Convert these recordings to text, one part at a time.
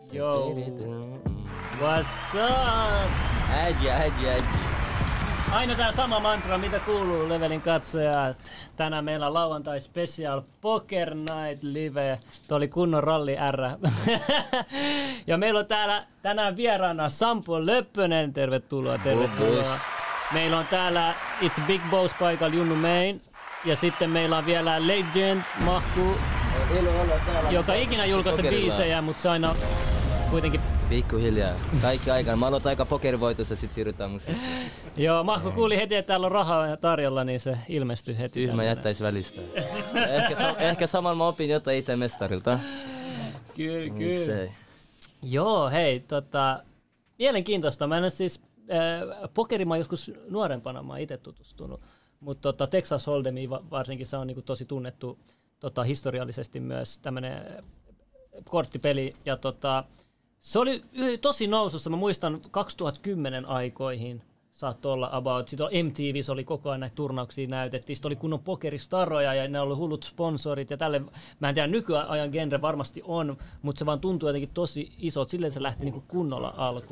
Yo. What's up? Äijä. Aina tää sama mantra, mitä kuuluu Levelin katsojat. Tänään meillä on lauantai special Poker Night Live. Tuo oli kunnon ralli R. Ja meillä on täällä tänään vieraana Sampo Löppönen. Tervetuloa. Meillä on täällä It's Big Boss paikalla Junnu Main. Ja sitten meillä on vielä Legend Mahku, joka ikinä julkaisi biisejä, mutta se aina kuitenkin pikkuhiljaa. Kaikki aikana. Mä aloitan aika pokerivoitossa, sit siirrytään musiikkiin. Joo, Mahku kuuli heti, että täällä on rahaa tarjolla, niin se ilmestyi heti. Tyhmä jättäisi välistä. ehkä samalla mä opin jotain itse mestarilta. Kyllä. Joo, hei, mielenkiintoista. Mä en ole siis, pokeriin mä joskus nuorempana mä oon itse tutustunut, mutta Texas Hold'em varsinkin se on niinku tosi tunnettu historiallisesti myös tämmönen korttipeli. Ja se oli tosi nousussa. Mä muistan 2010 aikoihin saattoi olla about. Sitten MTV:ssä oli koko ajan näitä turnauksia näytettiin. Sitten oli kunnon pokeristaroja ja ne oli hullut sponsorit ja tälle. Mä en tiedä, nykyajan genre varmasti on, mutta se vaan tuntuu jotenkin tosi iso. Silleen se lähti niinku kunnolla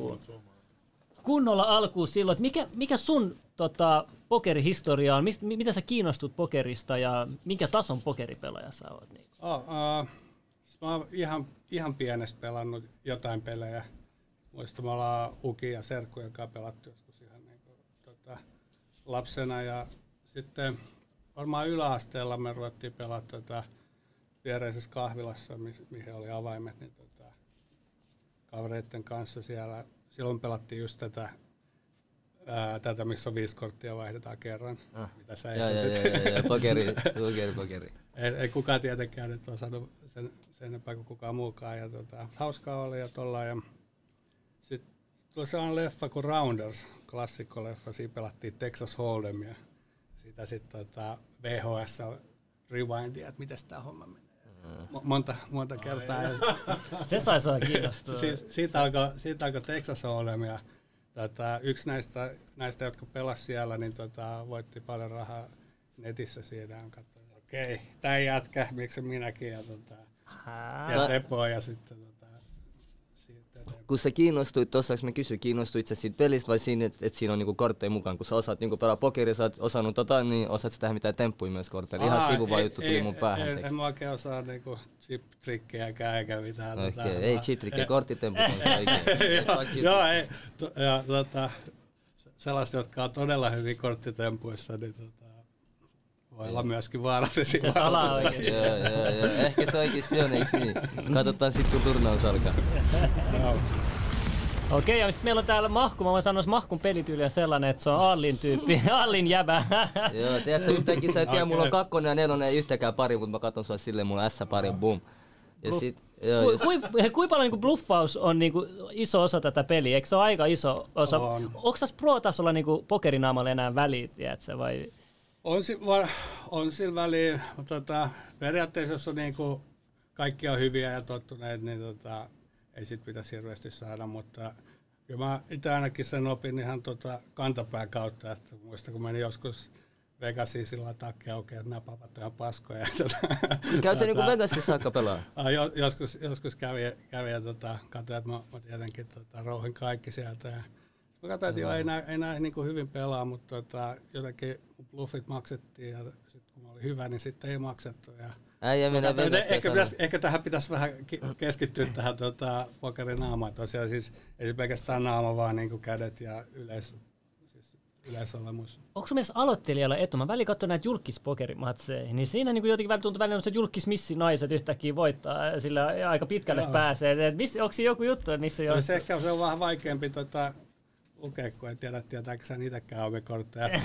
alkuun silloin. Että mikä sun pokerihistoria on? Mitä sä kiinnostut pokerista ja minkä tason pokeripelaaja sä oot? Niin? Mä oon ihan pienestä pelannut jotain pelejä. Muistan, me ollaan Uki ja Serkku, joka on pelattu joskus ihan lapsena. Ja sitten varmaan yläasteella me ruvettiin pelata viereisessä kahvilassa, mihin oli avaimet, niin kavereiden kanssa siellä. Silloin pelattiin just tätä, missä on 5 korttia vaihdetaan kerran. Mitä sä Pokeri. Ei kukaan tietenkään nyt osannut sen enempää kuin kukaan muukaan. Ja hauskaa oli ja tollaan. Ja sitten tuli sellainen leffa kuin Rounders, klassikkoleffa. Siinä pelattiin Texas Hold'em ja siitä sitten VHS rewindia, että miten tämä homma menee. Monta kertaa. Se sai sua kiinnostua. Siitä alkoi Texas Hold'em ja yksi näistä, jotka pelasi siellä, niin voitti paljon rahaa netissä siinä. Katsoin, okei, tää jätkä, miksi minäkin ja Tepo ja sitten kun sä kiinnostuit, mä kysyin, kiinnostuit sä siitä pelistä vai siinä, että siinä on niinku kortteja mukaan? Kun sä osaat niinku pelaa pokeria, sä oot osannut niin osaat sä tehdä mitään temppuja myös kortteilla? Ihan sivuva juttu tuli mun päähän. En mä oikein osaa niinku chip-trikkejäkään eikä mitään. Okei, ei chip-trikkejä, korttitemput on se oikein. Joo, ei. Ja sellaiset, jotka on todella hyvin korttitempuissa, niin voi olla myöskin vaarallisia vastustajia. Joo. Ehkä se oikeasti on, eikö niin? Katsotaan sitten, kun turnaus alkaa. Okei, ja sitten meillä on täällä Mahku. Mä voin sanoa, että Mahkun pelityyli on sellainen, että se on Allin tyyppi, Allin jäbä. Joo, tiedätkö yhtäkkiä, sä et tiedä, mulla on 2 ja 4 ei yhtäkään pari, mutta mä katson sua silleen, mulla on S-pari, boom. Kuinka paljon niinku bluffaus on niinku iso osa tätä peliä? Eikö se ole aika iso osa? Onko tässä pro-tasolla niinku pokerinaamalle enää väliä, tiedätkö, vai? On sillä väliä, mutta periaatteessa jos on niinku kaikki on hyviä ja tottuneet, niin ei sit pitäisi hirveästi saada, mutta kyllä mä itse ainakin sen opin ihan kantapään kautta, että muistan kun menin joskus Vegasiin sillä takki auki, että nämä papat ihan paskoja. Käytkö sä niinku Vegasissa saakka pelaa? Joskus kävi ja katsoin, että mä tietenkin rouhin kaikki sieltä. Mä katsoin, että ei nää niin kuin hyvin pelaa, mutta jotenkin bluffit maksettiin ja sitten kun mä olin hyvä, niin sitten ei maksettu. Ehkä tähän pitäisi vähän keskittyä tähän pokerinaamaan. Tosiaan siis ei se pelkästään naama, vaan niin kuin kädet ja yleisolemus. Onko sun mielestä aloittelijalle etu? Mä väliin katson näitä julkispokerimatseja, niin siinä niin jotenkin välillä tuntuu välillä, että julkismissinaiset yhtäkkiä voittaa, sillä aika pitkälle pääsee. Onko siinä joku juttu, että missä jo? Se on vähän vaikeampi lukea, kun ei tietääkö sä niitäkään omia kortteja.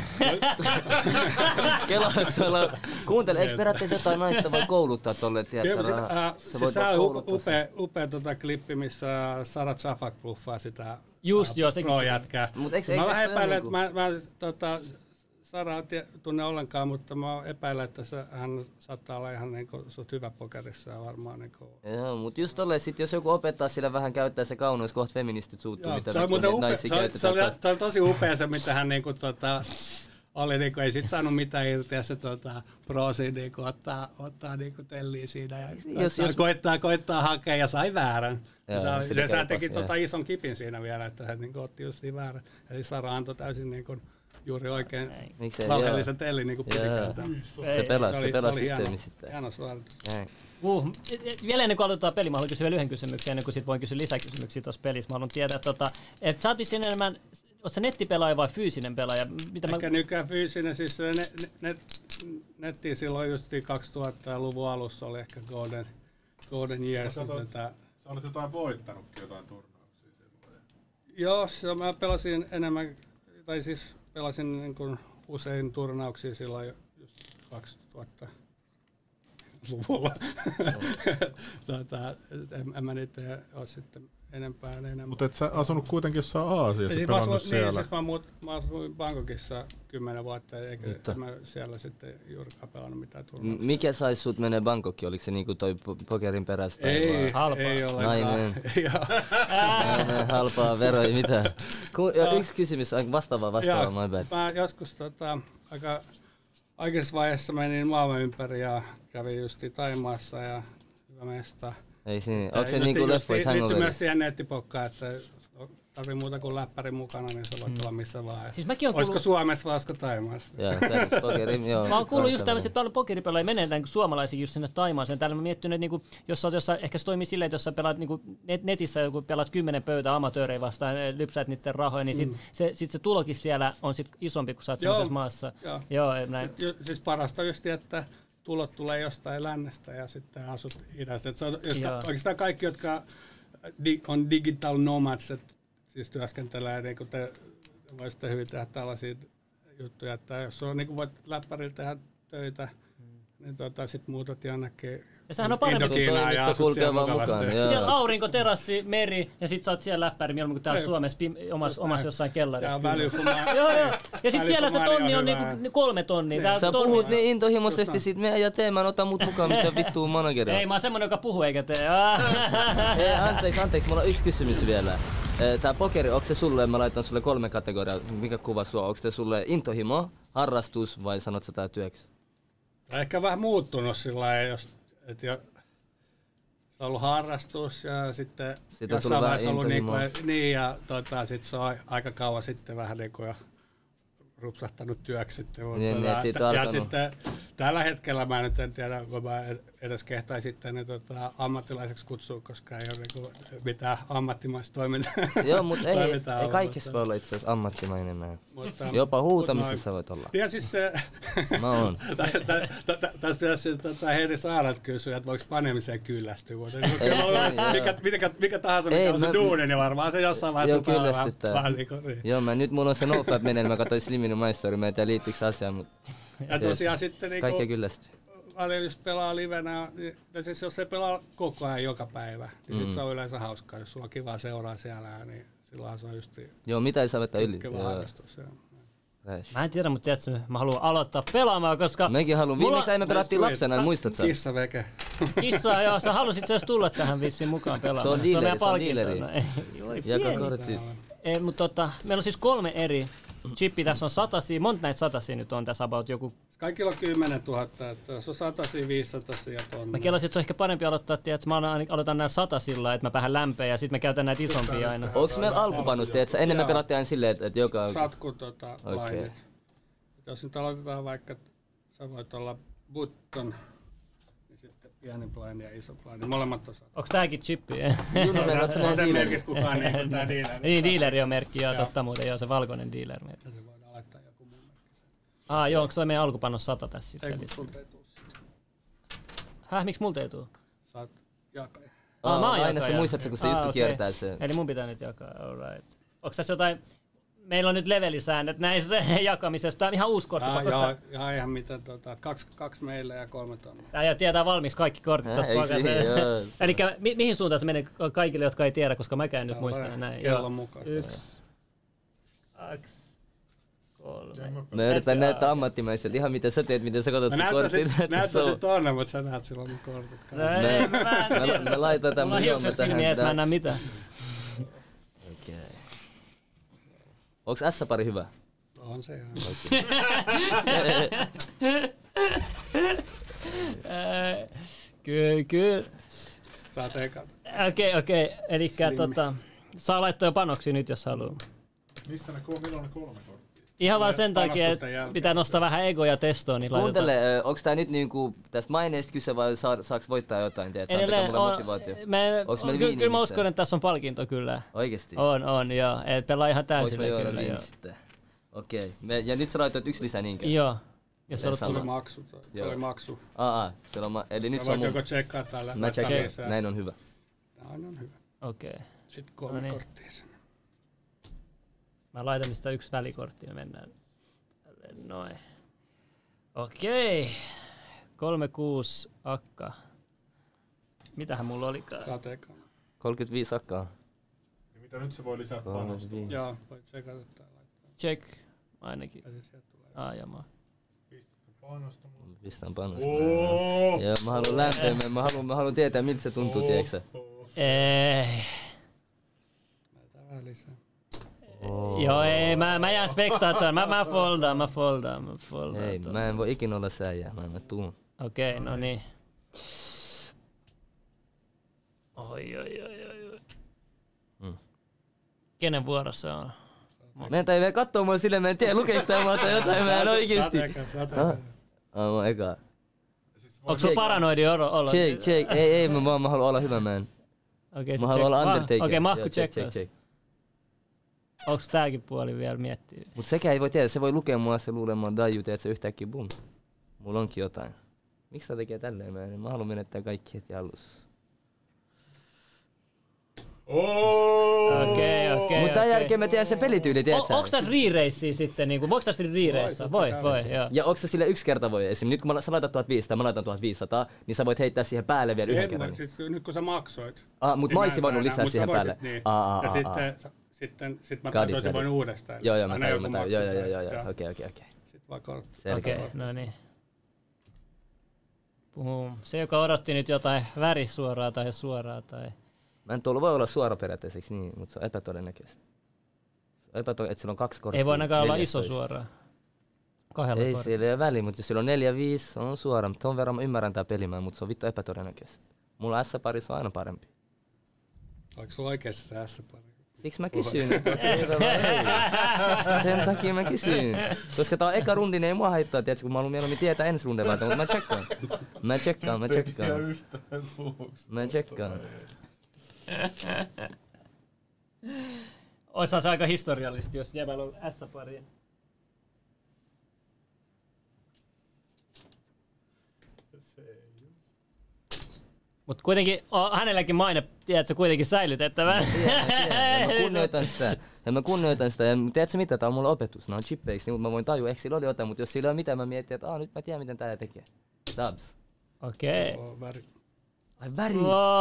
Kuuntele, eikö periaatteessa jotain naista voi kouluttaa tolle, tiedätkö? Siis se on upea klippi, missä Sarah Chafak bluffaa sitä pro-jätkää. Mä vähän epäilen, että mä Sara tunne ollenkaan, mutta mä epäilen, että hän saattaa olla ihan sut hyvä pokerissa ja varmaan Joo, mutta just tolleen sit jos joku opettaa sillä vähän käyttää se kauneus, kohta feministit suuttuu, mitä naisia käytetään. Se on tosi upea se, mitä hän oli niinku, ei sit saanut mitään irti ja se Prosi niinku ottaa niinku telliä siinä ja koittaa hakea ja sai väärän. Se teki ison kipin siinä vielä, että hän niinku otti just niin väärän. Eli Sara antoi täysin niinku juuri oikein valheellisen tellin niinku pitikään. Se pelasi systeemi sitten. Hieno suoritus. Vielä ennen kuin aloitetaan peli, mä haluan kysyä vielä yhden kysymyksen, ennen kuin sit voin kysyä lisäkysymyksiä tuossa pelissä. Mä haluan tietää, että sä oot enemmän, oot sä nettipelaaja vai fyysinen pelaaja? Ehkä nykyään fyysinen, siis netti silloin just 2000-luvun alussa oli ehkä Golden Years. Sä olet jotain voittanutkin, jotain turnauksia silloin. Joo, mä pelasin enemmän, tai siis pelasin niin kuin usein turnauksia silloin just 2000-luvulla. En mä niitä ole sitten enempää. Mutta et sä asunut kuitenkin jossain Aasiassa, siis pelannut siellä? Siis mä asuin Bangkokissa 10 vuotta, eikä mä siellä sitten juurikaan pelannut mitään turnauksia. Mikä sais sut menee Bangkokiin? Oliko se niinku toi pokerin perästä? Ei ollenkaan. Nainen. Halpaa veroja, mitä? Yksi kysymys, vastaava, my bad. Mä joskus aika aikaisessa vaiheessa menin maailman ympäri ja kävin justi Thaimaassa ja hyvä mesta. Ei siinä. Onko se niinku leffoissa hangover? Liittyy myös siihen nettipokkaan, että tarvii muuta kuin läppäri mukana, niin se voit olla missä vaan. Siis olisiko Suomessa vai olisiko Thaimaassa? Joo, mä oon kuullut just tämmöiset, että paljon pokeripelejä menee niin suomalaisia just sinne Thaimaaseen. Täällä mä miettinyt, että niinku, jos oot jossain, ehkä se toimii silleen, että jos sä pelaat niinku netissä, joku pelaat 10 pöytää amatöörejä vastaan, lypsäät niiden rahoja, niin sit se tulokin siellä on sit isompi, kun sä oot semmoisessa maassa. Joo, näin. Siis parasta just, että tulot tulee jostain lännestä ja sitten asut idästä. Oikeastaan kaikki, jotka on digital nomads, siis työskentelee, niin te voisitte hyvin tehdä tällaisia juttuja, että jos on, niin voit läppärillä tehdä töitä, niin sitten muutat jonnekin Indokiinaan ja asut siellä mukavasti. Siellä aurinko, terassi, meri ja sit sä oot siellä läppäri mieluummin kuin täällä Suomessa omassa jossain kellarissa. Joo. Ja sit siellä se tonni on niinku 3 tonnia. Sä puhut niin intohimoisesti sit meidän ja tee, mä en ota mut mukaan mitä vittua manageria. Ei, mä oon semmonen, joka puhuu eikä tee. Anteeksi, mulla on yksi kysymys vielä. Tää pokeri, onko se sulle, mä laitan sulle 3 kategoriaa, mikä kuva sua, onko se sulle intohimo, harrastus vai sanot sä tää työksi? Ehkä vähän muuttunut sillä lailla, että se on ollut harrastus ja sitten jossain vaiheessa ollut niin ja sitten se on aika kauan sitten vähän niin kuin rupsahtanut työksi sitten. Ja sitten tällä hetkellä mä nyt en tiedä, kun mä edes kehtaisin sitten ammattilaiseksi kutsua, koska ei ole niinku mitään ammattimaista toimintaa. Joo, mutta ei kaikissa voi olla itse asiassa ammattimainen näin. Jopa huutamisessa voit olla. Ja siis se... Mä oon. Tässä pitäisi Heidi Saarat kysyä, että voiko panemiseen kyllästyä. Mikä tahansa, mikä on se duuni, niin varmaan se jossain vaiheessa kyllästyttää. Joo, mulla on se nofap menee, mä katsoin Slimin maistori, mä en tiedä liittyykö asiaan, mutta... Ja tosiaan sitten kaikkea kyllästyy. Jos pelaa livenä, siis jos se pelaa koko ajan joka päivä, niin sit se on yleensä hauskaa. Jos sulla on kivaa seuraa siellä, niin silloin se on just... Joo, mitä ei saa vetää yli. Mä en tiedä, mutta tiedätkö, mä haluan aloittaa pelaamaan, koska... Mekin haluan. Viimeksi me pelattiin lapsena, muistat sä? Kissaveke. Kissa, joo, sä halusit jos tulla tähän vissiin mukaan pelaamaan. Se on dealeri. Jaka kortti. Mutta meillä on siis 3 eri chippi, tässä on 100, monta näitä 100 nyt on tässä about joku... Kaikilla on 10 000, että se on 100, 500 ja tonne. Mä kelasin, että se on ehkä parempi aloittaa, että mä aloitan nää 100 sillä, että mä päähän lämpeen ja sit mä käytän näitä isompia aina. Onks meillä alkupannusta, että ennen me pelattiin aina silleen, että joka... Satku lainit. Jos nyt aloitetaan vaikka, sä voit olla button, niin sitten pieni blind ja iso blind, molemmat on 100. Onks tääkin chippi? Se on sen merkis kukaan niin kuin tää dealeri. Niin, dealeri on merkki, joo, totta muuten, joo, se valkoinen dealer merkki. Se voidaan laittaa joku muu merkki. Joo, onko toi meidän alkupannos 100 tässä sitten? Ei, kun sulta ei tuu sitä. Miksi multa ei tuu? Saat jakaja. Aina se muistat, kun se juttu kiertää se. Eli mun pitää nyt jakaa, alright. Onko tässä jotain... Meillä on nyt levelisäännöt näistä jakamisesta. Tämä on ihan uusi kortti. Joo, ihan mitä, 2 meille ja 3 tonne. Tää tietää valmiiksi kaikki kortit tuosta pakalta. Eli mihin suuntaan se menee kaikille, jotka ei tiedä, koska mäkään nyt muistan näin. Kellon mukaan. 1, 2, 3. Mä yritän näyttää ammattimaiselta. Ihan mitä sä teet, miten sä katsot sun kortit. Näyttäisit tonne, mutta sä näet silloin mun kortit. Me laitetaan mulla on hiukset silmiä, jos mä en näe mitään. Onks S-pari hyvä? On se ihan. Kyllä. Saat eka. Okei. Elikkä saa laittaa jo panoksia nyt, jos haluaa. Missä milloin ne 3 korttia? Ihan vaan sen takia, että pitää nostaa vähän egoja testoon. Niin kuuntele, onko tää nyt niinku tästä maineesta kyse vai saaks voittaa jotain? Tiedät, edelleen mulle motivaatio? Kyllä mä uskon, että tässä on palkinto kyllä. Oikeesti? On joo. Et pelaa ihan täysillä kyllä. Okei. Ja nyt sä laitoit 1 lisää niinkö? Joo. Jos se tuli maksu. Tuli maksu. Eli nyt se on mun... Voit tsekkaa täällä? Mä tsekkaan. Näin on hyvä. Näin on hyvä. Okei. Sitten 3 korttia. Mä laitan niistä 1 välikortti ja mennään. Noin. Okei. 36 akka. Mitähän mulla olikaan? Saat eka. 35 akkaa. Ja mitä nyt se voi lisää panosta? Joo, voit tsekata täällä. Check. Ainakin. Jamaa. Pistätkö panosta? Pistän panosta. Joo, mä haluan lämpimään. Mä haluan tietää miltä se tuntuu, tiiäksä? Ei. Näitä vähän lisää. Joo, ei, mä jään spektaattoon. Mä foldaan. Ei, mä en voi ikinä olla säijä. Mä tuun. Okei, no niin. Oi. Kenen vuorossa on? Meidän ei vielä kattoo mua silleen, mä en tiedä lukee sitä jotain, mä en oikeesti. Mä eka. Onko sulla paranoidi olo? Check. Ei, mä haluan olla hyvä man. Mä haluan olla Undertaker. Okei, mahku checkaus. Onks tääkin puoli vielä miettiä? Mut sekä ei voi tiedä, se voi lukea mua se luulemaan daju, että se yhtäkkiä bum. Mulla onkin jotain. Miksi tää tekee tälleen? Mä haluan menettää kaikki heti alussa. Okei. Mutta tämän jälkeen mä tiedän se pelityyli, tiedätkö? Onks tässä re-racea sitten niinku? Voiko tässä re-racea? Voi, joo. Ja onks se sille 1 kerta voi? Esimerkiksi nyt kun sä laitat 1500 mä laitan 1500, niin sä voit heittää siihen päälle vielä 1 kerran. Nyt kun sä maksoit. Mut mä oisin voinut lisää siihen päälle. Ja sitten mä olisin voinut uudestaan. Joo, mä tajun. Okei. Sitten vaan kortti. Okei, no niin. Se, joka odotti nyt jotain värisuoraa tai suoraa tai... Mä en tuolla voi olla suora periaatteeksi niin, mutta se on epätodennäköistä. Että sillä on 2 korttia. Ei voi ainakaan olla iso suoraa. 2 ei siellä ei ole väliä, mutta jos sillä on 4-5, on suora. Ton verran mä ymmärrän tää pelimään, mutta se on vittu epätodennäköistä. Mulla S-parissa on aina parempi. Oliko sulla oikeassa se S-pari? Siksi mä kysyn. Sen takia mä kysyn. Koska tää on eka rundi, niin ei mua haittaa, tiiätkö, kun mä haluan mieluummin tietää ensi rundin varten, mutta mä tsekkaan. Mä tsekkaan. Oishan se aika historiallisesti, jos jäbällä on S-pari. Mut kuitenkin hänelläkin maine, tiedätkö, kuitenkin säilytettävä. Mä kunnioitan sitä. Ja tiedätkö mitä, tää on mulle opetus. Nää on chippeiksi, niin mä voin tajua, ehkä sillä oli jotain, mutta jos sillä on mitään, mä mietin, että nyt mä tiedän, miten tää tekee. Tabs. Okei. Ai väri!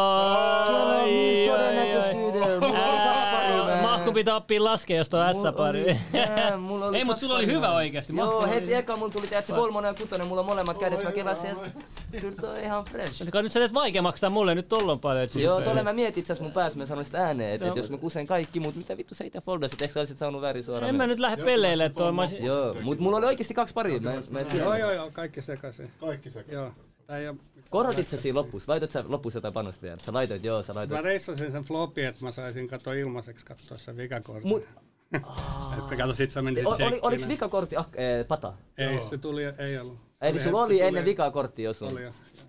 Mahku pitää oppia laskea, jos tuo S-pari. Ei, mut sulla oli hyvä oikeesti. Joo, heti eka mun tuli tiedätkö 3 ja 6, mulla on molemmat kädessä, mä kelasin, kyllä toi on ihan fresh. Nyt sä teet vaikeammaksi tää mulle, nyt tollon paljon. Joo, tolle mä mietin itse asiassa mun päässä, mä sanoin sitä ääneen, että jos mä kusen kaikki, mut mitä vittu sä itse foldasit, eikö sä olisit saanut väri suoraan? En mä nyt lähde peleille tuo. Joo, mut mulla oli oikeesti 2 paria. Joo, kaikki sekaisin. Joo. Korotit sä siinä lopussa? Laitoit sä lopussa jotain panosta vielä? Sä laitoit. Mä reissasin sen flopin, että mä saisin katsoa ilmaiseksi katsoa sen vikakortin. Että kato, sit sä menisit tsekkiin. Oliks vikakortti pata? Ei, se tuli, ei ollut. Eli sulla oli ennen vikakortti jo sun? Oli jo.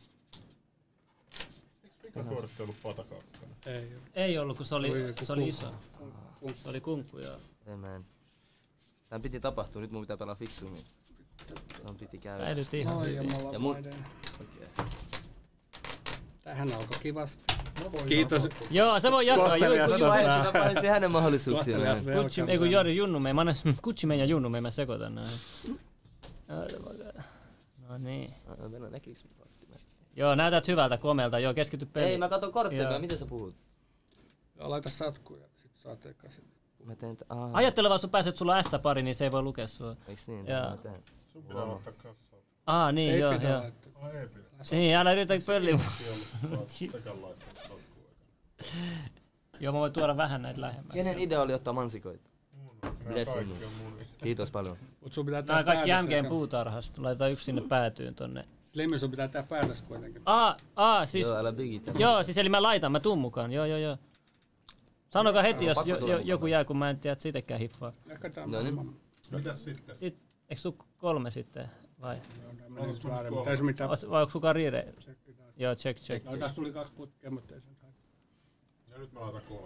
Eikö vikakortti ollut patakakkainen? Ei ollut, kun se oli iso. Se oli kunkku, joo. Tän piti tapahtua, nyt mun pitää pelaa fiksummin. Tän piti käydä. Säilyt ihan hyvin. Tähän alkoi kivasti. Kiitos. Joo, se voi jatkaa. Mä paisin hänen mahdollisuuksia. Ei kun Jori Junnume, mä annan Kutsimen ja Junnume, mä sekoitan näin. No niin. Joo, näytät hyvältä, komelta. Joo, keskity peliin. Ei, mä katon kortteja, miten sä puhut? Joo, laita satku ja sit saat ekaisin. Ajattele vaan, sun pääset, sulla on S-pari, niin se ei voi lukea sua. Eiks niin? Mä teen. Sun pitää laittaa kassaa. Niin, joo. Ei pidä. Niin, älä yritä pölliä. Joo, mä voin tuoda vähän näitä lähemmäksi. Kenen idea oli ottaa mansikoita? Kaikki on mun idea. Kiitos paljon. Mut sun pitää Nämä on kaikki MGn puutarhasta. Laitetaan yksi sinne päätyyn tonne. Slimmi, sun pitää tehdä päätös kuitenkin. Siis... Joo, älä bigitä. Joo, siis eli mä tuun mukaan. Joo. Sanokaa heti, jos joku jää, kun mä en tiedä, että sitäkään hiffaa. No niin. Mitäs sitten? Eikö sun 3 sitten, vai? Vai onko sukaan riire? Joo, check. No, tässä tuli 2 putkea, mutta ei sen kai. Ja nyt mä laitan 3.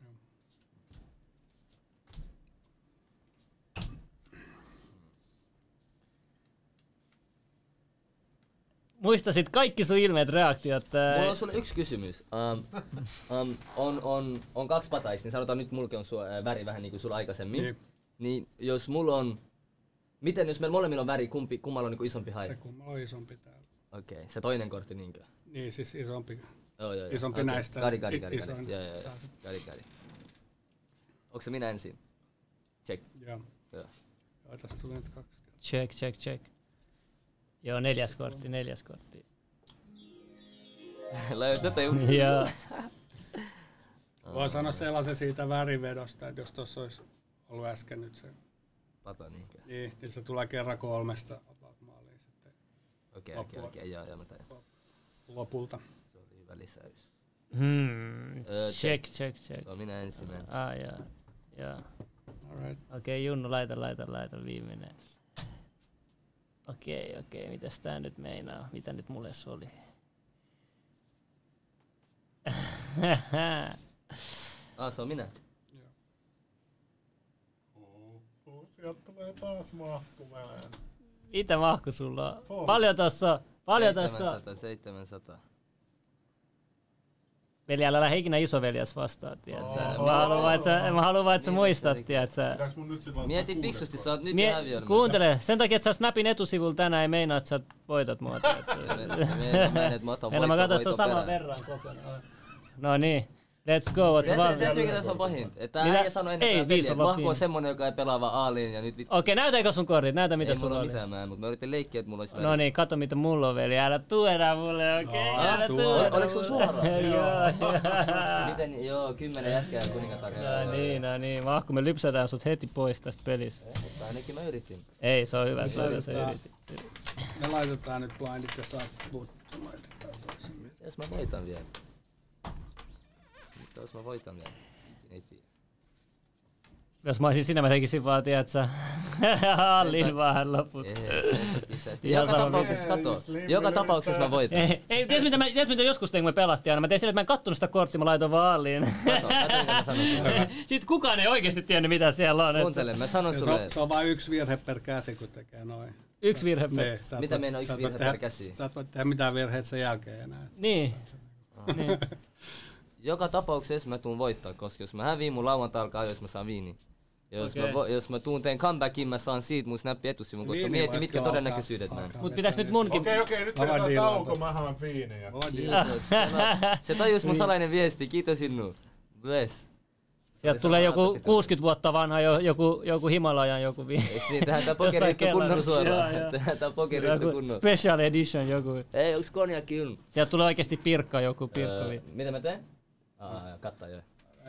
Muistasit kaikki sun ilmeet, reaktiot. Mulla on sulle yksi kysymys. On 2 pataista, niin sanotaan nyt mulki on väri vähän niin kuin sulla aikaisemmin. Niin jos mulla on... Miten jos meillä molemmilla on väri, kummalla on niin kuin isompi hai? Se kummalla on isompi täällä. Okei, se toinen kortti niinkö? Niin, siis isompi. Joo. Isompi okay. näistä. Kari. Joo. Onko se minä ensin? Check. Joo. Tässä tuli nyt 2. Check. Joo, 4. kortti. Löytätä Joo. Voin sanoa sellaisen siitä värivedosta, että jos tuossa olisi ollut äsken nyt se pata niinkö? Niin se tulee kerran 3 about maaliin sitten. Okei, joo, mä tajun. Lopulta. Se oli hyvä lisäys. Check. Se on minä ensimmäinen. Joo. Alright. Okei, Junnu, laita viimeinen. Okei, mitäs tää nyt meinaa? Mitä nyt mulle oli? Se on minä? Joo. Sieltä tulee taas mahkumään. Mitä mahku sulla on? Paljon tossa? 700. Veli, älä lähde ikinä isoveljas vastaan, tiiätsä. Mä haluan vaan, että sä muistat, tiiätsä. Mieti fiksusti, sä oot nyt häviöllä. Kuuntele, sen takia, että sä Snapin etusivulla tänään ei meinaa, että sä voitat mua, tiiätsä. Mä katson, että se on saman verran kokonaan. No niin. Let's go, what's valmiina? Tiedätkö mikä tässä on pahin? Että äijä sanoi ennen peliä, että Mahku on semmonen, joka ei pelaa vaan A-liin ja nyt vittu. Okei, näytäkö sun kortit? Näytä mitä sulla oli. Ei mulla mitään mutta mä yritin leikkiä, että mulla olisi väliä. No niin, katso mitä mulla on veli. Älä tuoda mulle, okei? Älä tuoda. Oliko sun suoraan? Joo. Miten? Joo, 10 jätkää kuningatar. No niin. Mahku, me lypsätään sut heti pois tästä pelistä. Mutta ainakin mä yritin. Ei, se on hyvä, se yritin. Me laitetaan nyt blindit ja saat puuttumaan. Jos mä voitan vielä. Jos mä voitan vielä, ei tiedä. Jos mä olisin sinä, mä tekisin vaan, tiiätsä, hallin vähän lopusta. Joka tapauksessa mä voitan. Ei, tiedätkö mitä joskus tein, kun me pelattiin aina? Mä tein sille, että mä en kattonut sitä korttia, mä laitoin vaan halliin. Kato, mitä mä sanon sulle. Sitten kukaan ei oikeesti tiennyt, mitä siellä on. Kuuntele, mä sanon sulle. Se on vain 1 virhe per käsi, kun tekee noin. 1 virhe per... Mitä meillä on 1 virhe per käsi? Sä et voi tehdä mitään virheitä sen jälkeen enää. Niin. Joka tapauksessa mä tuun voittaa, koska jos mä häviin, mun lauantai alkaa, jos mä saan viini. Jos mä tuun teen comebackin, mä saan siitä mun snappi etusivun, koska mieti mitkä todennäköisyydet näin. Mut pitääks nyt munkin... Okei, nyt pidetään tauko, mä haen viinejä. Kiitos. Se tajus mun salainen viesti, kiitos Innu. Bless. Sieltä tulee joku 60 vuotta vanha joku Himalajan joku viini. Eiks niin, tehdään tää pokerittu kunnolla suoraan. Tehdään tää pokerittu kunnolla. Special edition joku. Ei, onks konjakki Innu? Sieltä tulee oikeesti pirkka joku viini. Mitä mä teen? Kattaa jo.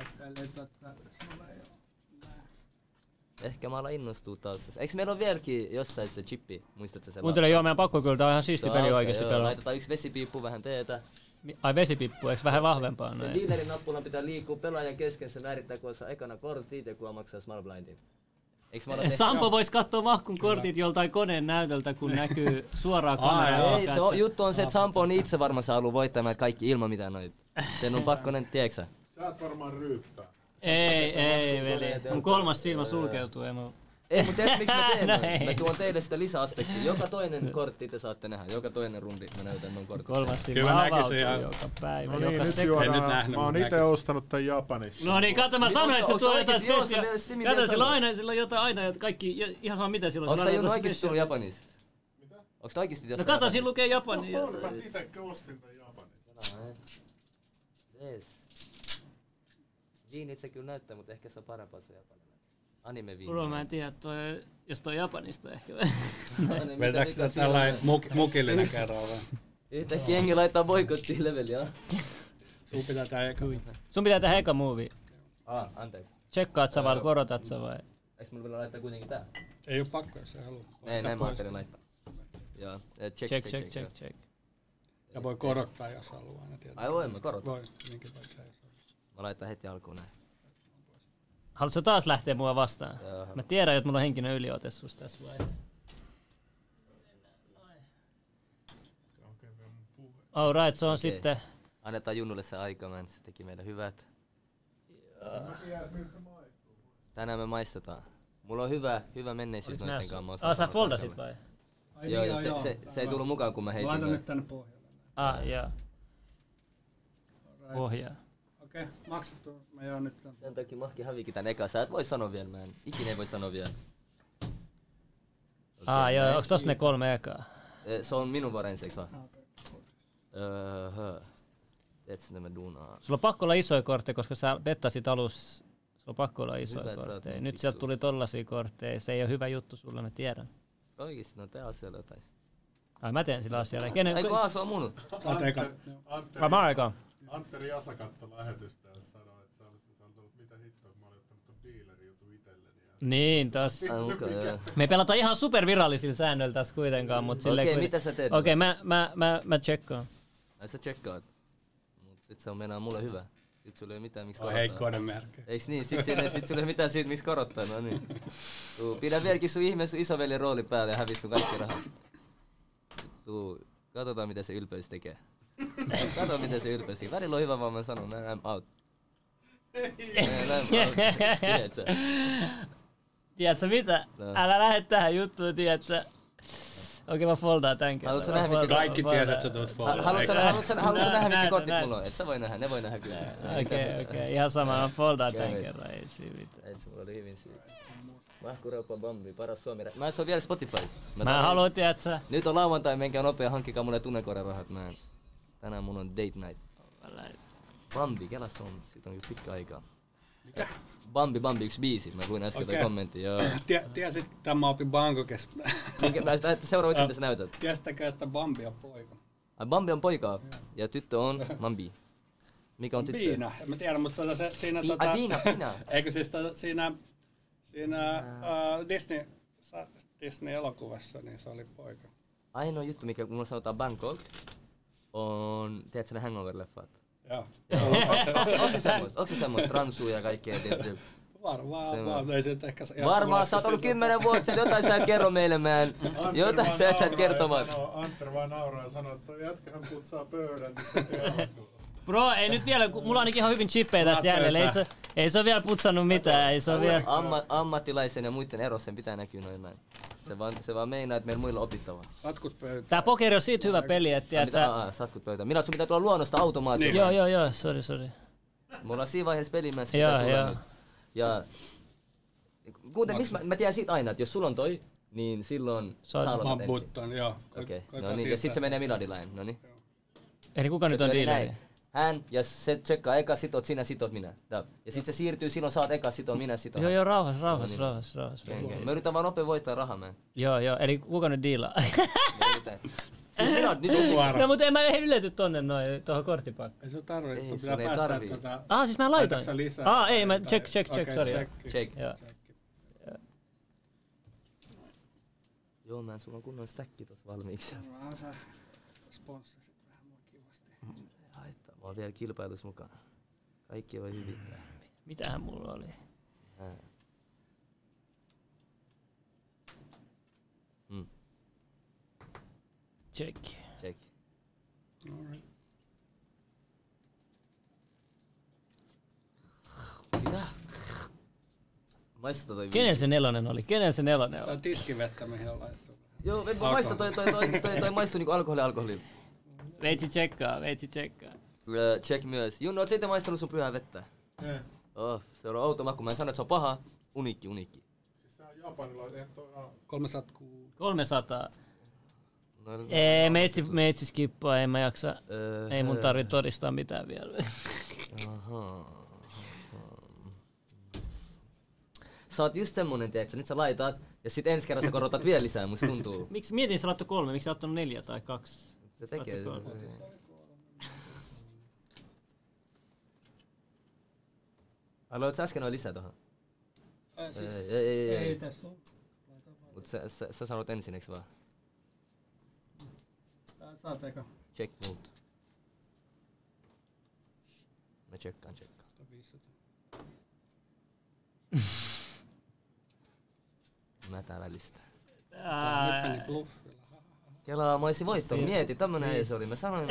Ehkä mä alan innostua taas. Eiks meillä on vieläkin jossain se chippi? Muistatko se? Kuuntele, joo, meidän pakko kyllä, tää on ihan siisti peli oikeesti pelaa. Laitetaan 1 vesipiippu, vähän teetä. Ai vesipippu, eiks vähän vahvempaa näin? Se dealerin nappulan pitää liikkua pelaajan kesken, se värittää kun on ekana kortit ja kun maksaa small blindin. Sampo vois kattoo Mahkun kortit joltain koneen näytöltä, kun näkyy suoraan kameraan. Ei, se juttu on se, että Sampo on itse varmaan haluaa voittaa meidät kaikki ilman mitään noita. Sen on pakko, tiedätkö? Sä oot varmaan ryyppää. Ei veli. Mun 3. silmä sulkeutuu. Ei, mutta tiedätkö miksi mä teen noin? Mä tuon teille sitä lisäaspektia. Joka toinen kortti te saatte nähdä. Joka toinen rundi mä näytän mun kortit. 3. silmä avautuu joka päivä. No niin, nyt juodaan. Mä oon ite ostanut tän Japanissa. No niin, kato mä sanoin, että se tuo jotain spesiaalia. Kato, sillä on jotain aina, kaikki, ihan sama mitä silloin. Onks tää Junnu oikeesti tullut Japanista? Mitä? Onks tää oikeesti jossain? No kato, siinä lukee Japani. Mä ite ostin tän Japanissa. Jees. Viinit se kyllä näyttää, mutta ehkä se on parempaa se japanilainen. Anime-viini. Bro, mä en tiedä, jos toi Japanista ehkä. Vedääks tää tällainen mukillinen kerran vai? Yhtäkkiä jengi laittaa boikottiin leveliä. Sun pitää tehdä eka. Sun pitää tehdä eka movie. Anteeksi. Tsekkaat sä vai korotat sä vai? Eiks mulla vielä laittaa kuitenkin tää? Ei oo pakko, jos ei halua. Ei, näin mä ajattelin laittaa. Joo, check. Ja voi korottaa, jos haluaa aina tietää. Ai voin mä korottaa? Voi, minkin vaikka jos haluaa. Mä laitan heti alkuun näin. Haluatko taas lähteä mua vastaan? Joo. Mä tiedän, että mulla on henkinen yliote susta tässä vaiheessa. Alright, se on sitten... Annetaan Junnulle se aika, man. Se teki meille hyvät. Tänään me maistetaan. Mulla on hyvä menneisyys noitten kanssa. Sä foldasit vai? Joo, se ei tullut mukaan, kun mä heitin. Laitan nyt tänne pohjalle. Joo. Pohjaa. Okei, maksettu. Mä jaan nyt tän. Sen takia mahki hävikin tän eka. Sä et voi sanoa vielä, mä en. Ikinä ei voi sanoa vielä. Joo, onks tossa ne 3 ekaa? Se on minun vuoro ensiksi vaan. Tiedätkö, mitä mä duunaan? Sulla on pakko olla isoja kortteja, koska sä bettasit alussa. Sulla on pakko olla isoja kortteja. Nyt sieltä tuli tollasia kortteja. Se ei oo hyvä juttu sulle, mä tiedän. Oikeesti, no tee asialle jotain. Mä teen sillä asialla. Ei kun se on mun. Saat eka. Mä eka. Antteri Jasa katsoi lähetystä ja sanoi, että sä on tullut mitä hittoa, kun mä olin ottanut ton dealeri-jutun itselleni. Niin, tossa. Me ei pelata ihan supervirallisilla säännöillä tässä kuitenkaan, mut silleen... Okei, mitä sä teet? Okei, mä tsekkaan. Ai sä tsekkaat. Mut sit se on mennään mulle hyvä. Sit sulla ei oo mitään miksi On korottaa. heikkoinen merkki. Eiks niin? Sit sulla ei mitään siitä miksi korottaa, no niin. Pidä vieläkin sun isoveljen rooli päälle ja hävis sun kaikki rahat. Katsotaan mitä se ylpeys tekee. Kato miten se ylpeys tekee. Välillä on hyvä vaan mä sanon, I'm out. Tiedätkö mitä? Älä lähde tähän juttuun, tiedätkö? Okei, mä foldaan tän kerran. Kaikki tiesät, että sä tulet foldaan. Haluatko nähdä mitkä kortit mulla on? Et sä voi nähdä, ne voi nähdä kyllä. Okei, ihan sama, mä foldaan tän kerran, ei siinä mitään. Et se mulla oli hyvin siitä. Mahkuraupa Bambi, paras suomi. Mä en oo vielä Spotifys. Mä haluan, tiedätkö? Nyt on lauantai, menkää nopea, hankkikaa mulle tunnekorerahat. Tänään mun on date night. Bambi, kela se on? Siitä on jo pitkä aikaa. Mikä? Bambi, yksi biisi. Mä luin äsken toi kommentti, joo. Tiesit, että mä opin Bangkokes. Seuraava itse, mitä sä näytät. Tiesitkö, että Bambi on poika? Ai, Bambi on poika ja tyttö on Bambi. Mikä on tyttö? Biina, en mä tiedä, mutta siinä... Biina. Eikö siis siinä Disney-elokuvassa, niin se oli poika. Ainoa juttu, mikä mulla sanotaan Bangkok, on, tiedätkö ne Hangover-leffat? Joo. Onko se semmoista transuja ja kaikkea, tiedätkö? Varmaan, ei se ehkä... Varmaan, sä oot ollut 10 vuotta, jotain sä et kerro meille, man. Jotain sä et kertomaan. Antter vaan nauraa ja sanoo, että jätkähän putsaa pöydän, niin se ei Bro, ei nyt vielä, mulla on ainakin ihan hyvin chippejä tässä jäljellä, ei se ole vielä putsannut mitään, ei se ole vielä... Ammattilaisen ja muiden erossa sen pitää näkyä noin, man. Se vaan meinaa, että meillä muilla on opittavaa. Satkut pöytään. Tää pokeri on siitä hyvä peli, että tiedät sä... Satkut pöytään. Minä sun pitää tulla luonnosta automaattisesti. Joo, sorry. Me ollaan siinä vaiheessa peliin, mä Joo. Ja... Kuten, mä tiedän siitä aina, että jos sulla on toi, niin silloin sä aloitat ensin. Button, joo. Okei, no niin, ja sit se menee Miladilain, no niin. Eli kuka nyt on dealeri? Hän, ja se tsekkaa eka sitot, sinä sitot, minä. Ja sit se siirtyy, silloin saat eka siton, minä siton. Joo, rauhassa. Mä yritän vaan nopea voittaa rahaa, man. Joo, eli kuka nyt diilaa? Siis minä oon nyt no mutta en mä ylety tonne noin, tohon korttipakkaan. Ei sun tarvii, sun pitää päättää tota... Siis mä laitoin. Ei, mä check, sorry. Check. Joo. Joo, man, sulla on kunnon stäkki tossa valmiiksi. Vaan sä sponssasit vähän mua kivasti. Haittaa, mä oon vielä kilpailussa mukana. Kaikki voi hyvittää. Mitähän mulla oli? Check. Alright. Mitä? Maista toi Kenellä se nelonen oli? Tää on tiskivettä, mihin on laittu. Joo, maista toi maistuu niinku alkoholi. Veitsi tsekkaa. Check myös. Junno, oot sä ite maistanut sun pyhää vettä? Se on outo maku. Mä en sano, että se on paha. Uniikki. Siis se on japanilainen, 300. Ei, me etsi skippaa, en mä jaksa. Ei mun tarvi todistaa mitään vielä. Sä oot just semmonen, tiiäksä, nyt sä laitat ja sit ensi kerran sä korotat vielä lisää, musta tuntuu. Mietin sä laittoi 3, miksi sä ottanut 4 tai 2? Se tekee. Haluatko sä äsken noin lisää tohon? Ei tässä on. Mut sä sanot ensin, eiks vaan? Saat eka. Check muut. Mä tsekkaan. 500. Mä tää välistä. Nyt meni bluffilla. Kelaa, mä oisin voittanut. Mieti, tämmönen ei se oli. Mä sanoin.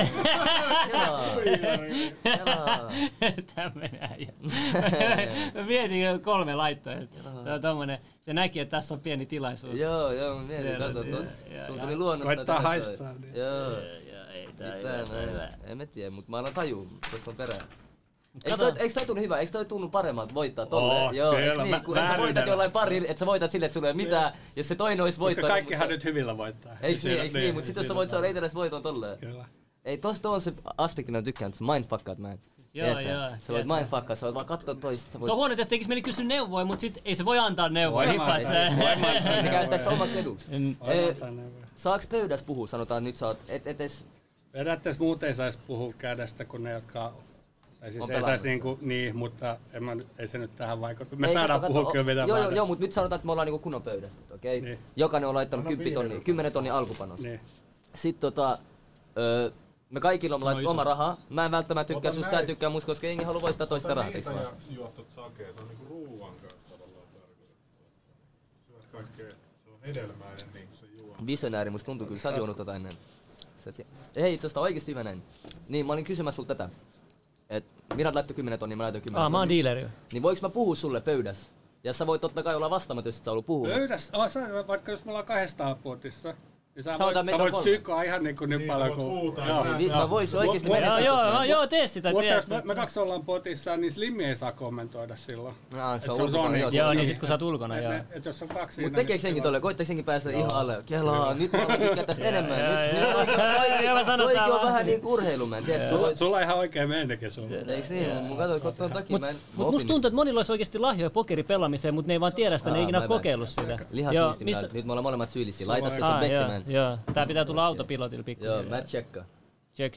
Kelaa. Tämmönen äijä. Mä mietin 3 laittoa. Tommonen, se näki, että tässä on pieni tilaisuus. Joo, mä mietin. Kato tossa. Sun tuli luonnosta. Koittaa haistaa. Joo. Ei tää hyvä. En mä tiedä, mut mä annan tajuu. Tossa on perää. Eiks toi tunnu hyvä? Eiks toi tunnu paremmalta voittaa tolleen? Joo, eiks niin? Kun sä voitat jollain pari, et sä voitat sille, et sulla ei mitään, jos se toinen ois voittanut. Koska kaikkihan nyt hyvillä voittaa. Eiks niin? Mut sit jos sä voit saada itelles voiton tolleen. Kyllä. Ei, tosta on se aspekti, mä tykkään, että sä mindfuckaat man. Joo. Sä voit mindfuckaa, sä voit vaan kattoo toista. Se on huono, että tekis meni kysyä neuvoja, mut sit ei se voi antaa neuvoja. Se käyttää sitä omaksi eduksi. Saaks pöydässä puhua, sanotaan nyt sä oot, et edes... Periaatteessa muut ei sais puhua kädestä kuin ne, jotka... Tai siis ei sais niin, mutta ei se nyt tähän vaikuta. Me saadaan puhua kyllä mitä vaan. Joo, mutta nyt sanotaan, että me ollaan niinku kunnon pöydästä, okei? Niin. Jokainen on laittanut 10 tonnia alkupanos. Niin. Sitten me kaikilla on laittanut oma rahaa. Mä en välttämättä tykkää sus, sä tykkää musta, koska jengi halua voittaa toista rahaa. Ota näitä ja juotot sakea, se on niinku ruuan kanssa tavallaan tarkoitettu. Syöt kaikkea, se on hedelmäinen niinku se juo. Visionääri, musta tuntuu kyllä, sä oot juonut tota ennen. Hei, itse asiassa oikeesti hyvä näin. Niin, mä olin kysymässä sulta tätä. Et minä laittoi 10 tonnia, mä laitoin 10 tonnia. Mä oon dealeri. Niin voiks mä puhua sulle pöydässä? Ja sä voit totta kai olla vastaamatta, jos et sä ollut puhua. Pöydässä? Vaikka jos me ollaan 200 puotissa. Niin sä voit psyykoa ihan niinku niin paljon kuin... Mä vois oikeesti mennä. Joo, tee sitä. Mutta jos me 2 ollaan potissa, niin Slimmi ei saa kommentoida silloin. Se on ulkona. Joo, niin sit kun sä oot ulkona, joo. Et jos on 2 siinä... Mut tekeekö senkin tolle? Koittaako senkin päästä ihan alle? Kelaa, nyt mä alan tykkää tästä enemmän. Toikin on vähän niinku urheilumään, tiedätkö? Sulla on ihan oikee meininki sulla. Eiks niin? Mun katsoin kottoon takia. Mut musta tuntuu, että monilla olisi oikeesti lahjoja pokeripelaamiseen, mut ne ei vaan tiedä sitä, ne ei ikinä kokeillut sitä. Lihasmuistiminä, nyt me ollaan molemmat syyllisiä. Laita se sun bettimään. Joo, tää pitää tulla autopilotilla pikkuhiljaa. Joo, mä tsekkaan. Check.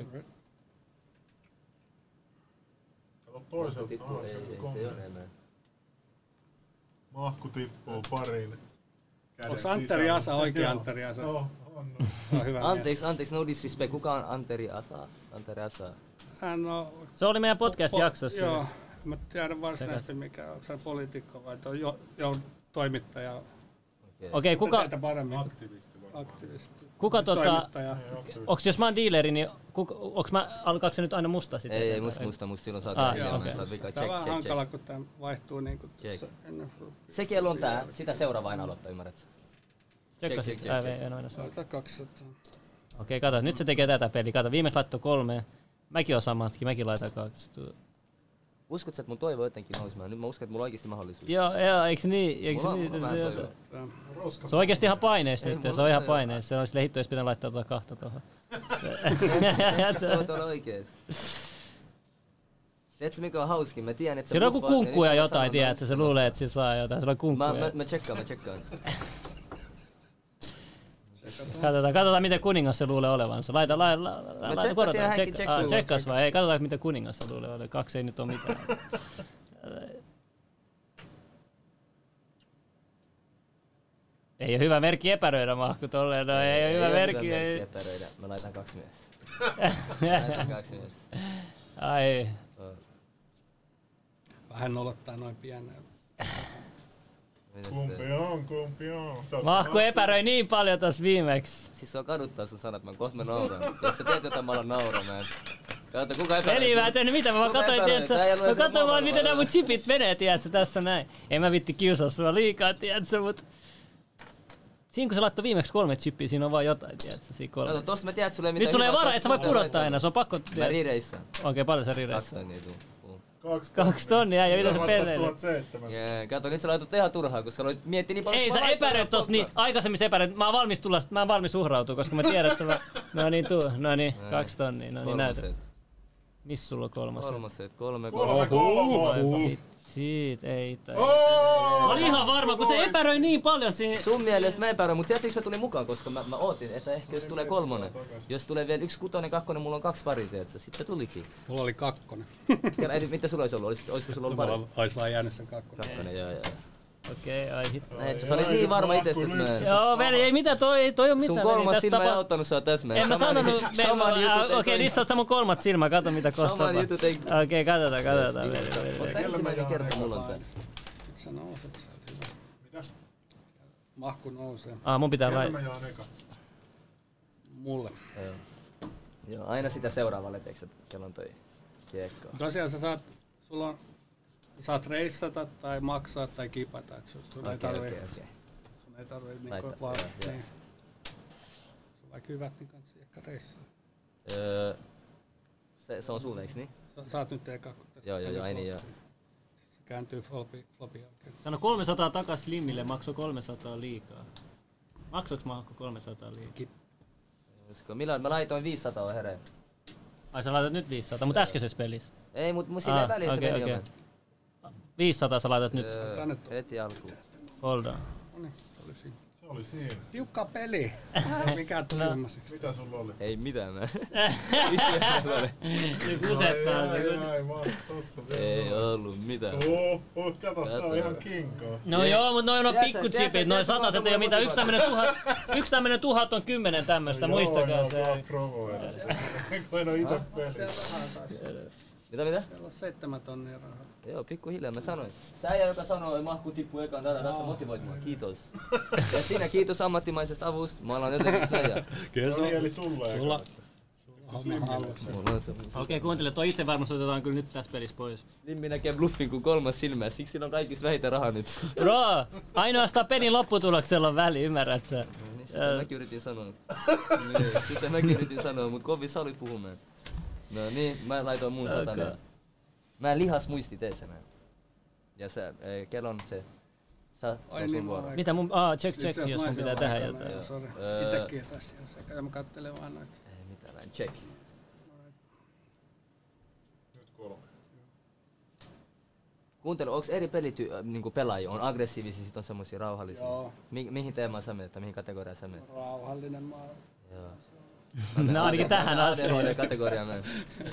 Kato toiselta mahku tippuu pariin. Onks Anteri Asa oikea Anteri Asa? No, on. Anteeksi, no disrespect. Kuka on Anteri Asa? Se oli meidän podcast-jaksossa. Joo, mä tiedän varsinaisesti mikä on. Se poliitikko vai toimittaja? Okei, kuka... Aktivisti. Kuka onks jos mä oon dealeri, niin alkaako se nyt aina musta sitten? Ei, musta, silloin saat enemmän, saat vika check. Tää on hankala, kun tää vaihtuu niinku... Se kello on tää, sitä seuraava aina aloittaa, ymmärrätkö? Check. En aina saa. Ota 200. Okei, kato, nyt se tekee tätä peliä. Kato, viimeksi laittoi 3. Mäkin on samatkin, mäkin laitan 2. Uskotko, että mun toivo jotenkin nousimaan? Nyt mä uskon, että mulla on oikeesti mahdollisuus. Joo, eiks niin? Se on oikeesti ihan paineis nyt, se on ihan paineis. Se olisi hitto, jos pitää laittaa tuota 2 tuohon. Se voit olla oikees. Tiedätkö mikä on hauskin? Mä tiedän, että... Siellä on joku kunkku ja jotain, tiedätkö? Se luulee, että se saa jotain. Siellä on kunkkuja. Mä tsekkaan. Katsotaan miten kuningas se luulee olevansa. Laita korotaan. Tsekkas vai? Ei, katsotaan miten kuningas se luulee olevansa. 2 ei nyt oo mitään. Ei oo hyvä merkki epäröidä, Mahku, tolleen. No, ei oo hyvä merkki. Epäröidä. Mä laitan 2 mies. Ai. Vähän nolottaa noin pienellä. Kumpi on? Mahku epäröi niin paljon tossa viimeksi. Siis sua kaduttaa sun sanat, kohta mä nauran. Jos sä teet jotain, mä alan nauramaan. Kato, kuka epäröi? Peli mä en tehnyt mitään, mä katsoin, tiiätsä. Mä katsoin vaan, miten nämä mun chipit menee, tiiätsä, tässä näin. Ei mä vitti kiusaa sua liikaa, tiiätsä, mut... Siinä kun sä laittoi viimeksi 3 chippiä, siinä on vaan jotain, tiiätsä, siinä 3. Kato, tosta mä tiedät, sulle ei mitään... Nyt sulla ei varaa, et sä voi pudottaa enää, se on pakko... Mä riireissään. Okei, paljon sä riireissään? 2 tonnia tuu. 2 tonnia, ja mitä sä pelleilet? Kato, nyt sä laitat ihan turhaa, koska sä mietti niin paljon... Ei, sä epäröit tossa niin, aikaisemmin sä epäröit, mä oon valmis uhrautua, koska mä tiedän, että sä... No niin, 2 tonnia, no niin näytä. Missä sulla on 3? 3. Siitä ei tai... Mä olin ihan varma, kun se epäröi niin paljon siinä... Sun mielestä mä epäröin, mut sieltä siksi mä tulin mukaan, koska mä ootin, että ehkä jos tulee 3. Jos tulee vielä 1 6, 2, mulla on 2 paria, tiedätkö? Sitten se tulikin. Mulla oli 2. Mitä sulla olisi ollut? Olisiko sulla ollut pari? Ois vaan jäänyt sen 2. 2, joo. Okei, ai hitto. Näet, sä olit niin varma itsestäsi myös. Joo, veli, ei mitään, toi on mitään. Sun kolmas silmä ei auttanut sua täsmään. En mä sanonut, okei, niissä on mun kolmat silmä, kato mitä kohtaa. Saman jutut ei... Okei, katsotaan, veli. Oot sä ensimmäinen kerta mulla on tän? Nyt sä nouset, sä oot hyvä. Mitä? Mahku nousee. Mun pitää Keltä vai... mä jaan eka? Mulle. Joo, aina sitä seuraavalle tekstit, kello on toi kiekko. Tosiaan sä saat reissata tai maksaa tai kipata, et sun ei tarvii niinku vaan niin. Se on vaikka hyvät, niin kansi ehkä reissaa. Se on sulle, eiks niin? Saat nyt eka. Joo, ei niin joo. Se kääntyy flopi oikein. Sano 300 takas Limmille, maksoi 300 liikaa. Maksoiks Mahko 300 liikaa? Milloin mä laitoin 500 hereen? Ai sä laitat nyt 500, mut äskeisessä pelissä? Ei, mut silleen väliin se meni jo. 500 sä laitat nyt? Heti alkuun. Hold on. Noniin, se oli siinä. Se oli siinä. Tiukka peli. Mikä tuli ilmaiseksi? Mitä sulla oli? Ei mitään mä. Se kusettaa. Ai, mä oon tossa vielä. Ei ollut mitään. Kato, se on ihan kinkoa. No joo, mut noin on pikkuchipit, noin 100 ei oo mitään. Yksi tämmönen 1000 on 10 tämmöstä, muistakaa se. Joo, provoida. Kun en oo ite pelissä. Mitä? Meillä on 7 tonnia rahaa. Joo, pikkuhiljaa mä sanoin. Sä joka sanoo, että Mahku tippuu ekaan tässä motivoit mua. Kiitos. Ja sinä kiitos ammattimaisesta avusta. Mä alan jotenkin sitä ja... Kyllä se on. Eli sulla eka. Okei, kuuntele, toi itsevarmuus otetaan kyllä nyt tässä pelissä pois. Limmi näkee bluffin kuin kolmas silmä, siksi sillä on kaikista vähitä rahaa nyt. Bro, ainoastaan pelin lopputuloksella on väli, ymmärrät sä? Niin, sitä mäkin yritin sanoa. Mut kovin sä olit puhumaan. No niin, mä laitoin mun satanen. Mä lihas muisti teessä näin. Ja se, kello on se. Se on sun vuoro. Mitä mun, check, jos mun pitää tehdä jotain. Joo, sori. Itekin tässä, jos mä kattelen vaan noita. Ei mitään, näin, check. Nyt 3. Kuuntelu, onks eri niinku pelaajia? On aggressiivisia, sit on semmosia rauhallisia? Joo. Mihin teemaan sä menet, tai mihin kategoriaan sä menet? Rauhallinen maa. Joo. No ainakin tähän asiaan. ADHD-kategoriaan näin.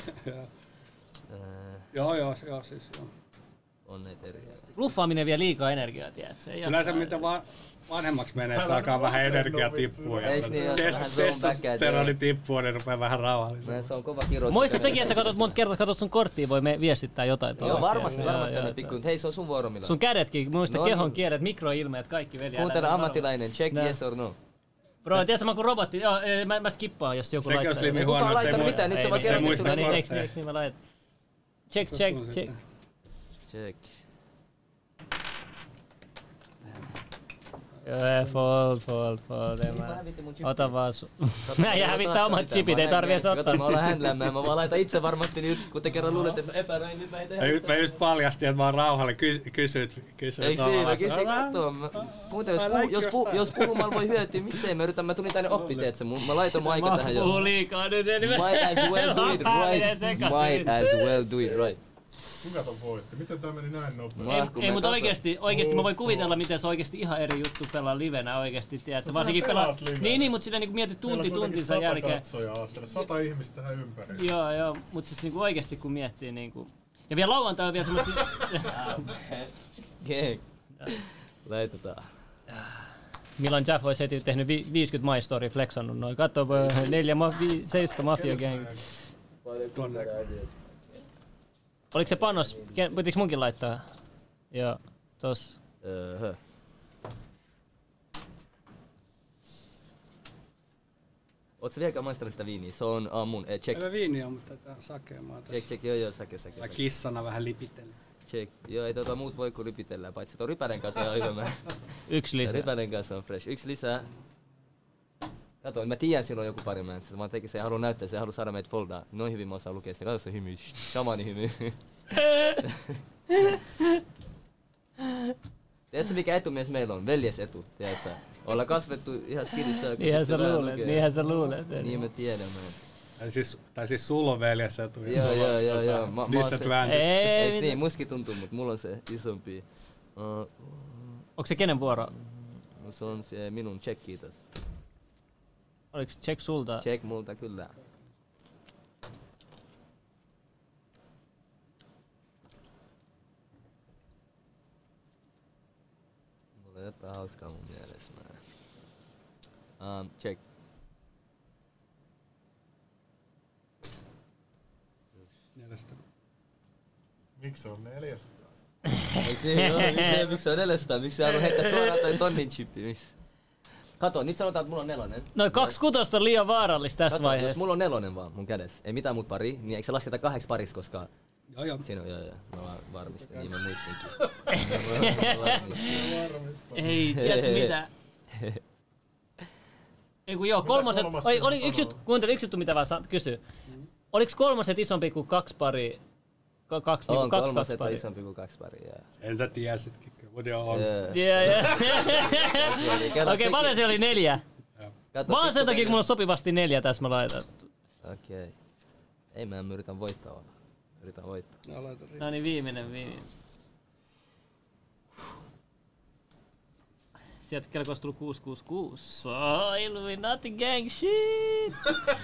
Joo, siis joo. On näitä eri. Bluffaaminen vie liikaa energiaa, tiedät sä? Yleensä mitä vanhemmaksi menee, että alkaa vähän energiaa tippua. Eis niin, jos vähän testosteroni tippuu, niin rupeaa vähän rauhallisemmin. Se on kova kirous. Muista sekin, että sä katsot monta kertaa, katsot sun korttia, voi me viestittää jotain. Joo, varmasti on pikku. Hei, se on sun vuoro milloin. Sun kädetkin, muista kehon kielet, mikroilmeet, kaikki veli. Kuuntele ammattilainen, check yes or no. Bro, tiedätkö mä kun robotti, joo, mä skippaan, jos joku laittaa. Sekin on kukaan laittanut mitään, nyt sä vaan kerrot, että sulla niin, eiks niin mä laitan. Check. Check. Joo, fall. Ota vaan Nää hävittää omat chipit, ei tarvii edes ottaa. Mä ollaan händläämään, mä vaan laitan itse varmasti nyt, kun te kerran luulet, että epäröin, nyt mä ei tehdä. Mä just paljastin, että mä oon rauhallinen, kysyt. Eiks niin, mä kysyin kattoo. Kuuntele, jos puhumalla voi hyötyä, miksei mä tulin tänne oppiteet se, mä laitoin mun aika tähän jo. Puhu liikaa nyt, eli Might as well do it right. Kuka ton voitti? Miten tää meni näin nopeasti? Ei, mutta oikeesti mä voin kuvitella, miten se oikeesti ihan eri juttu pelaa livenä oikeesti, tiedätkö? Varsinkin pelaa... Niin, mutta sillä niinku mietit tuntinsa jälkeen. Meillä on 100 katsojaa, 100 ihmistä tähän ympäri. Joo, mutta siis niinku oikeesti kun miettii niinku... Ja vielä lauantai on vielä semmosia... Gang. Laitetaan. Milloin Jeff olisi heti tehnyt 50 My Story flexannut noin. Katso, 7 Mafia Gang. Oliko se panos? Voitiinko munkin laittaa? Joo, tossa. Oot sä vieläkään maistanut sitä viiniä? Se on mun, check. Ei viiniä, mutta tää sakea maa tässä. Check, joo, sake. Mä kissana vähän lipitellen. Check. Joo, ei muut voi kuin ripitellä, paitsi tuon Rypänen kanssa on ihan hyvä. Yksi lisää. Rypänen kanssa on fresh. Yksi lisää. Kato, mä tiedän silloin joku pari määnsä, vaan teki se, haluan näyttää se, haluan saada meitä foldaa. Noin hyvin mä osaan lukea sitä, kato se hymy, shamani hymy. Tiedätkö mikä etumies meillä on? Veljesetu, tiedätkö? Ollaan kasvettu ihan skidissä. Niinhän sä luulet. Niin mä tiedän. Tai siis sulla on veljesetu. Joo. Disadvantage. Eiks niin, muski tuntuu, mut mulla on se isompi. Onko se kenen vuoro? Se on se minun check, kiitos. Oliks check sulta? Check multa kyllä. Tää on hauskaa mun mielessä. Check. Miksi se on 400? Miksi se on 400? Miksi se haluaa heittää suoraan toi tonnin chippi? Missä? Kato, nyt sanotaan, että mulla on 4. Noin 26 on liian vaarallista tässä vaiheessa. Jos mulla on 4 vaan mun kädessä, ei mitään muut pari, niin eikö se lasketa 2 parissa, koska... Joo. Siinä on, joo. Mä varmistin, niin mä muistinkin. Ei, tiedätkö mitä? Eiku joo, kolmoset... Oli yksi juttu, mitä vaan kysyy. Oliks kolmoset isompi kuin 2 pari? On, kolmoset on isompi kuin 2 paria. Sen sä tiesitkin, mutta joo on. Okei, paljon se oli 4. Vaan sen takia, kun mulla on sopivasti 4 tässä mä laitan. Okei. Ei mä yritän voittaa. No niin, viimeinen. Sieltä kelkoista tullut 666. Illuminati gang shit!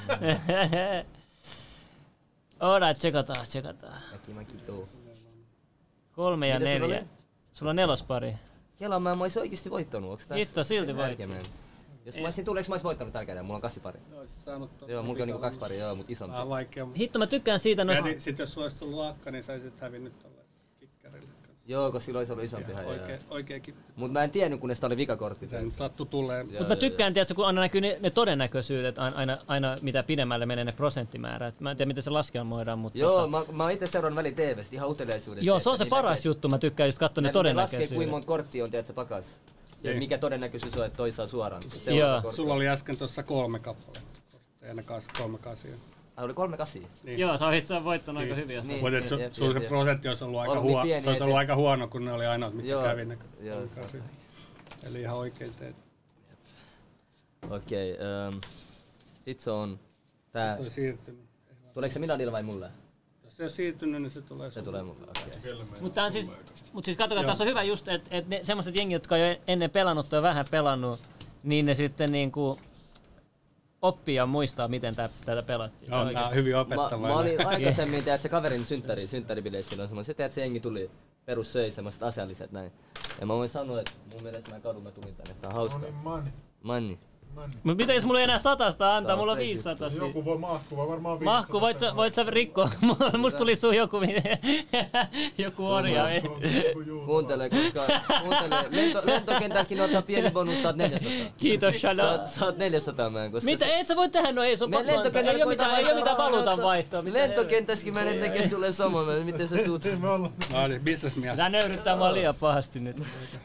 Alright, tsekataan. Mäki tuu. 3 ja 4. Sulla on 4 pari. Kela, mä ois oikeesti voittanut. Onks tää? Hitto, silti voitti. Jos mä olisin tullut, eikö mä ois voittanut tällä kertaa? Mulla on 8 pari. Joo, mulla on niinku 2 pari, joo, mut isompi. Hitto, mä tykkään siitä noista... Sit jos sulla ois tullut akka, niin sä olisit hävinnyt tolle kikkarille. Joo, koska silloin ois ollut isompi. Oikee kippi. Mut mä en tiennyt, kunnes tää oli vikakortti. Se nyt sattu tulee. Mut mä tykkään, tiedätkö, kun aina näkyy ne todennäköisyydet, aina mitä pidemmälle menee ne prosenttimäärät. Mä en tiedä, miten se laskelmoidaan, mutta... Joo, mä oon ite seurannut väliin TV:stä ihan uteliaisuudesta. Joo, se on se paras juttu, mä tykkään just katsoa ne todennäköisyydet. Laskee, kuinka monta korttia on, tiedätkö, pakas. Ja mikä todennäköisyys on, että toi saa suoraan. Sulla oli äsken tuossa 3 kappaletta. Ei ne 3 kasia. Oli 3 kasia? Niin. Joo, sä oot voittanut aika hyvin. Mutta sulla se prosentti olisi ollut aika huono, kun ne oli ainoat, mitkä kävi ne 3 kasia. Eli ihan oikein teet. Okei, sit se on tää... Se on siirtynyt. Tuleeko se Miladille vai mulle? Jos se on siirtynyt, niin se tulee sulle. Se tulee mulle, okei. Mutta siis katsokaa, tässä on hyvä just, että ne semmoset jengit, jotka on jo ennen pelannut tai vähän pelannut, niin ne sitten niinku oppii ja muistaa, miten tätä pelattiin. On nää hyvin opettavainen. Mä olin aikaisemmin, teet se kaverin synttäribileissä silloin semmoinen, se teet se jengi tuli perussöi semmoset asialliset näin. Ja mä voin sanoa, että mun mielestä mä kadun, mä tulin tänne, tää on hauskaa. Money. Mut mitä jos mulla ei enää 100 antaa, mulla on 500. Joku voi mahkua, varmaan 500. Mahku, voit sä rikkoa? Musta tuli sun joku orja. Kuuntele, koska lentokentälläkin ottaa pieni bonus, saat 400. Kiitos, Shana. Saat 400 man, koska... Mitä? Et sä voi tehdä, no ei se on pakko. Ei oo mitään valuutan vaihtoa. Lentokentässäkin mä en tekee sulle sama, miten sä suut? No niin, businessmies. Tää nöyryttää mua liian pahasti nyt.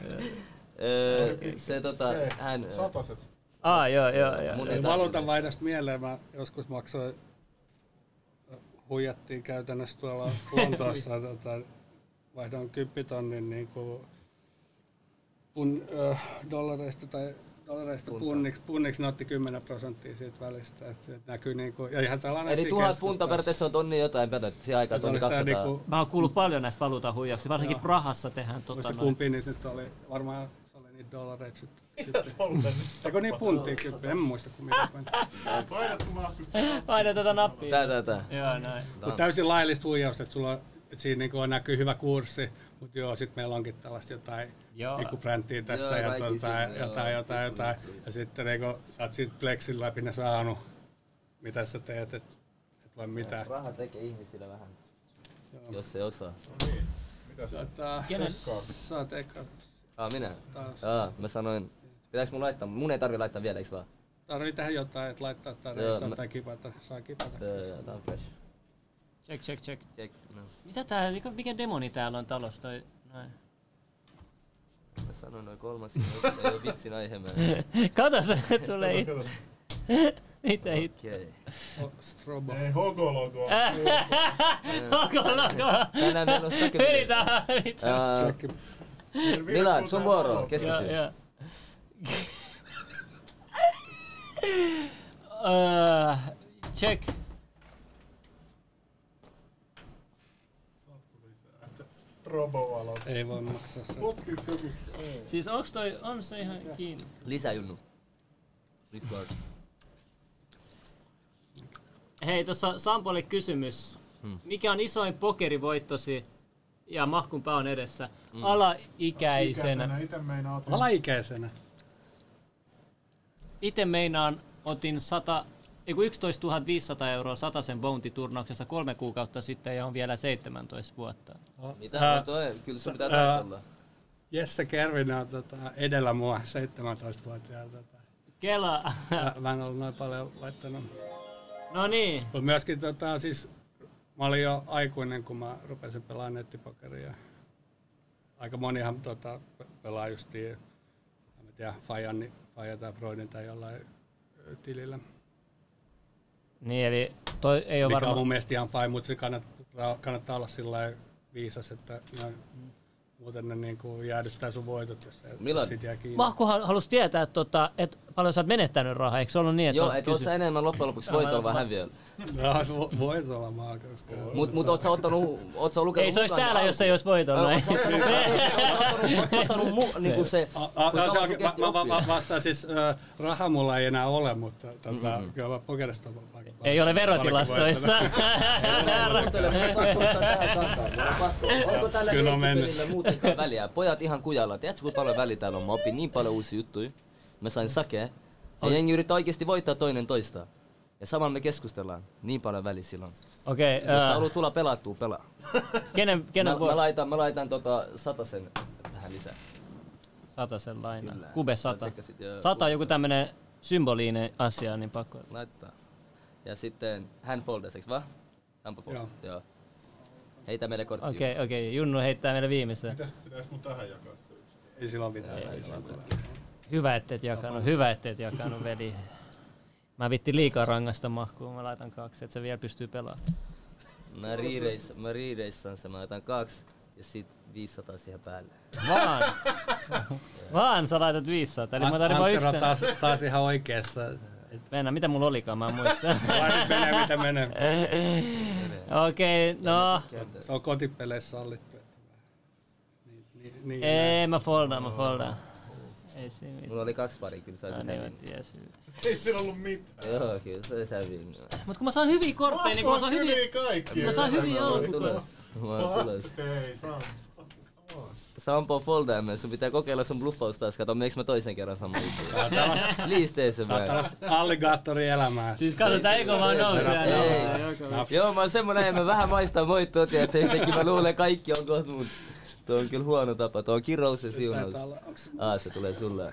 Se hän... Sataset. Joo. Valuutan vaihdasta mieleen, mä joskus maksoin, huijattiin käytännössä tuolla Lontoossa, vaihdoin 10 tonnin niinku dollareista punniksi, ne otti 10% siitä välistä, että näkyy niinku, ja ihan tällainen. Eli 1000 punta per tässä on tonni jotain pätät, siihen aikaan tonni 200. Niinku, mä oon kuullut paljon näistä valuutan huijauksia, varsinkin Prahassa tehdään muista kumpi niitä nyt oli, varmaan se oli niitä dollareita sitten. Eikö niin puntia kyppiä? En muista kun mitä päin. Paina tätä nappia. Tää. Joo, näin. Mut täysin laillista huijausta, että sulla että siinä niinku näkyy hyvä kurssi, mutta joo, sit meillä onkin tällaista jotain niinku brändtiä tässä ja jotain. Ja sitten niinku sä oot siitä Plexin läpi ne saanut, mitä sä teet, et voi mitään. Raha tekee ihmisille vähän, jos se osaa. No niin, mitäs Kenen? Sä oot eka. Minä? Mä sanoin, pitääks mun laittaa? Mun ei tarvi laittaa vielä, eiks vaan? Tarvii tehdä jotain, et laittaa tarvii jotain kipata, saa kipata. Joo, tää on fresh. Check. No. Mitä tää, mikä demoni täällä on talossa toi? Noin. Mä sanoin noin 3, ei oo vitsin aihe mä. Kato se tulee itse. Mitä itse? Okei. Strobo. Ei hogologo. Hogologo. Tänään meillä on sakemia. Ylitä. Milan, sun vuoro, keskity. Check. Strobo-valot. Ei voi maksaa se. Potkiks joku? Siis on se ihan kiinni? Lisää Junnu. Discord. Hei, tossa Sampolle kysymys. Mikä on isoin pokerivoittosi ja Mahkunpää on edessä. Alaikäisenä. Alaikäisenä? Itse meinaan otin 11 500 euroa Satasen Bounty-turnauksessa 3 kuukautta sitten ja on vielä 17 vuotta. Mitä kyllä se pitää tarkoittaa. Jesse Kervinen on edellä mua 17-vuotiaana. Kela. Mä en ollut noin paljon laittanut. No niin. Mutta myöskin siis mä olin jo aikuinen, kun mä rupesin pelaamaan nettipokeria. Aika monihan pelaa justiin, en tiedä, Fajan tai Broidin tai jollain tilillä. Niin, eli toi ei ole mikä on mun mielestä ihan fine, mutta se kannattaa olla sillä viisas, että muuten ne niinku jäädyttää sun voitot, jos sit jää kiinni. Mahkuhan halusi tietää, että paljon sä oot menettänyt rahaa, eikö se ollut niin, että joo, eikö oot sä enemmän loppujen lopuksi voitolla vai häviöllä? No, voitolla mä oon, koska... Mut oot sä lukenut ei se olisi täällä, jos ei olisi voitolla. Oot sä ottanut niinku se... Mä vastaan siis, raha mulla ei enää ole, mutta kyllä mä pokerista on paljon. Ei ole verotilastoissa. Onko tällä pelillä muutenkaan väliä? Pojat ihan kujalla. Tiedätkö kuinka paljon väliä täällä on? Mä opin niin paljon uusia juttuja. Mä sain sakea. Ja jengi yrittää oikeesti voittaa toinen toista. Ja samalla me keskustellaan. Niin paljon väliä silloin. Okei. Jos sä haluat tulla pelattua, pelaa. Mä laitan Satasen tähän lisää. Satasen laina. Kube 100. 100 on joku tämmönen symboliinen asia, niin pakko. Laitetaan. Ja sitten handfolders, eiks vaan? Joo. Heitä meille korttia. Okei. Junnu heittää meille viimeisen. Mitäs pitäis mun tähän jakaa se yksi? Ei sillä ole mitään. Hyvä, etteet jakanut, veli. Mä vittin liikaa rangasta Mahkuun, mä laitan 2, että se vielä pystyy pelaamaan. Mä riireissaan se, mä laitan 2 ja sit 500 siihen päälle. Vaan sä laitat 500, eli mä otan vaan yksi. taas ihan oikeassa. Venä, mitä mulla olikaan, mä en muista. Menee, mitä menee. Okei, no. Se on kotipeleissä sallittu. Ei, mä foldaan. Ei siinä mitään. Mulla oli 2 pari, kyllä sä niin mä tiesin. Ei siinä ollut mitään. Joo, kyllä se häviin. Mut kun mä saan hyviä kortteja, niin kun mä saan hyviä alkukortteja. Hei, Sampo foldamme, sun pitää kokeilla sun bluffaus taas, kato meneekö mä toisen kerran saman jutun. Liistee se vähän. Tällaista alligaattorielämää. Siis kato, tää eikö vaan nousee. Joo, mä oon semmonen, mä vähän maistan voittoa, tiiätsä, jotenkin mä luulen kaikki on kohta mun. Tuo on kyllä huono tapa, tuo on kirous ja siunaus. Se tulee sulle.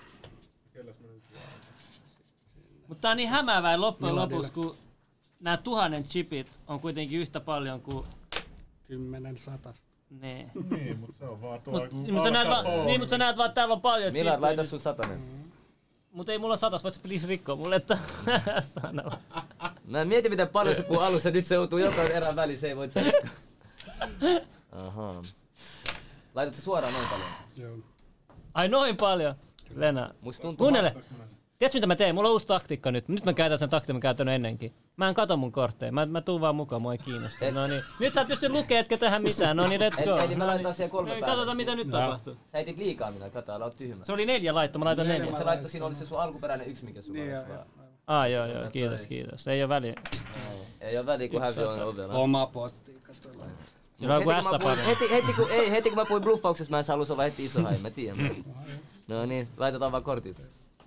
Mutta tää on niin hämäävää loppujen lopuksi, kun nää 1000 chipit on kuitenkin yhtä paljon kuin 10 satasta. Niin. Niin, mut se on vaan tuo mut sä näet vaan, että täällä on paljon chippiä. Millard, laita sun 100. Mut ei mulla 100, voit sä please rikkoa mulle, että sano. Mä mieti miten paljon se puhuu alussa, nyt se joutuu jokaisen erän väliin, se ei voi sä rikkoa. Ahaa. Laitat se suoraan noin paljon? Joo. Ai noin paljon? Venä. Musta tuntuu... Kuunnele. Tiedätkö mitä mä teen? Mulla on uusi taktiikka nyt. Nyt mä käytän sen taktiikan, mä käytän ennenkin. Mä en kato mun kortteja. Mä tuun vaan mukaan, mua ei kiinnosta. No niin. Nyt sä et pysty lukea, etkä tehdä mitään. No niin, let's go. Eli mä laitan siihen 3 päälle. Katsotaan mitä nyt tapahtuu. Sä etit liikaa minä, kato, älä oo tyhmä. Se oli 4 laitto, mä laitoin 4. Se laittoi siinä, oli se sun alkuperäinen 1, mikä sulla olisi. Joo, kiitos. Ei oo väliä. Ei oo väliä, kun häviö on ovella. Oma potti, katsotaan. Siinä on joku S-pari. Heti kun mä puhuin bluffauksesta, mä en halus olla heti iso hai, mä tiedän. No niin, laitetaan vaan kortit.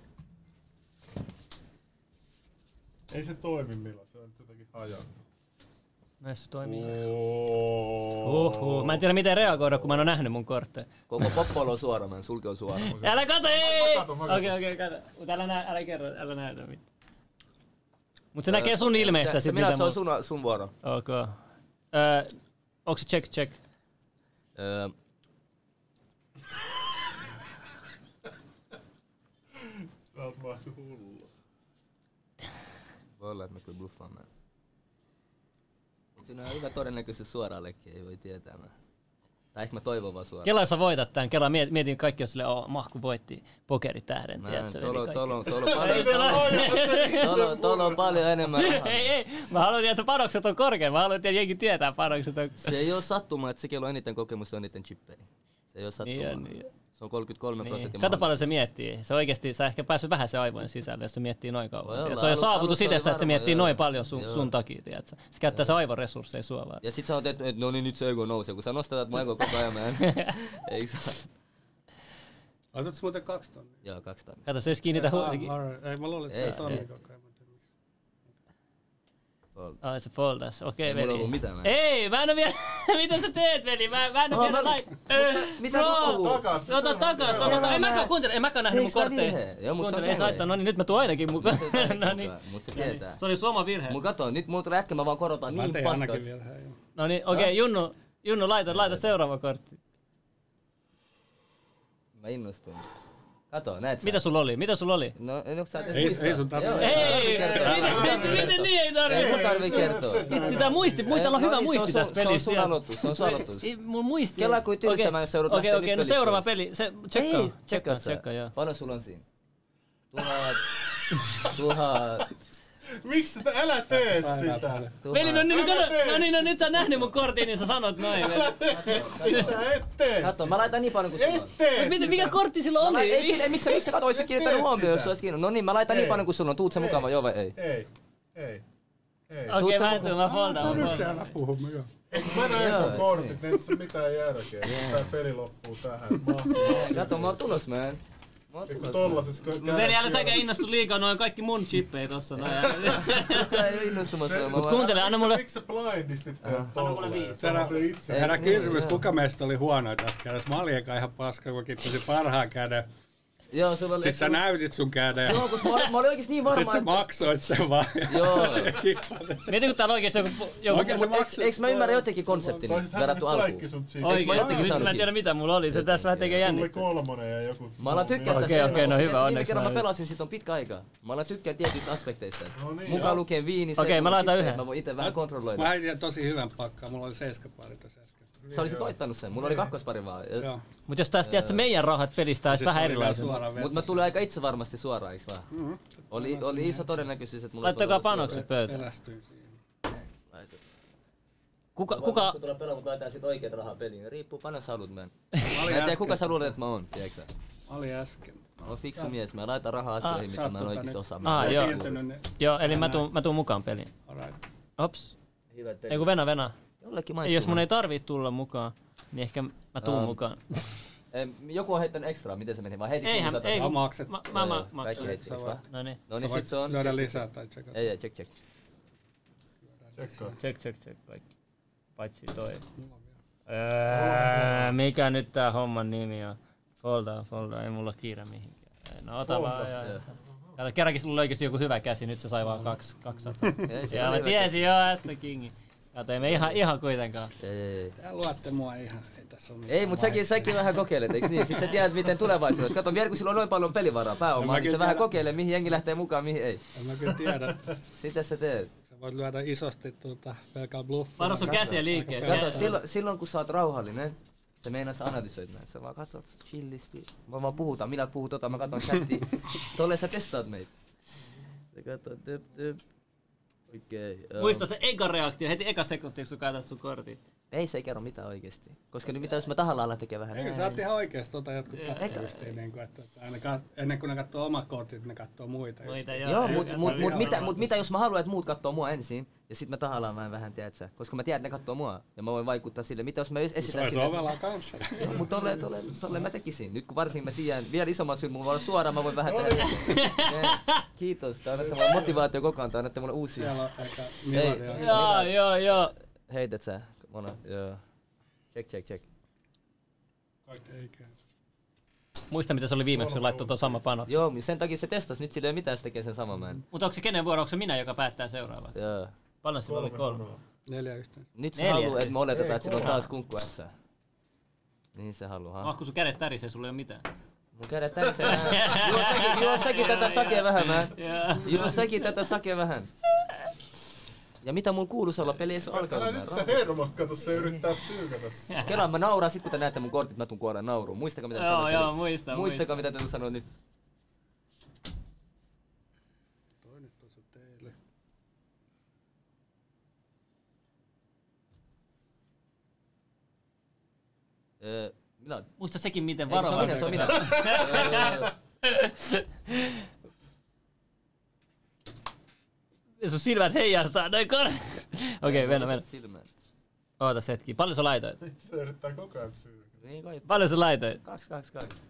Ei se toimi millään, se on nyt jotenkin hajannut. Näissä se toimii. Mä en tiedä miten reagoida, kun mä en oo nähnyt mun kortteja. Koko poppoilo on suora, mä en sulki on suora. Älä kato, ei! Okei, kato. Mut älä kerro, älä näytä mitään. Mut se näkee sun ilmeistä sit mitä se on sun vuoro. Ok. Onko se check? Sä oot mahtu hullu. Voi olla, että mä kyllä bluffaan mä. Mut siinä on hyvä todennäköisyys suoraallekin, ei voi tietää mä. Tai ehkä mä toivon vaan suoraan. Kela jos sä voitat tän, Kela mietin kaikki on silleen, Mahku voitti pokeritähden, tiedätkö? Tuolla on paljon enemmän rahaa. Ei, mä haluan tiedä, että panokset on korkeat, mä haluan tiedä, jenkin tietää panokset on. Se ei oo sattumaa, että se kello on eniten kokemusta on eniten chippejä. Se ei oo sattumaa. Niin. Se on 33%. Niin. Kato paljon se miettii. Se oikeesti, sä ehkä päässyt vähän se aivojen sisälle, jos se miettii noin kauan. Se on jo saavutus itse, että se miettii noin paljon sun takia, tiedätkö? Se käyttää se aivoresursseja sua vaan. Ja sit sä oot, että no niin nyt se ego nousee, kun sä nostatat mun ego koko ajan, eikö saa? Otatko muuten 2 tonnia? Joo, 2 tonnia. Kato, se jos kiinnitä Ei, mä luulin, että se on tonni koko ajan. Ai se foldas, okei Mulla veli. ei ollut mitään. Ei, mä en oo vielä, mitä sä teet veli? Mä en oo vielä Mitä ota takas, ei mäkään kuuntele, ei mäkään nähnyt mun kortteja. Kuuntele, ei saittaa, no niin nyt mä tuun ainakin mukaan. Mut se tietää. Se oli sun oma virhe. Mun kato, nyt mulla tulee äkkiä, mä vaan korotan niin paskat. No niin, okei, Junnu, laita seuraava kortti. Mä innostun. Kato, näet sä? Mitä sulla oli? No, onko sä Ei sun tarvitse. Ei, miten niin ei tarvii? Ei sun tarvii kertoa. Vitsi, tää muitalla on hyvä muisti tässä pelissä. Se on sun aloitus. Mun muisti. Kelaa kuin tylsäämään, jos sä joudut lähteä nyt Okei, no seuraava peli. Tsekkaa, joo. Paljon sulla on siinä? 1000. Miksi älä tee sitä? Veli, no nyt sä oot nähnyt mun kortin, niin sä sanot noin. Älä tee sitä, et tee. Katso, mä laitan niin paljon kuin sulla on. Et tee. Mikä kortti sillä oli? Ei, miksi sä kato, oisit kiinnittänyt huomioon, jos olis kiinnostunut. No niin, mä laitan niin paljon kuin sulla on. Tuut se mukaan vai joo vai ei? Ei. Okei, mä foldaan. Nyt se älä puhu, mä joo. Mä näen ton kortit, ei tässä ole mitään järkeä. Tää peli loppuu tähän. Kato, mä oon tulos, man. Kun tollasessa Veli, älä säkään innostu liikaa, noin kaikki mun chippejä tossa. Kuka ei oo innostumassa. Mut kuuntele, anna mulle... Miksi sä blindistit Anna mulle 5. Herra kysymys, kuka meistä oli huonoin tässä kädessä? Mä olin eka ihan paska, kun kippasi parhaan käden. Joo, sulla oli... Sit sä näytit sun käden. Joo, koska mä olin oikeesti niin varma, Sit sä maksoit sen vaan. Joo. Mieti, kun täällä oikeesti joku... Eiks mä ymmärrä jotenkin konseptin verrattu alkuun? Oikeesti, mä en tiedä mitä mulla oli, se tässä vähän tekee jännittää. Sulla oli 3 ja joku... Mä alan tykkää tästä. Okei, no hyvä, onneksi. Kerran mä pelasin, sit on pitkä aikaa. Mä alan tykkää tietyistä aspekteista. niin, Mukaan lukien viini, Okei, mä laitan yhden. Mä voin ite vähän kontrolloida. Mä heitin tosi hyvän pakkaan, mulla oli 7 pari tässä äsken. Sä olisit voittanut sen, mulla oli 2 pari vaan. Joo. Mut jos taas tiedät, meidän rahat pelistä olisi vähän erilaisia. Mut mä tulin aika itse varmasti suoraan, eiks vaan? Oli iso todennäköisyys, että mulla laittakaa panokset pöytään. Pelästyin siinä. Kuka... Kun tulee pelaa, mut laitan sit oikeet rahaa peliin. Riippuu paljon sä haluut, man. Mä en tiedä kuka sä luulet, että mä oon, tiedätkö sä? Mä olin äsken. Mä oon fiksu mies, mä laitan rahaa asioihin, mitä mä en oikeesti osaa. Joo, eli mä tuun mukaan peliin. Alright. Ops. Hyvät pelit. Ei kun venä. Jollekin Ei, maistuu. jos mun ei tarvii tulla mukaan, niin ehkä mä tuun mukaan. Joku on heittänyt ekstraa, miten se meni? Vai heitit Eihän, ei. Sä makset. Mä Kaikki maksan. heitti, eiks vaan? Noniin. No niin sit se on... Lyödä lisää tai tsekata. Ei, check. Check. Kaikki. Paitsi toi. Mikä nyt tää homman nimi on? Folda, ei mulla kiire mihinkään. No ota vaan. Kerrankin sulla oli oikeesti joku hyvä käsi, nyt se sai vaan 200. Ja mä tiesin joo, S-Kingi. Kato, ei me ihan kuitenkaan. Ei. Tää luotte mua ihan, ei tässä oo mitään. Ei, mut säkin vähän kokeilet, eiks niin? Sit sä tiedät miten tulevaisuudessa. Kato, vielä kun sillä on noin paljon pelivaraa pääomaa, niin sä vähän kokeilee mihin jengi lähtee mukaan, mihin ei. En mä kyllä tiedä. Sitä sä teet. Sä voit lyödä isosti pelkää bluffia. Varo sun käsiä liikkeelle. Kato, silloin kun sä oot rauhallinen, se meinaa sä analysoit näin. Sä vaan katsot chillisti. Mä vaan puhutaan, minä puhun mä katon chattia. Tolleen sä testaat meitä. Sä katot, Okei. Muista se eka reaktio, heti eka sekunti, kun sä katsot sun kortin. Ei se ei kerro mitään oikeesti. Koska nyt mitä jos mä tahallaan alan tekee vähän. Eikö sä oot ihan oikeesti jotkut kattoo justiin niinku, että ennen kuin ne kattoo omat kortit, ne kattoo muita. Joo, mut mitä jos mä haluan, että muut kattoo mua ensin, ja sit mä tahallaan vähän, tiedät sä. Koska mä tiedän, että ne kattoo mua, ja mä voin vaikuttaa sille. Mitä jos mä esitän sille... Se olisi ovela kanssa. Joo, mut tolleen mä tekisin. Nyt kun varsinkin mä tiedän, vielä isomman syyn mulla voi olla suoraan, mä voin vähän tehdä. Kiitos, te annatte mulle motivaatio koko ajan, te annatte mulle uusia. Siellä on ehkä miljardia. Joo. Heität sä? Joo. Check. Eikä. Muista mitä se oli viimeksi, kun laittoi tuon sama pano. Joo, sen takia se testasi, nyt sillä ei mitään, se tekee sen saman man. Mutta onko se kenen vuoro, onko se minä, joka päättää seuraavaa? Joo. Paljon sillä oli 3. 4 yhteen. Nyt se haluu, että me oletetaan, että sillä on taas kunkku ässä. Niin se haluu, ha? Kun sun kädet tärisee, sulla ei oo mitään. Mun kädet tärisee vähän. Juo säkin tätä sakea vähän, man. Juo säkin tätä sakea vähän. Ja mitä mulla kuuluis olla peli ees alkanut? Älä nyt sä hermosta, kato se yrittää psyykätä. Kelaan mä nauraan sit kun te näette mun kortit, mä tuun kuoraan nauruun. Muistakaa mitä te sanoit. Joo, muista. Muistakaa mitä te sanoit nyt. Toi nyt on sun teille. Minä. Muista sekin miten varovaisesti. Se on minä. Sun silmät heijastaa noin Okei, mennä. Ootas hetki. Paljon sä laitoit? Se yrittää koko ajan psyyä. Paljon sä laitoit? 2.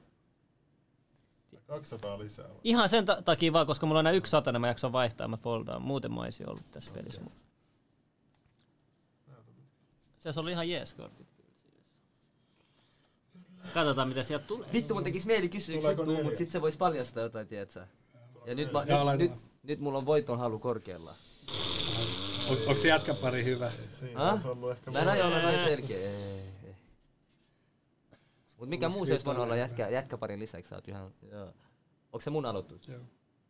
200 lisää. Ihan sen takia vaan, koska mulla on enää 1 satanen, mä jaksan vaihtaa, mä foldaan. Muuten mä oisin ollut tässä pelissä. Se olisi ollut ihan jees-kortit kyllä. Katsotaan mitä sieltä tulee. Vittu mun tekis mieli kysyä yksi juttu, mut sit se vois paljastaa jotain, tietsä. Ja nyt mulla on voiton halu korkealla. Onko se jätkäpari hyvä? Siinä olisi ollut ehkä... Mä en aio olla noin selkeä. Mut mikä muu se olisi voinut olla jätkäparin lisäksi, sä oot ihan... Onks se mun aloitus? Joo.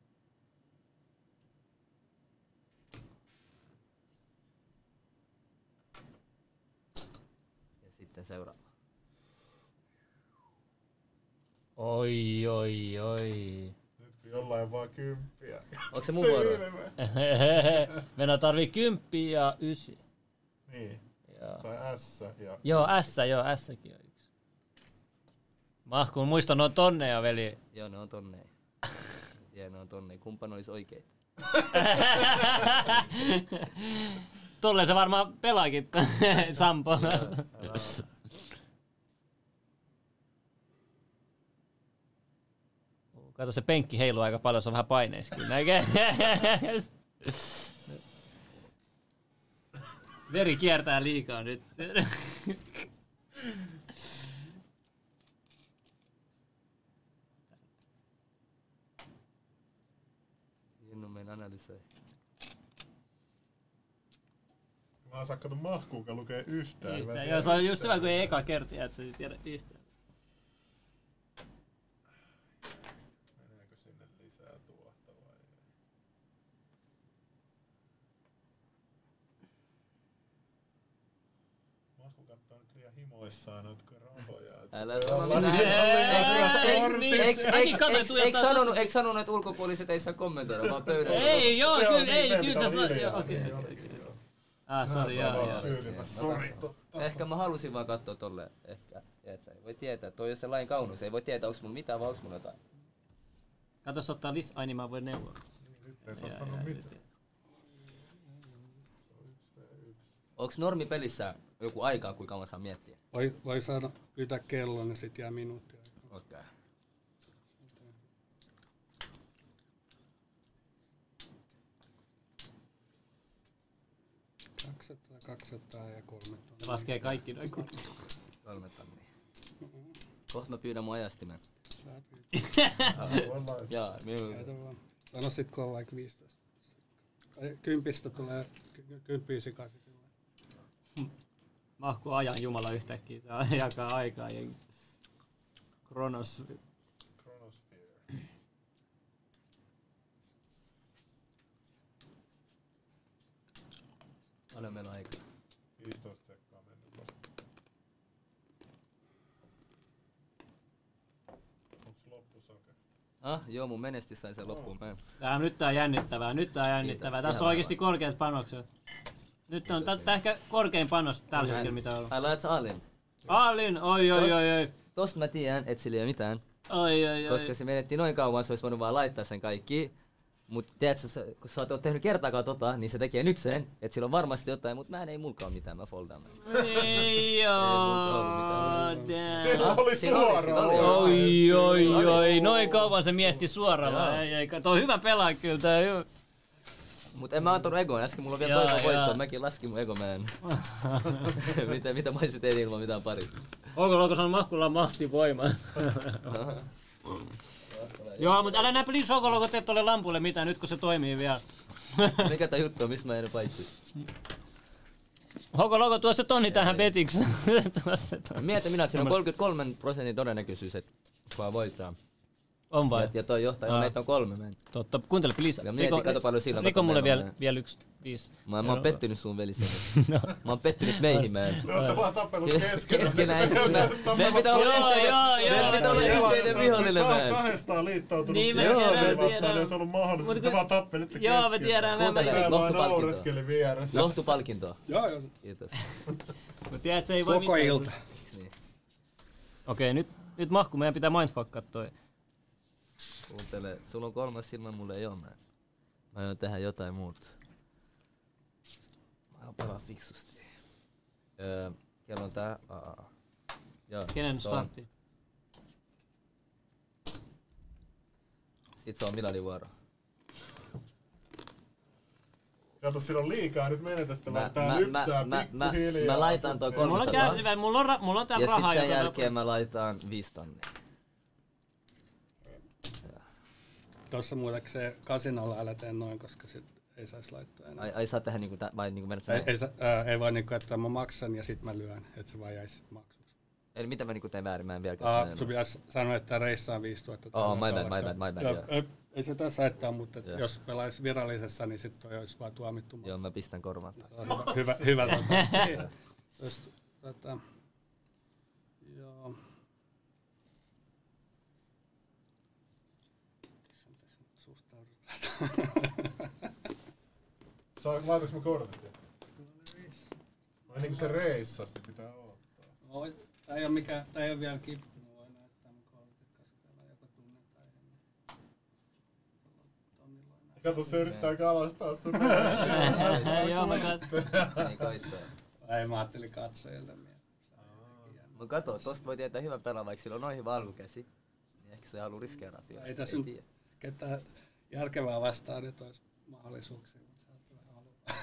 Ja sitten seuraava. Oi. Nyt kun jollain vaan 10. Onks se mun vuoro? Meidän tarvii 10 ja 9. Niin. Joo. Tai S ja... Joo, S:kin on 1. Mahkuun muista, ne on tonneja, veli. Joo, ne on tonneja. Ja ne on tonneja. Kumpan olis oikeet? Tolleen se varmaan pelaakin, Sampo. Kato, se penkki heiluu aika paljon, se on vähän paineissa kyllä. Veri kiertää liikaa nyt. Jennu meidän analysoi. Mä oon sakkanut mahkuunkaan lukee yhtään. Joo, se on just hyvä, kun ei eka kertaa, että sä ei tiedä yhtään. Meneekö sinne lisää tuohta vai ei? Mahku kattoo nyt liian himoissaan noita rahoja. Älä Eikö sanonut, että ulkopuoliset ei saa kommentoida, vaan pöydässä? Ei, joo, kyllä sä okei. Sori, Sori, Ehkä mä halusin vaan katsoa tolle, ehkä. Ei voi tietää, toi on se lain kaunis, ei voi tietää, onks mulla mitään vai onks mulla jotain. Kato, jos ottaa ai niin mä voin neuvoa. Nyt ei saa sanoa mitään. Onks normipelissä joku aikaa, kuinka kauan saa miettiä? Voi saada pyytää kellon ja sit jää minuuttia. Okei. 200 ja 3 tonnia. Se laskee kaikki noin kortit. 3 tonnia. Kohta mä pyydän mun ajastimen. Jaa, minun. Sano sit kun on vaikka 15. 10 tulee 10 sikaisin. Mahku ajan jumala yhtäkkiä, se jakaa aikaa ja Chronosphere. Paljon meillä on aikaa. 15 sekkaa mennyt vasta. Onks loppusake? Joo, mun menestys sai sen loppuun. Nyt tää on jännittävää. Kiitos. Tässä on oikeesti korkeat panokset. Nyt on ehkä korkein panos tällä hetkellä mitä on ollut. Ai laat sä Alin? Alin, oi. Tosta mä tiedän, et sillä ei oo mitään. Oi. Koska se menetti noin kauan, se ois voinut vaan laittaa sen kaikki. Mut tiedätkö, kun sä oot tehnyt kertaakaan niin se tekee nyt sen, et sillä on varmasti jotain, mut ei mulkaan mitään, mä foldaan. Ei Siellä oli suoraan. Oi, noin kauan se mietti suoraan. Ei, toi on hyvä pelaa kyllä tää. Mut en mä antanut egoon, äsken mulla on vielä toivon voittoa, mäkin laskin mun egomään. mitä mä olisin tein ilman mitään pari. Onko saanut Mahkulla mahtivoimaa? Joo, mutta älä näpä niin Sokologot et ole lampulle mitään nyt kun se toimii vielä. Mikä tää juttu on, mistä mä en paitsi? Hokologo, tuo se tonni tähän betiksi. Mieti minä, siinä on 33% todennäköisyys, että kun voittaa. On vai? Ja toi johtaja, meitä on 3 mennyt. Totta, kuuntelepa lisää. Ja mieti, kato paljon silloin. Riko mulle vielä 1, 5. Mä oon pettynyt sun veliseen. Mä oon pettynyt meihin, man. Te ootte vaan tappelut keskenään. Meidän pitää olla yhteinen vihollinen, man. Kahdestaan liittoutunut. Niin, mä tiedän. Vastaan olisi ollut mahdollista, te vaan tappelitte keskenään. Joo, mä tiedän. Tää vaan naureskeli vieressä. Lohtupalkintoa. Joo. Kiitos. Mä tiedän, että se ei voi koko ilta. Okei, nyt Mahku, meidän pitää mindfuckaa toi. Kuuntele, sulla on 3. silmä, mulla ei oo näin. Mä aion tehdä jotain muuta. Mä aion pelaa fiksusti. Kello on tää. Joo, Kenen startti? Sit se on Milanin vuoro. Kato, sillä on liikaa nyt menetettävää. Tää lypsää pikkuhiljaa. Mä laitan toi 300. Mulla on kärsivä, mulla on täällä rahaa. Ja sit sen jälkeen mä laitan 5 tonnia. Tossa muuten se kasinolla älä tee noin, koska sit ei sais laittaa enää. Ai saa tehdä niinku vai niinku menet sä ei voi niinku, että mä maksan ja sit mä lyön, et se vaan jäis sit maksuksi. Eli mitä mä niinku tein väärin, mä en vieläkään Sun pitäis sanoa, että reissaan 5000. My bad. Ei se tässä haittaa, mutta jos pelais virallisessa, niin sit toi ois vaan tuomittu. Joo, mä pistän korvan. Hyvä joo. Laitaks mä kortit? Vai niinku se reissasti pitää odottaa? No, tää ei oo vielä kippu. Mä voin näyttää mun kortit, koska täällä joko tunnetaan ja Kato, se yrittää kalastaa sun Joo, mä katson. Ei koittaa. Ei, mä ajattelin katsojilta. No kato, tosta voi tietää hyvä pelaa, vaikka sillä on noin hyvä alkukäsi. Ehkä se haluu riskeeraa vielä. Ei tässä nyt ketään järkevää vastaan nyt ois mahdollisuuksia, mutta sä oot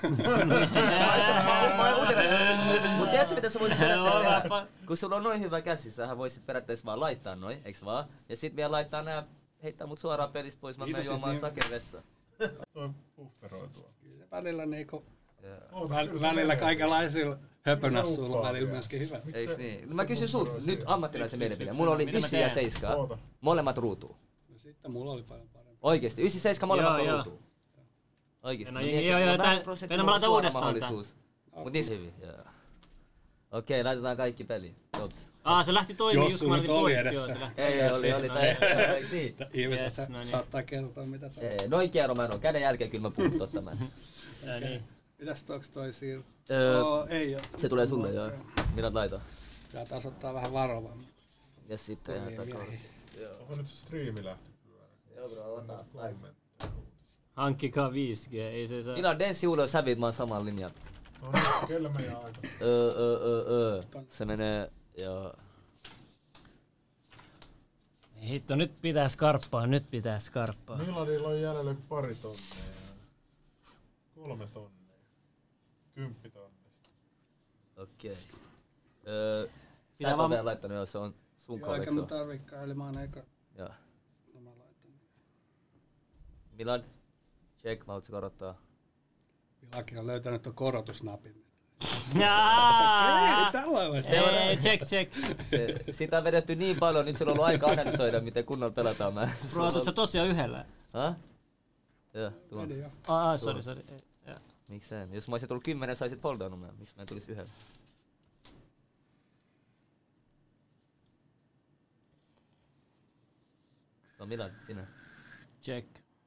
vähän Mut tiedätkö mitä sä voisit periaatteessa, kun sulla on noin hyvä käsi, sähän voisit periaatteessa vaan laittaa noin, eiks vaan? Ja sit vielä laittaa nää, heittää mut suoraan pelistä pois, mä menen juomaan saken vessaan. Toi bufferoi tuo. välillä niinku välillä kaikenlaisilla höpönassuilla välillä myöskin hyvä. Eiks niin? Mä kysyn sulta nyt ammattilaisen mielipide. Mulla oli 9 ja 7. Molemmat ruutuu. No sitten mulla oli paljon parempi. Oikeesti 9 ja 7 molemmat ruutuu. Oikeesti. Joo, mä laitan uudestaan tän. Mut niin hyvin, joo. Okei, laitetaan kaikki peliin. Tops. Se lähti toimii just kun mä laitin pois. Joo, se lähti. Ei oli. Ihmiset saattaa kertoa mitä sä oot. Noin kierro mä en oo. Käden jälkeen kyllä mä puhun totta mä. Mitäs toks toi siirto? Ei oo. Se tulee sulle joo. Minä laitan. Tää taas ottaa vähän varovammin. Ja sitten jätetään kortti. Onko nyt se striimi lähti? Joo bro, ota. Hankkikaa 5G, ei se saa. Minä Denssi ulos hävit, mä oon saman linjan. No niin, kelle meidän aika? Se menee, joo. Hitto, nyt pitää skarppaa. Miladilla on jäljellä pari tonnia. 3 tonnia. 10 tonnista. Okei. Sä et oo vielä laittanut, jos se on sun Eikä mun kolleksio. tarvikaan, eli mä oon eka. Joo. No mä laitan. Milad? Check, mä haluatko korottaa? Milaki on löytänyt ton korotusnapin. Tällainen. Check. Sitä on vedetty niin paljon, nyt sillä on ollut aika analysoida, miten kunnolla pelataan. Bro, ootko sä tosiaan yhdellä? Joo, tuo. Sori. Miksei? Jos mä olisin tullut 10, saisit foldannut mä. Miksi mä en tulisi yhdellä? No Milad, sinä. Check.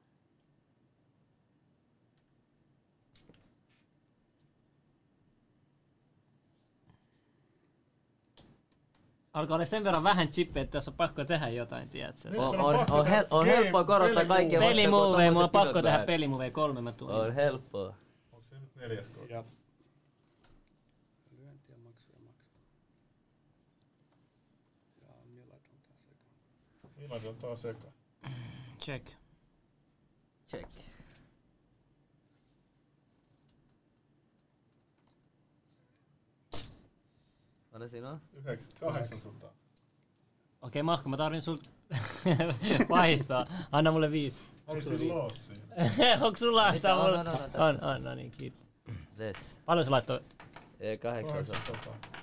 Alkaa olla sen verran vähän chippejä, että tässä on pakko tehdä jotain, tiedätkö? On helppoa korottaa kaikkea vasta. Pelimovea, mulla on pakko tehdä pelimovea 3 mä tuun. On helppoa. Onko se nyt 4. kohta? Ja lyönti ja maksu. Ja Milad on taas eka. Check. Anna siinä on? 800. Okei, Mahko, mä tarvin sul vaihtaa. Anna mulle 5. Onko sillä loossi? Onko sulla? On, no niin, kiitos. Yes. Paljon se laittoi? 800.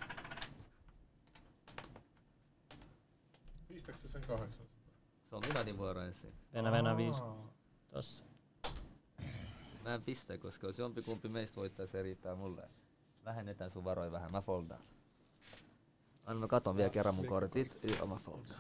Pistäkö se sen 800? Se on Miladin vuoro ensin. Venä 5. Tossa. Mä en pistä, koska jos jompikumpi meistä voittaa, se riittää mulle. Vähennetään sun varoja vähän, mä foldaan. Anna mä katon vielä kerran mun kortit. Joo, mä foldaan.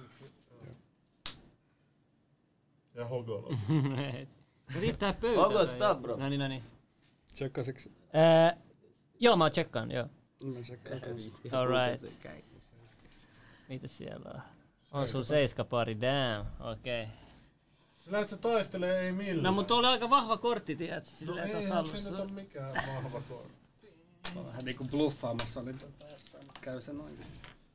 Ja Hogolo. Riittää pöytä. Hogo, stop bro. No niin. Tsekkasitko? Joo, mä tsekkaan, joo. Mä tsekkaan kanssa. Alright. Mitä siellä on? On sun 7 pari, damn, okei. Lähet sä taistelee ei millään. No mut oli aika vahva kortti, tiedät silleen no tuossa alussa. Se nyt on mikään vahva kortti. Mä vähän niinku bluffaamassa oli jossain, mutta käy se noin.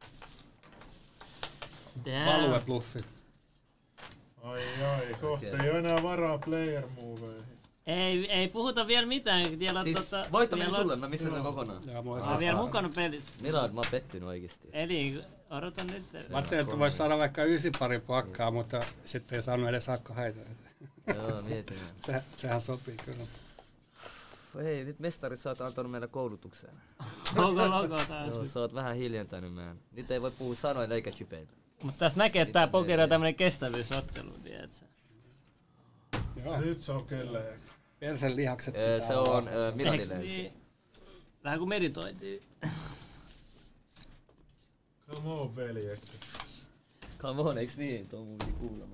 Value bluffi. Ai, kohta ei oo enää varaa player moveihin. Ei puhuta vielä mitään. Siis voitto meni sulle, mä missä se kokonaan. Mä vielä mukana pelissä. Milad, mä oon pettynyt oikeesti. Eli odotan nyt. Mä ajattelin, että vois saada vaikka 9 pari pakkaa, mutta sitten ei saanut edes Akko Haita. Joo, mietin. Sehän sopii kyllä. Hei, nyt mestari sä oot antanut meille koulutukseen. Logo taas. Joo, sä oot vähän hiljentänyt meidän. Nyt ei voi puhua sanoilla eikä chipeillä. Mutta tässä näkee, että tää pokeri on tämmönen kestävyysottelu, tiedätkö? Joo. Nyt se on kelleen. Persen lihakset se on Miradilleen. Vähän kuin meditointi. Come on, veljekset. Come on, eiks niin? Tuo mun kuulla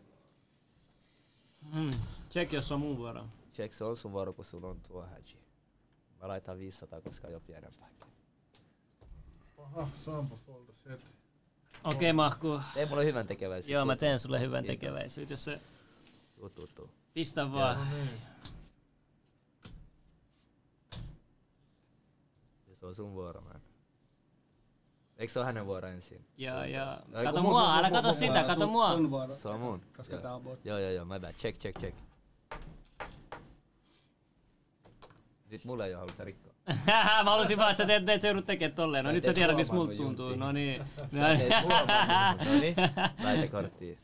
Check, jos on mun vuoro. Check, se on sun vuoro, kun sulla on tuo haji. Mä laitan 500, koska jo pienempääkin. Aha, Sampo foldas heti. Okei, Mahku. Tee mulle hyvän tekeväisyyttä. Joo, mä teen sulle hyvän tekeväisyyttä, jos se... Tuu. Pistä vaan. No niin. Se on sun vuoro, man. Eikö se oo hänen vuoro ensin? Joo. Kato mua, älä kato sitä, kato mua. Se on mun. Koska tää on bot. Joo, my bad. Check. Nyt mulla ei oo halua rikkoa. Mä halusin vaan, että sä joudut tekemään tolleen. No nyt sä tiedät, missä multa tuntuu. No niin. Noniin, laita korttiin.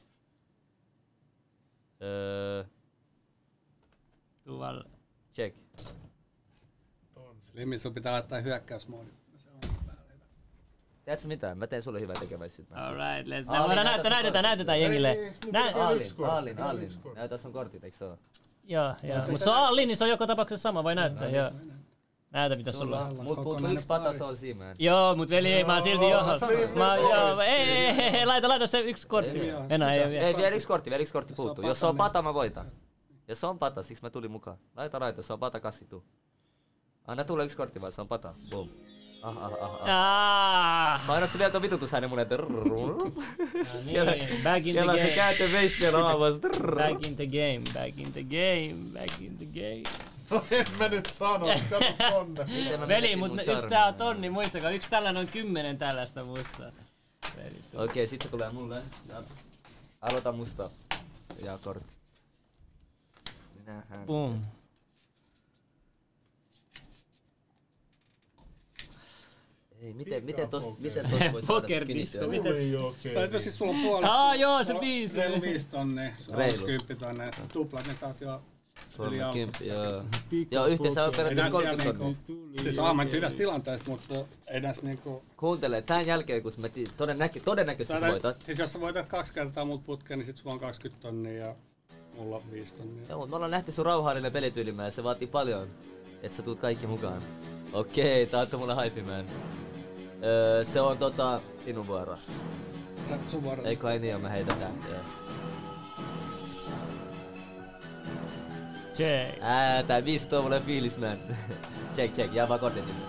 Tuval. Check. Slimmi, sun pitää laittaa hyökkäysmoodi. Tiedätkö mitään? Mä teen sulle hyvää tekeväisyyttä. Alright, näytetään jengille. Allin. Näytä sun kortit, eikö se oo? Joo. Mut se on Allin, niin se on joka tapauksessa sama, voi näyttää, joo. Näytä mitä sulla on. Mut yks patas on siinä, man. Joo, mut veli, mä oon silti ei, laita se yksi kortti. Enää ei vielä. Ei, vielä yksi kortti puuttuu. Jos se on pata, mä voitan. Jos se on pata, siksi mä tulin mukaan. Laita, se on pata, kassi, tuu. Anna tulla yksi kortti vaan, se on pata. Boom. Painat sä vielä ton vitutusäänen mun eteen. Back in the game. Se kääntyy veistä vielä aavas. Back in the game. No en mä nyt sano, kato tonne. Veli, mut yks tää on tonni, muistakaa. Yks tällainen on 10 tällaista musta. Okei, sit se tulee mulle. Aloita musta. Ja kortti. Minähän. Boom. Ei, miten tosta voi saada se kinittyä? Tai siis sulla on puoli. Joo, se 5. Reilu 5 tonne. Reilu 10 tonne. Tuplat, niin saat jo yli alta. Joo, yhteensä on periaatteessa 30 tonne. Siis oon hyvässä tilanteessa, mutta ei näs niinku... Kuuntele, tän jälkeen kun mä todennäköisesti sä voitat. Siis jos sä voitat 2 kertaa mut putkeen, niin sit sulla on 20 tonnia ja mulla 5 tonnia. Joo, mut me ollaan nähty sun rauhallinen pelityylimä ja se vaatii paljon, että sä tuut kaikki mukaan. Okei, tää on mulle hypimään. Se on sinun vuoro. Sun vuoro. Ei kai niin, mä heitän tää. Check. Tää 5 tuo mulle fiilis, man. Check, jää vaan kortin nimen.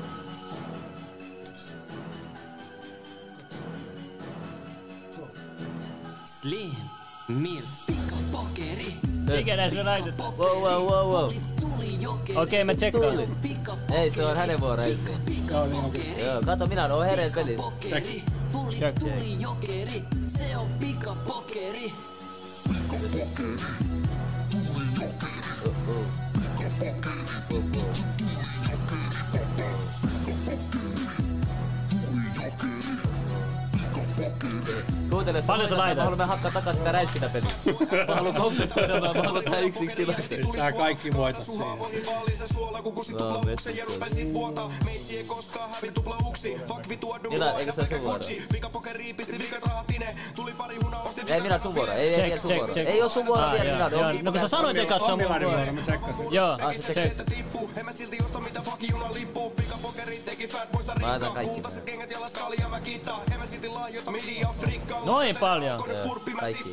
Slim, Mil, Pikapokeri. Mikä näissä laitet? Wow. Okei, mä tsekkaan. Ei, se on hänen vuoro ensin. Joo, kato, minä oon hereen pelissä. Check. Se on pikapokeri. Kuuntele, paljon sä laitat? Mä haluan hakkaa takas sitä räiskintä peliä. Mä haluan kompensoida, mä haluan tää 1-1 tilanteen. Siis tää kaikki voitot siinä. Minä, eikö se ole sun vuoro? Ei, minä sun vuoro. Ei vielä sun vuoro. Ei oo sun vuoro vielä, minä. No kun sä sanoit eka, että se on mun vuoro. Joo, check. Mä laitan kaikki. Noin paljon. Kaikki.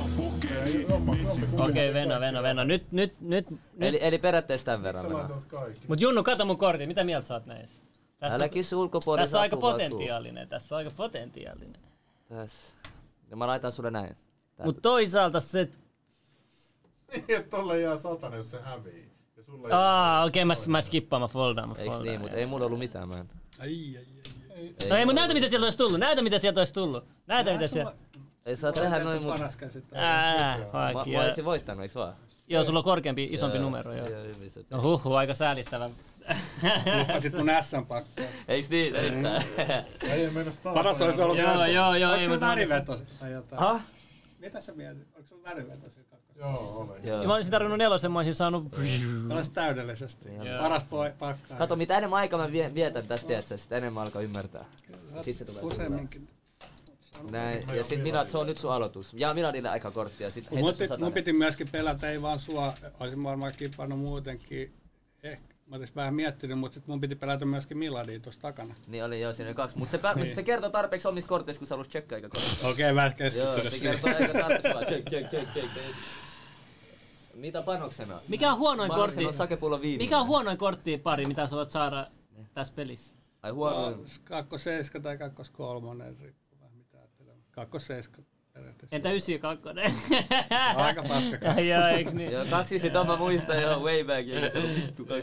Okei, venä. Nyt. Eli periaatteessa tän verran mennään. Mut Junnu, kato mun kortin. Mitä mieltä sä oot näissä? Älä kysy ulkopuolisen Tässä on aika apua, potentiaalinen. Tässä. Ja mä laitan sulle näin. Mut toisaalta se... Että tolle jää 100, jos se hävii. Okei, mä skippaan, mä foldaan. Eiks niin, mut ei mulla ollut mitään, mä en. No ei, mut näytä mitä sieltä ois tullut. Ei saa tehdä noin mut. Fuck Mä olisin voittanut, eiks vaan? Joo, sulla on korkeampi, isompi numero, joo. No aika säälittävä. Luppasit mun S-pakkaan. Eiks niin? Ei mennäs taas. Paras olisi ollut Joo. Onko sulla värivetosi tai jotain? Mitä sä mietit? Onko sulla värivetosi? Joo, olen. Mä olisin tarvinnut 4, mä olisin saanut... Olisi täydellisesti. Paras pakkaa. Kato, mitä enemmän aikaa mä vietän tästä, tiedätkö, sit enemmän alkaa ymmärtää. Sit se tulee. Useamminkin. Näin, ja sit Minat, se on nyt sun aloitus. Ja Minadille aika korttia, sit heitä sun mun piti myöskin pelätä, ei vaan sua. Olisin varmaan kippannut muutenkin. Mä olisin vähän miettinyt, mutta sit mun piti pelätä myöskin Miladia tuossa takana. Niin oli joo, siinä 2. Mut se kertoo tarpeeksi omista korteista, kun sä halus tsekkaa eikä korttia. Okei, mä keskittynyt. Joo, se kertoo aika tarpeeksi vaan. Check. Mitä panoksena? Mikä on huonoin kortti? Sakepullo viini. Mikä on huonoin korttipari, mitä sä voit saada tässä pelissä? Ai huonoin? 2-7 tai 2-3, riippuu vähän mitä ajattelee. 2-7 periaatteessa. Entä 9-2? Aika paska. Joo, eiks niin? Joo, 2-9 mä muistan jo way back, eikä se on vittu 2-9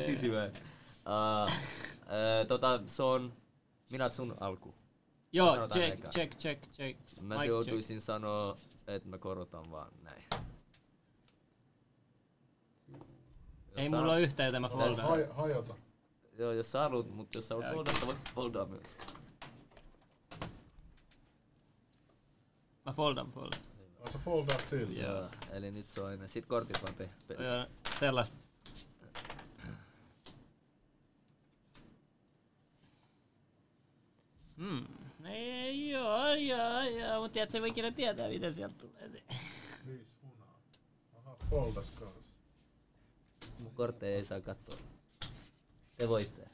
se on Minat sun alku. Joo, check. Mä joutuisin sanoa, että mä korotan vaan näin. Ei mulla ole yhtään, joten mä foldaan. Hajota. Joo, jos sä haluut, mutta jos sä haluat foldata, voit foldaa myös. Mä foldaan. Sä foldaat siltä. Joo, eli nyt se on aina. Sit kortit vaan Joo, sellaista. Joo, mut tiedät, sä ei voi ikinä tietää, mitä sieltä tulee. 5 hunaa. Aha, foldas kans. Mun kortteja ei saa katsoa. Te voitte.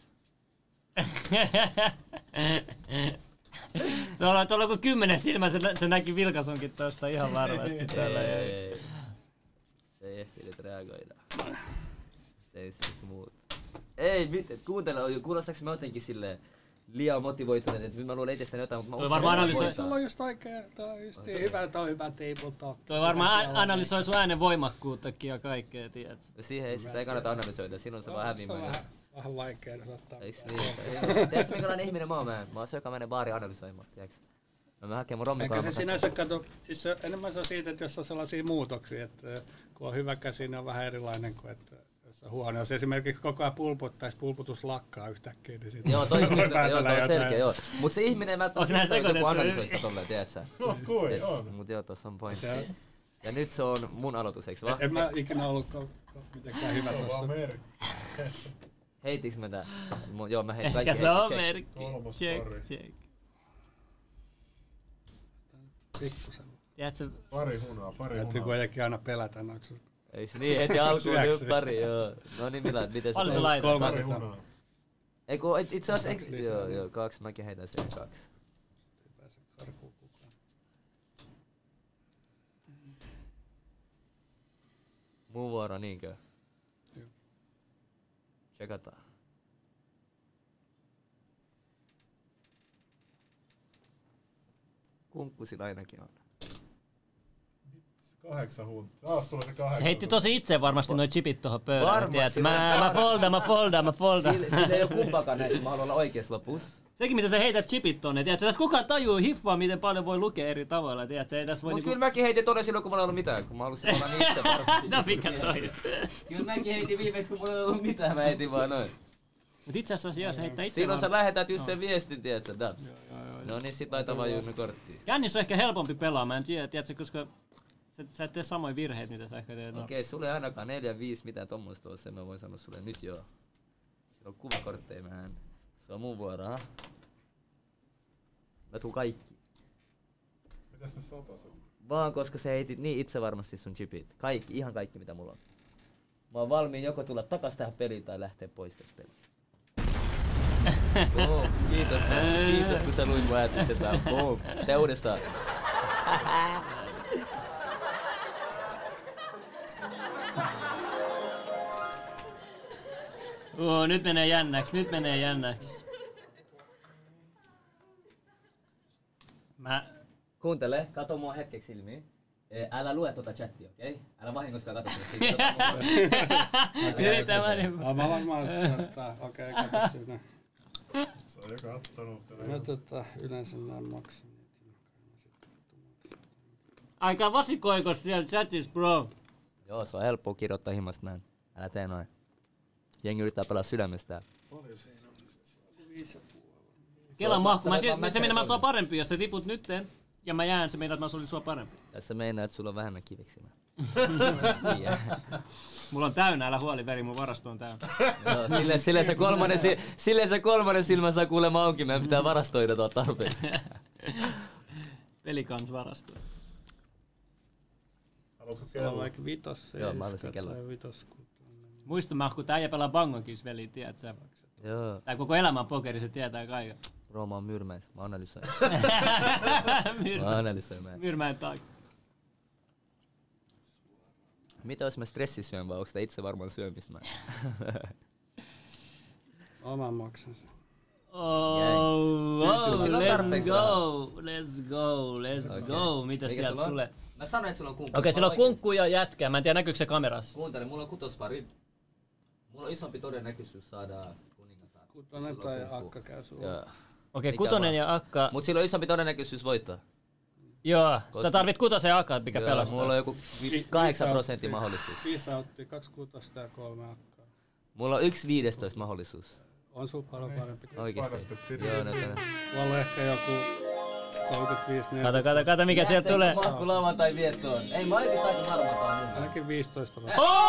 Tuolla kun 10 silmä, se näki vilkaisunkin tosta ihan varmasti. Ei. Se ei ehtinyt reagoida. Ei se smooth. Ei, kuulostaaks me jotenkin silleen liian motivoituneet, että mä luulen itsestäni jotain, mutta mä uskon, varmaan analysoi. Sulla on just oikein, toi on just hyvä table talk. Toi varmaan analysoi sun äänen voimakkuuttakin ja kaikkea, tiedät. Siihen ei kannata analysoida, silloin se vaan häviää. Vähän vaikea ottaa. Eiks niin? Tiedätkö minkälainen ihminen mä oon se, joka menee baariin analysoimaan, tiedätkö? Mä hakee mun rommikaamakasta. Eikä se sinänsä kato, siis enemmän se on siitä, että jos on sellaisia muutoksia, että kun on hyvä käsi, niin on vähän erilainen kuin että jos on huono. Jos esimerkiksi koko ajan pulputtaisi, pulputus lakkaa yhtäkkiä, niin siitä joo, toi on selkeä, joo. Mut se ihminen välttämättä joku analysoi sitä tolleen, tiedätkö? No kui, on. Mut joo, tossa on pointti. Ja nyt se on mun aloitus, eiks vaan? En mä ikinä ollut mitenkään hyvä tossa. Se on vaan merkki. Heitiks mä tää? Joo, mä heitin kaikki. Ehkä se on merkki. Check. Pikkusen. Tiedätkö? Pari hunaa. Täytyy kuitenkin aina pelätä noiksi. Ei se niin, heti alkuun nyt pari, joo. No niin, Milan, miten se paljon sä laitat? 3 hunaa. Eiku, itse asiassa, joo, 2, mäkin heitän siihen 2. Ei pääse karkuun kukaan. Mun vuoro, niinkö? Joo. Tsekataan. Kunkkusilla ainakin on. 8 huntaa. Taas tulee se 8. Se heitti tosi itse varmasti noi chipit tohon pöydälle. Mä foldaan. Siinä ei oo kumpaakaan näistä, mä haluan olla oikees lopussa. Sekin mitä sä heität chipit tonne, tiedätkö? Tässä kukaan tajuu hiffaa, miten paljon voi lukea eri tavoilla, tiedätkö? Ei tässä voi Mut kyllä mäkin heitin tonne silloin, kun mulla ei ollut mitään, kun mä halusin olla niin itse varmasti. No mikä toi? Kyllä mäkin heitin viimeksi, kun mulla ei ollut mitään, mä heitin vaan noin. Mut itse asiassa joo, se heittää itse silloin sä lähetät just sen viestin, tiedätkö, Dabs? No niin, sit laita vaan Junnu korttiin. Kännissä on ehkä helpompi pelaamaan, en tiedä, tiedätkö, koska sä et tee samoja virheitä, mitä sä ehkä teet. Okei, sulle ei ainakaan 4-5 mitään tommoista oo, sen mä voin sanoa sulle nyt joo. Siellä on kuvakortteja vähän. Se on mun vuoro, ha? Mä tuun kaikki. Mitäs tässä otaset? Vaan koska sä heitit niin itse varmasti sun chipit. Kaikki, ihan kaikki mitä mulla on. Mä oon valmiin joko tulla takas tähän peliin tai lähteä pois tästä pelistä. Boom. Kiitos kun sä luit mun ajatukset vähän. Boom. Tee uudestaan. Nyt menee jännäks. Kuuntele, kato mua hetkeksi silmiin. Älä lue tuota chattia, okei? Okay? Älä vahingoskaan katso sitä. Mä varmaan okei, kato siinä. Se on jo kattonut. Mä yleensä näin maksan. Aika vasikoikos siellä chatissa, bro. Joo, se on helppoa kirjoittaa himmasta näin. Älä tee noin. Jengi yrittää pelaa sydämestään. Paljon siinä on? 5,5. Kelan mahku. Se mennä mä sua parempi, jos sä tiput nytten. Ja mä jään, se meinaa, että mä olin sua parempi. Tässä meinaa, että sulla on vähemmän kiveksiä. Mulla on täynnä, älä huoli veri, mun varasto on täynnä. Joo, silleen se kolmannen silmä saa kuulemma auki, meidän pitää varastoida tuo tarpeeksi. Peli kans varasto. Haluatko Se on kello? vaikka 5, Joo, mä olisin kello. Muista mahku, tää äijä pelaa Bangonkis veli, tiedät sä. Joo. Tää koko elämä on pokeri, se tietää kaiken. Bro, mä oon Myyrmäis. Mä analysoin. Mä analysoin. Myyrmäen taak. Mitä jos mä stressisyön vai onks tää itse varmaan syömistä? Mä maksan sen. Let's go. Mitä sieltä tulee? Mä sanoin, että sulla on kunkku. Okei, sillä on kunkku ja jätkää. Mä en tiedä näkyykö se kamerassa. Kuuntele, mulla on kutospari. Mulla on isompi todennäköisyys saada kuningatar. Kutonen tai akka käy sulla. Okei, kutonen ja akka. Mut sillä on isompi todennäköisyys voittaa. Joo, sä tarvit kutosen ja akka, mikä pelastaa. Mulla on joku 8% mahdollisuus. 5 auttia, 2 kutosta ja 3 akkaa. Mulla on 1/15 mahdollisuus. On sulla paljon parempi. Oikeesti. Joo, näytän. Mulla on ehkä joku 35. Kato mikä sieltä tulee. Mahku lauantai viettoon. Ei mä oikeesti aika varmaan mun. Ainakin 15.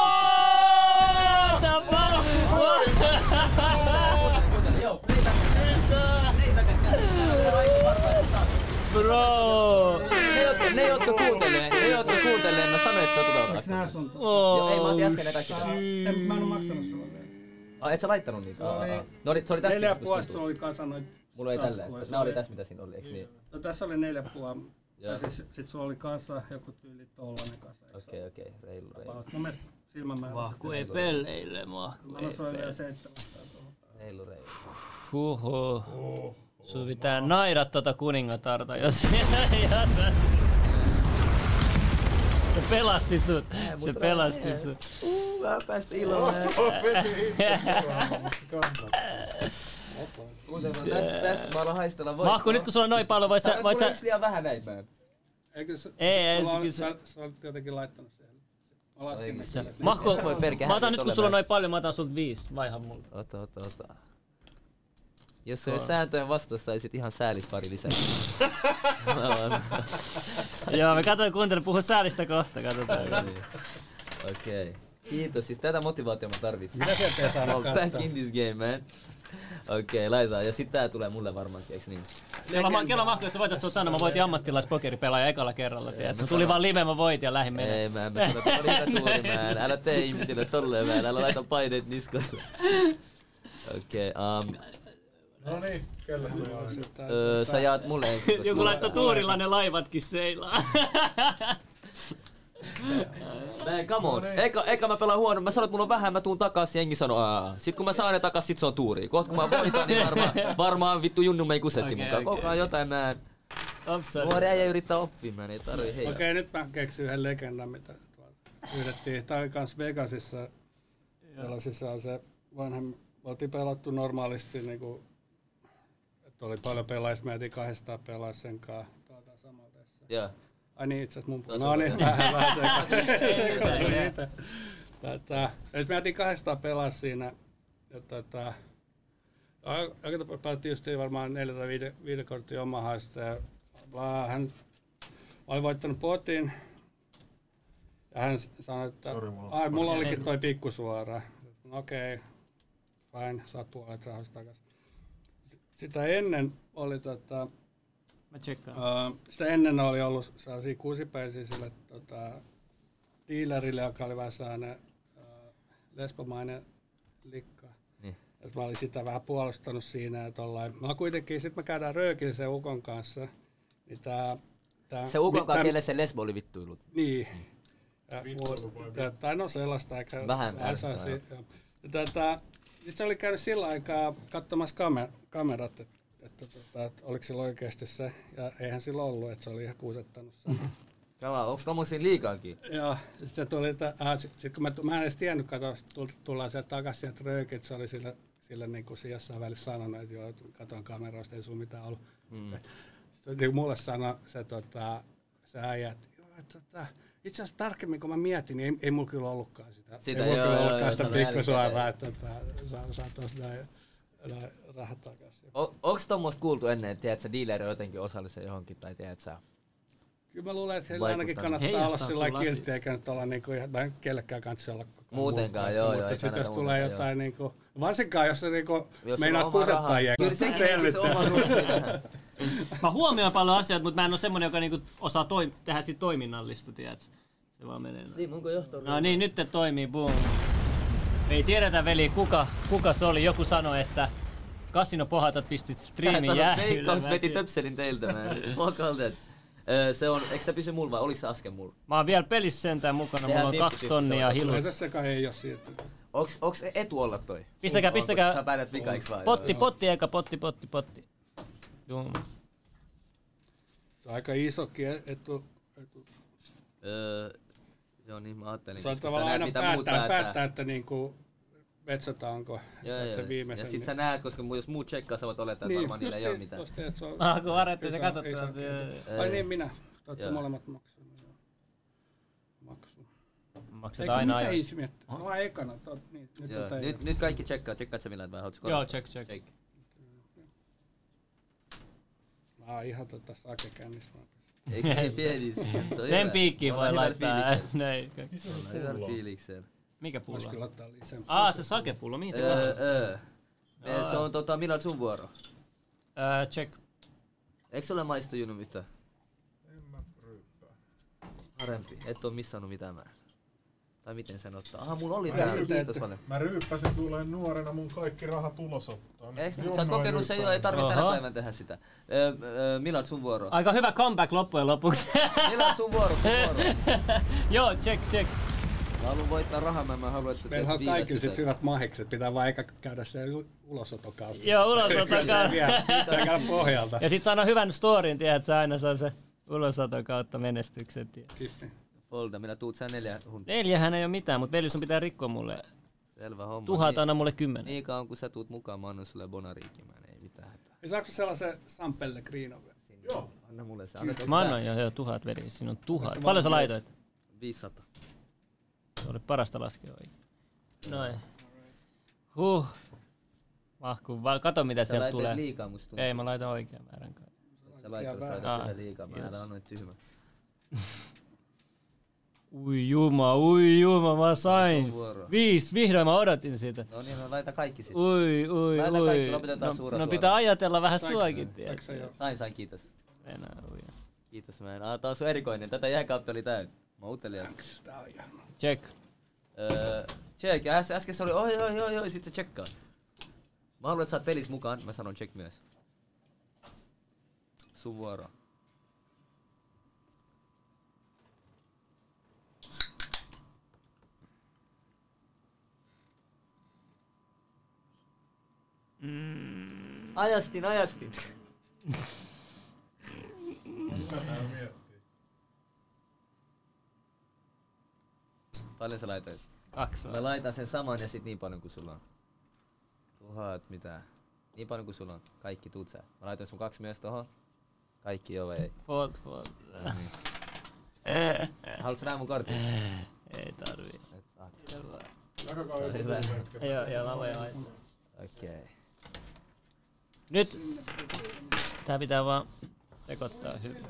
Joo, Bro! Ne jotka kuuntelee, mä sanoin, että se on tullut. Eiks nää sun? Joo, ei mä otin äsken ne kaikki tässä. Mä en oo maksanut sulla vielä. Et sä laittanut niitä? No se oli tässä. 4,5 oli kanssa noin. Mulla ei tälleen. Nää oli tässä mitä siinä oli, eiks niin? No tässä oli 4,5. Ja sit sulla oli kanssa joku tyyli tollanen kanssa. Okei, reilu. Mun mielestä silmämäärä. Mahku ei pelleille, mahku Mä ei noin vielä pelleille. 700 tuohon. Reilu. Huhhuh. Sun pitää naida tota kuningatarta, jos jätät. Se pelasti sut. Se pelasti sut. Mä päästä iloon. Tässä mä aloin haistella voittaa. Mahku, nyt kun sulla on noin paljon, voit sä... Mulla on yksi liian vähän näitä. Eikö se... Ei, Sä olit jotenkin laittanut siihen. Mä laskin ne kyllä. Mahku, mä otan nyt kun sulla on noin paljon, mä otan sulta 5. Vaiha mulle. Ota. Jos se sääntöjen vastassa, saisit ihan säälis pari lisää. Joo, me katsoin, kuuntele, puhu säälistä kohta, katsotaan. Okei. Kiitos, siis tätä motivaatiota mä tarvitsin. Mitä sieltä ei saanut katsoa? Back in this game, man. Okei, laitetaan. Ja sit tää tulee mulle varmaankin, eiks niin? Kello mahku, jos sä voitat sut sanoa, mä voitin ammattilaispokeripelaaja ekalla kerralla, tiedätkö? Tuli vaan live, mä voitin ja lähdin menee. Ei, mä sano, että oli hyvä tuuri, man. Älä tee ihmisille tolleen, man. Älä laita paineet niskoille. Okei, No niin, kelle se on? sä jaat mulle ensin. Joku laittoi tuurilla ne laivatkin seilaa. Come on. Eka mä pelaan huono. Mä sanon, että mulla on vähän, mä tuun takas, jengi sanoo Sit kun mä saan ne takas, sit se on tuuri. Kohta kun mä voitan, niin varmaan vittu Junnu mei kusetti mukaan. Koko ajan jotain mä nuori äijä yrittää oppimaan, ei tarvii heijaa. Okei, nyt mä keksin yhden legendan, mitä pyydettiin. Tää oli kans Vegasissa. Sellaisissa on se vanhem... Oltiin pelattu normaalisti niinku... Että oli paljon pelaajista, me jätiin 200 pelaa sen kaa. Pelataan samalla tässä. Joo. Ai niin, itse asiassa mun... No niin, vähän sekoitui itse. Eli me jätiin 200 pelaa siinä. Ja aika pelattiin justiin varmaan 4 tai 5 korttia omahaista. Ja hän oli voittanut potin. Ja hän sanoi, että mulla olikin toi pikkusuora. Okei, fine, saat puolet rahoista takas. Sitä ennen oli Mä tsekkaan. sitä ennen oli ollut sellaisia kuusipäisiä sille dealerille, joka oli vähän sellainen lesbomainen likka. Niin. Ja mä olin sitä vähän puolustanut siinä ja tollain. Mä kuitenkin, sit me käydään röökin sen ukon kanssa. Niin se ukon kanssa, kelle se lesbo oli vittuillut. Niin. Tai no sellaista, eikä vähän se oli käynyt sillä aikaa katsomassa kamerat, että että oliko sillä oikeasti se, ja eihän sillä ollut, että se oli ihan kuusettanut sen. Onko tommosia liikaakin? Joo, se tuli, sit kun mä en edes tiennyt, tullaan sieltä takaisin sieltä röökit, se oli sillä niin kuin jossain välissä sanonut, että joo, katon kameroista, ei sulla mitään ollut. Sitten niin mulle sanoi se äijä, että itse asiassa tarkemmin kun mä mietin, niin ei mulla kyllä ollutkaan sitä. Ei mulla kyllä ollutkaan sitä pikkusuoraa, että saa tuossa näin rahat takaisin. Onko tommoista kuultu ennen, että tiedät, dealeri on jotenkin osallisen johonkin, tai tiedät sä? Kyllä mä luulen, että heillä ainakin kannattaa olla sillä kiltti, eikä nyt olla niinku, tai kellekään kanssa olla koko muutenkaan, joo. Mutta sitten jos tulee jotain, niinku, varsinkaan jos se niinku, jos meinaat kusettaa jengiä. Kyllä sekin se oma ruuhti tähän. Mä huomioin paljon asioita, mutta mä en ole semmonen, joka niinku osaa tehdä siitä toiminnallista, tiedätkö? Se vaan menee. No niin, nyt te toimii, boom. Ei tiedetä, veli, kuka se oli. Joku sanoi, että kasinopohatat pistit striimin jäähylle. Hän veti töpselin teiltä, mä se on, eikö sitä pysy mulla vai oliko se äsken mulla? Mä oon vielä pelissä sentään mukana, mulla on 2 tonnia hilus. Ei tässäkään ei oo siitä. Onks etu olla toi? Pistäkää. Sä päätät vikaiks vai? Potti eka, potti. Juu. Se on aika isokin etu. Joo niin mä ajattelin. Se on tavallaan aina päättää, että niinku vetsataanko se viimeisen. Ja sit sä näet, koska jos muut tsekkaa, sä voit olettaa, että varmaan niillä ei oo mitään. Kun varette, sä katot. Ai niin, minä. Toitte molemmat maksu. Maksetaan aina ajoissa. No ekana. Nyt kaikki tsekkaa. Tsekkaat sä millään vai haluatko? Joo, check. Mä oon ihan sakekännissä. Eiks niin pienissä? Sen piikkiin voi laittaa. Näin. Hyvä fiiliksellä. Mikä pullo? Vois kyllä ottaa lisää. Se sakepullo, mihin se se on milloin sun vuoro? Check. Eikö sulle maistu Junu mitään? En mä ryyppää. Parempi, et oo missannut mitään mä. Tai miten sen ottaa? Aha, mulla oli vähän, kiitos paljon. Mä ryyppäsin tuleen nuorena mun kaikki rahat ulosottoon. Eiks nyt, sä oot kokenut sen jo, ei tarvitse tänä päivänä tehdä sitä. Milloin sun vuoro? Aika hyvä comeback loppujen lopuksi. Milloin sun vuoro? Joo, check. Mä haluan voittaa rahaa, mä haluan, että sä teet meillä on kaikki sit hyvät mahikset, pitää vaan eikä käydä se ulosotokautta. Joo, ulosotokautta. Pitää käydä pohjalta. Ja sit sano hyvän storin, tiedät, että sä aina saa se ulosotokautta menestyksen. Folda, minä tuut sä 4 huntia. 4 ei oo mitään, mut veli sun pitää rikkoa mulle. Selvä homma. 1000 anna mulle 10. Niin kauan kun sä tuut mukaan, mä annan sulle bonariikimään, ei mitään hätää. Ei saako sellaisen San Pellegrino? Joo. Anna mulle se. Mä annan jo 1000 veli, siinä on 1000. Paljon sä laitoit? 500. Se oli parasta laskea oikein. Noin. Kato mitä sieltä tulee. Sä laitat liikaa musta tuntuu. Ei, mä laitan oikean määrän kai. Sä laitat vähän liikaa, mä annoin tyhmä. Ui juma, mä sain. 5, vihdoin mä odotin siitä. No niin, laita kaikki sit. Ui. Laita kaikki, lopetetaan suoraan. No pitää ajatella vähän suakin, tiedätkö? Sain, kiitos. Enää ui. Kiitos, tää on sun erikoinen, tätä jääkaappi oli täynnä. Mä utelias. Check. Check, äsken se oli oi, sit se checkaa. Mä haluan, että sä oot pelissä mukaan, mä sanon check myös. Sun vuoro. Ajastin. Mitä tää miettii? Paljon sä laitoit? 2. Mä laitan sen saman ja sit niin paljon kuin sulla on. 1000 mitään. Niin paljon kuin sulla on. Kaikki tuut sä. Mä laitoin sun 2 myös tohon. Kaikki joo vai ei? Fold. Haluatko nää mun kortin? Ei tarvii. Jakakaa Se on hyvä. Joo, mä voin laittaa. Okei. Nyt tää pitää vaan sekoittaa hyvin.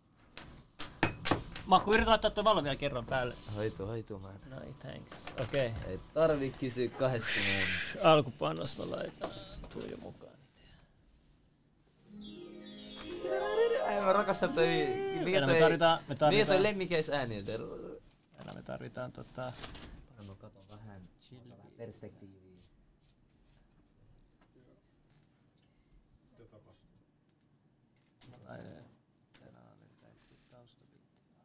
Mahku, yritä laittaa tuon valon vielä kerran päälle. Hoituu man. Noin, thanks. Okei. Ei tarvii kysyä 20. Alkupanos mä laitan Tuiju mukaan. Mä rakastan toi... Me tarvitaan... Mikä toi lemmikeisääni? Me tarvitaan Mä katon vähän perspektiiviä. Mitä tapahtuu?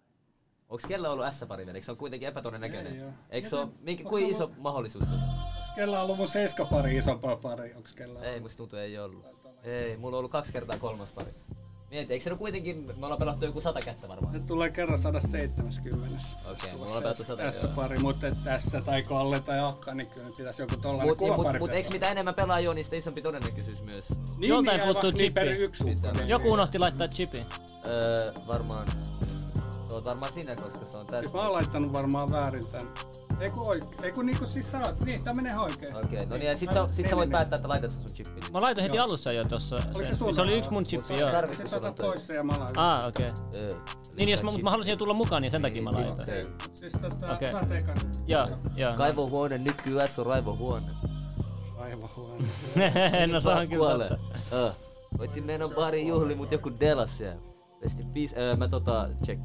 Onks kellä ollut S-pari vielä? Eikö se on kuitenkin epätodennäköinen? Eikö se on... Kuinka iso mahdollisuus se on? kellä on ollut mun 7 pari isompaa pari? Onks kellä? Ei, musta tuntuu ei ollut. Ei, mulla on ollut 2 kertaa 3. pari. Mieti, eikö se nyt kuitenkin, me ollaan pelattu joku 100 kättä varmaan? Se tulee kerran 170. Okei, mulla on pelattu 100. Tässä pari, mutta tässä tai Kalle tai Akka, niin kyllä pitäisi joku tollanen kuvapari. Mut eikö mitä enemmän pelaajia, niin sitä isompi todennäköisyys myös? Niin, joltain puuttuu chippi. Joku unohti laittaa chipi. Varmaan. Se on varmaan sinä, koska se on tässä. Mä oon laittanut varmaan väärin tän. Eiku niinku siis sä oot. Niin, tää menee oikein. Okei, no niin ja sit sä voit päättää, että laitat sä sun chippiin. Mä laitoin heti alussa jo tossa. Se oli yksi mun chippi, joo. Sit otat pois se ja mä laitan. Okei. Niin jos mä halusin jo tulla mukaan, niin sen takia mä laitoin. Siis sä tekan. Joo. Kaivohuone, nykyään on raivohuone. Raivohuone. No se on kyllä totta. Voitin mennä baariin juhli, mut joku delas siellä. Rest in peace. Mä check.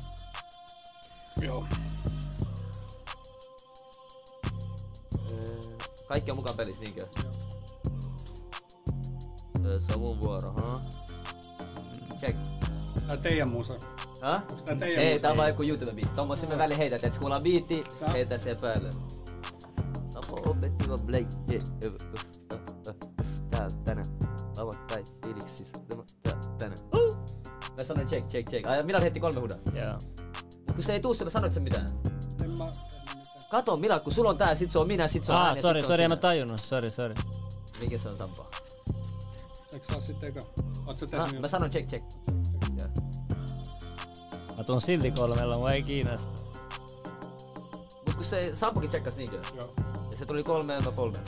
Joo. Kaikki on mukaan pelissä, niinkö? Se on mun vuoro, Check. Tää on teidän musa. Häh? Onks tää teidän Ei, musa? tää on vaan joku YouTube-biitti. Tommosen me väliin heität, et kun ollaan biitti, heitää siihen päälle. Sapo opetti vaan Blake J. Täällä tänään. Lauantai fiiliksissä. Tänään. Mä sanoin check. Ai, Milan heitti 3 hudaa. Joo. Mut kun se ei tuu sulle, sanoit sä mitään? En mä... Kato Milan, kun sulla on tää, sit se on minä, sit se on hän ja sit se on Sori, sinä. en mä tajunnut. Sori. Mikä se on Sampo? Eikö sä oo sit eka? Oot sä tehnyt? Mä sanon check. Mä tuun silti 3, mua ei kiinnosta. Mut kun se Sampokin checkas niinkö? Joo. Ja se tuli 3 ja mä folder.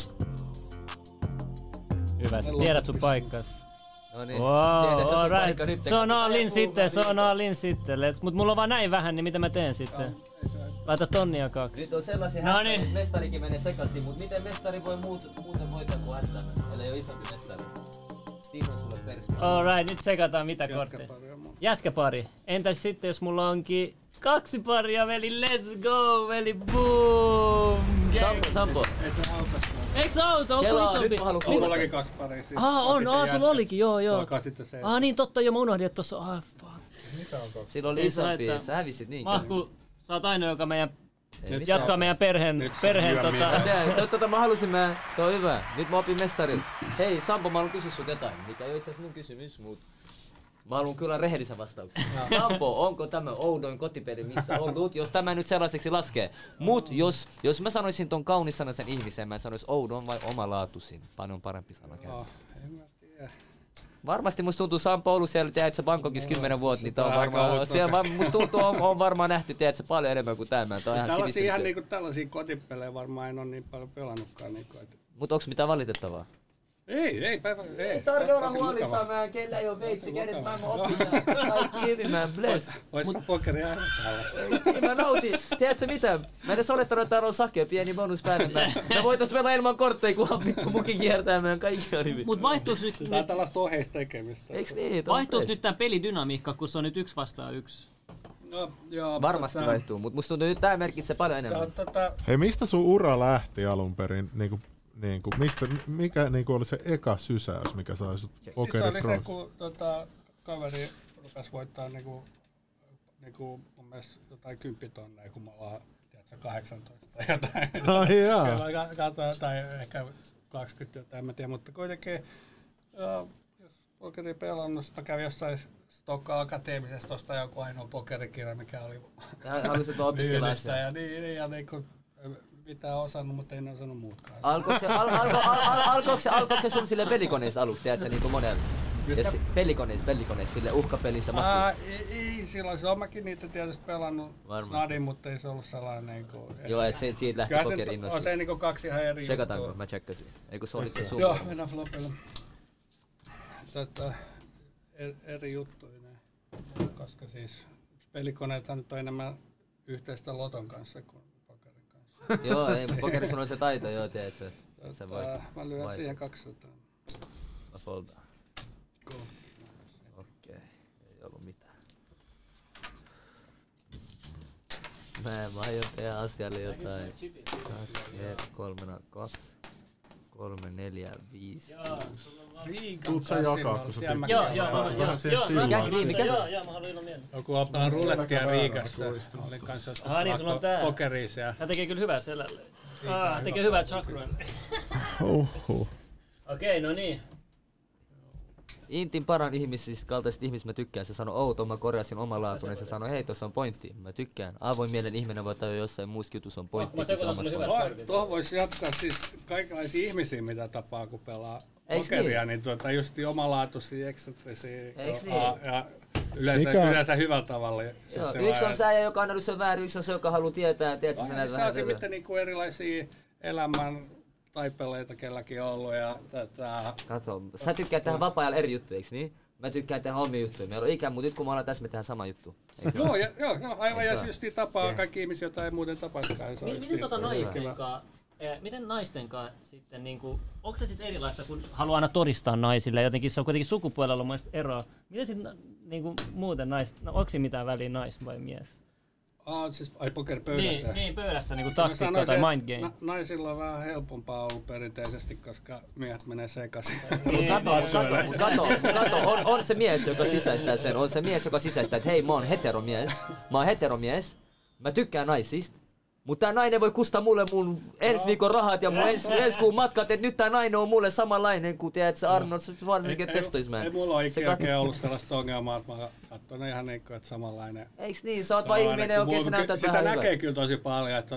Hyvä, sä tiedät sun paikkas. No niin, Wow, tiedä se sun alright. paikka nyt. Se on all in sitten. Mut mulla on vaan näin vähän, niin mitä mä teen sitten? Laita tonnia 2. Nyt on sellaisia No hästää, niin. mestarikin menee sekaisin, mut miten mestari voi muuten voittaa kuin hästää, ellei oo isompi mestari? Steven sulle perspektiivi. Alright, nyt sekataan mitä kortteja. Jätkäpari. Entäs sitten jos mulla onkin 2 paria, veli? Let's go, veli, boom! Sampo. Ei se autas. Eiks auto? Onks Kelaa, sulla isompi? nyt mä haluun Mullakin 2 paria siis. Sulla olikin, joo. Alkaa sitten se. Niin totta, jo mä unohdin, että tossa fuck. Mitä on 2? Sillä oli Ei isompi, laittaa. sä hävisit niin. Mahku, sä oot ainoa, joka Nyt jatkaa meidän perheen Mä halusin se on hyvä. Nyt mä opin mestarin. Hei Sampo, mä haluan kysyä sut jotain, mikä ei oo itse asiassa mun kysymys, mut mä haluan kyllä rehellisen vastauksen. Sampo, onko tämä oudoin kotipeli, missä oudut, jos tämä nyt sellaiseksi laskee? Mut jos mä sanoisin ton kaunissanaisen ihmisen, mä sanois oudon vai omalaatuisin. Paljon parempi sana käy. En mä tiedä. Varmasti musta tuntuu Sampo ollut siellä, tiedätkö, Bangkokissa 10 vuotta, niin tää on varmaan, siellä musta tuntuu on varmaan nähty, tiedätkö, paljon enemmän kuin tämä. Tää on ihan sivistynyt. Ihan niinku tällaisia kotipelejä varmaan en oo niin paljon pelannutkaan niinku. Mut onks mitään valitettavaa? Ei Tarvii olla huolissaan, kellä ei oo veitsi kädessä, mä opin kaikki irti, bless. Oisko pokeria aina tällaista? Ei mä nautin, tiedätkö mitä? Mä edes olettanut, että täällä on sake, pieni bonus päälle. Me voitais pelaa ilman kortteja, kunhan vittu mukin kiertää meidän kaikki on hyvin. Mut vaihtuuks nyt... Tää on tällaista oheistekemistä. Eiks niin? Vaihtuuks nyt tää pelidynamiikka, kun se on nyt 1 vastaan 1? No, joo. Varmasti vaihtuu, mut musta tuntuu, että tää merkitsee paljon enemmän. Hei, mistä sun ura lähti alun perin? Mikä oli se eka sysäys, mikä sai sut Pokeri Siis se oli se, Pros? kun kaveri rupes voittaa niinku mun mielestä jotain 10 tonneja, kun me ollaan 18 tai jotain. Ai jaa. Kyllä tai ehkä 20 jotain, en mä tiedä, mutta kuitenkin jos pokeri pelannut, sitä kävi jossain Stokka Akateemisesta tosta joku ainoa pokerikirja, mikä oli Haluaisit opiskella myynnissä ja niinku mitä osannut, mutta en osannut muutkaan. Alkoiko se sun sille pelikoneessa aluksi, tiedätkö, niinku monella? Pelikoneessa sille uhkapelissä mahtuu. Ei silloin, se on mäkin niitä tietysti pelannut snadin, mutta ei se ollut sellainen niinku... Joo, et siitä lähti pokerin innostus. On se niinku 2 ihan eri juttua. Tsekataanko? Mä tsekkasin. Eikö se olit se sun? Joo, mennään flopille. Eri juttuja ne, koska siis pelikoneethan nyt on enemmän yhteistä loton kanssa kuin pokerin kanssa. Joo, ei, mutta pokerissa on se taito, joo, tiedätkö? Se voi. Mä lyön siihen 200. Mä foldaan. Okei, ei ollut mitään. Mä aion tehdä asialle jotain. 2, 3, 2, 3, 4, 5, 6. Tuut sä jakaa, kun sä teet. Joo, mä haluan ilman mieltä. Joku ottaa rulettia Riigassa. Oli kanssa niin sulla on tää. pokerissa. Hän tekee kyllä hyvää selälle. Tekee hyvää chakroille. Okei, no niin. Intin paran ihmisistä, kaltaiset ihmiset mä tykkään. Se sanoi outo, mä korjasin omalaatuinen. Se sanoi hei, tossa on pointti. Mä tykkään. Avoin mielen ihminen voi tajua jossain muuskin jutussa on pointti. Tuohon voisi jatkaa siis kaikenlaisia ihmisiä, mitä tapaa kun pelaa pokeria. Niin just omalaatuisia, eksentrisiä ja yleensä hyvällä tavalla. Yksi on sä, joka on se väärin, yksi on se, joka haluaa tietää. Se on sitten niinku erilaisia elämän taipeleita kelläkin ollut ja Kato, sä tykkäät tehdä vapaa-ajalla eri juttuja, eiks niin? Mä tykkään tehdä omia juttuja. Meillä on ikään, mutta nyt kun me ollaan tässä, me tehdään sama juttu. Joo, aivan ja just tapaa kaikki ihmisiä, joita ei muuten tapaisikaan. Miten naistenkaan sitten, niinku, onko se sitten erilaista, kun haluaa aina todistaa naisille? Jotenkin se on kuitenkin sukupuolella mun eroa. Miten sitten niinku, muuten onko siinä mitään väliä nais vai mies? Siis pokerpöydässä. Niin, pöydässä niinku taktiikka tai mind game. Naisilla on vähän helpompaa ollut perinteisesti, koska miehet menee sekaisin. Kato, on se mies, joka sisäistää sen. On se mies, joka sisäistää, että hei, mä oon heteromies. Mä tykkään naisista. Mutta tää nainen voi kustaa mulle mun ensi viikon rahat ja mun ensi kuun matkat, että nyt tää nainen on mulle samanlainen kuin tiedät Arnold Schwarzenegger testoisman. Ei mulla ole ikinä ollut sellaista ongelmaa, että mä katson ihan niinku, että samanlainen. Eiks niin? Sä oot vaan ihminen, oikein sä näytät vähän sitä hyvältä. näkee kyllä tosi paljon, että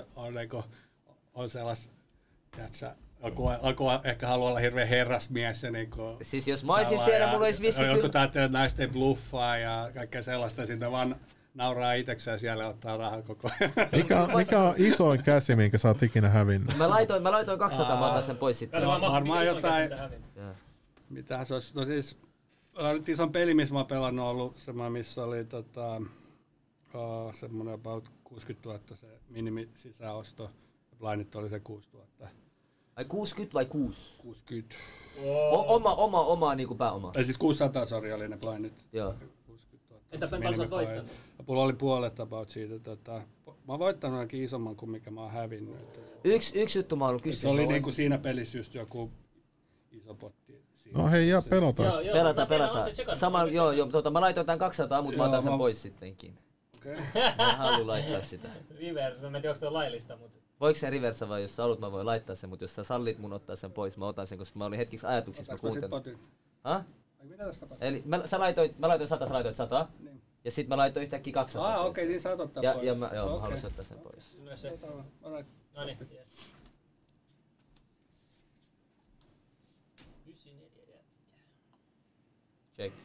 on sellaista, tiedätkö, alkoi ehkä haluaa olla hirveän herrasmies ja niinku. Siis jos mä oisin siellä, mulla olisi vissi kyllä. Joku täytyy, että naiset ei bluffaa ja kaikkea sellaista, sitten vaan nauraa itsekseen siellä ja ottaa rahaa koko ajan. Mikä on isoin käsi, minkä sä oot ikinä hävinnyt? Mä laitoin 200, mä otan sen pois sitten. Varmaan jotain. Mitähän se olisi? No siis, nyt ison peli, missä mä oon pelannut, on ollut semmoinen, missä oli semmoinen about 60 000 se minimisisäosto. Blindit oli se 6 000. Ai 60 vai 6? 60. Oma niinku pääoma. Tai siis 600, sorry, oli ne blindit. Joo. Entä paljon sä oot voittanut? Mulla oli puolet about siitä. Mä oon voittanut ainakin isomman kuin mikä mä oon hävinnyt. Yksi juttu mä oon kysynyt. Se oli niinku siinä pelissä just joku iso potti. No hei, pelataan. Pelataan. Mä laitoin tän 200, mutta mä otan sen pois sittenkin. Okei. Mä en halua laittaa sitä. Reverse, mä en tiedä, onko se on laillista, mutta... Voiko sen reversa vai jos sä haluat, mä voin laittaa sen, mutta jos sä sallit mun ottaa sen pois, mä otan sen, koska mä olin hetkiksi ajatuksissa, mä kuuntelin. Mitä tässä tapahtuu? Eli mä laitoin 100, sä laitoit 100. Niin. Ja sit mä laitoin yhtäkkiä 200. Okei, niin sä oot ottaa pois. Mä halusin ottaa sen pois. No niin, yes. 94 Check.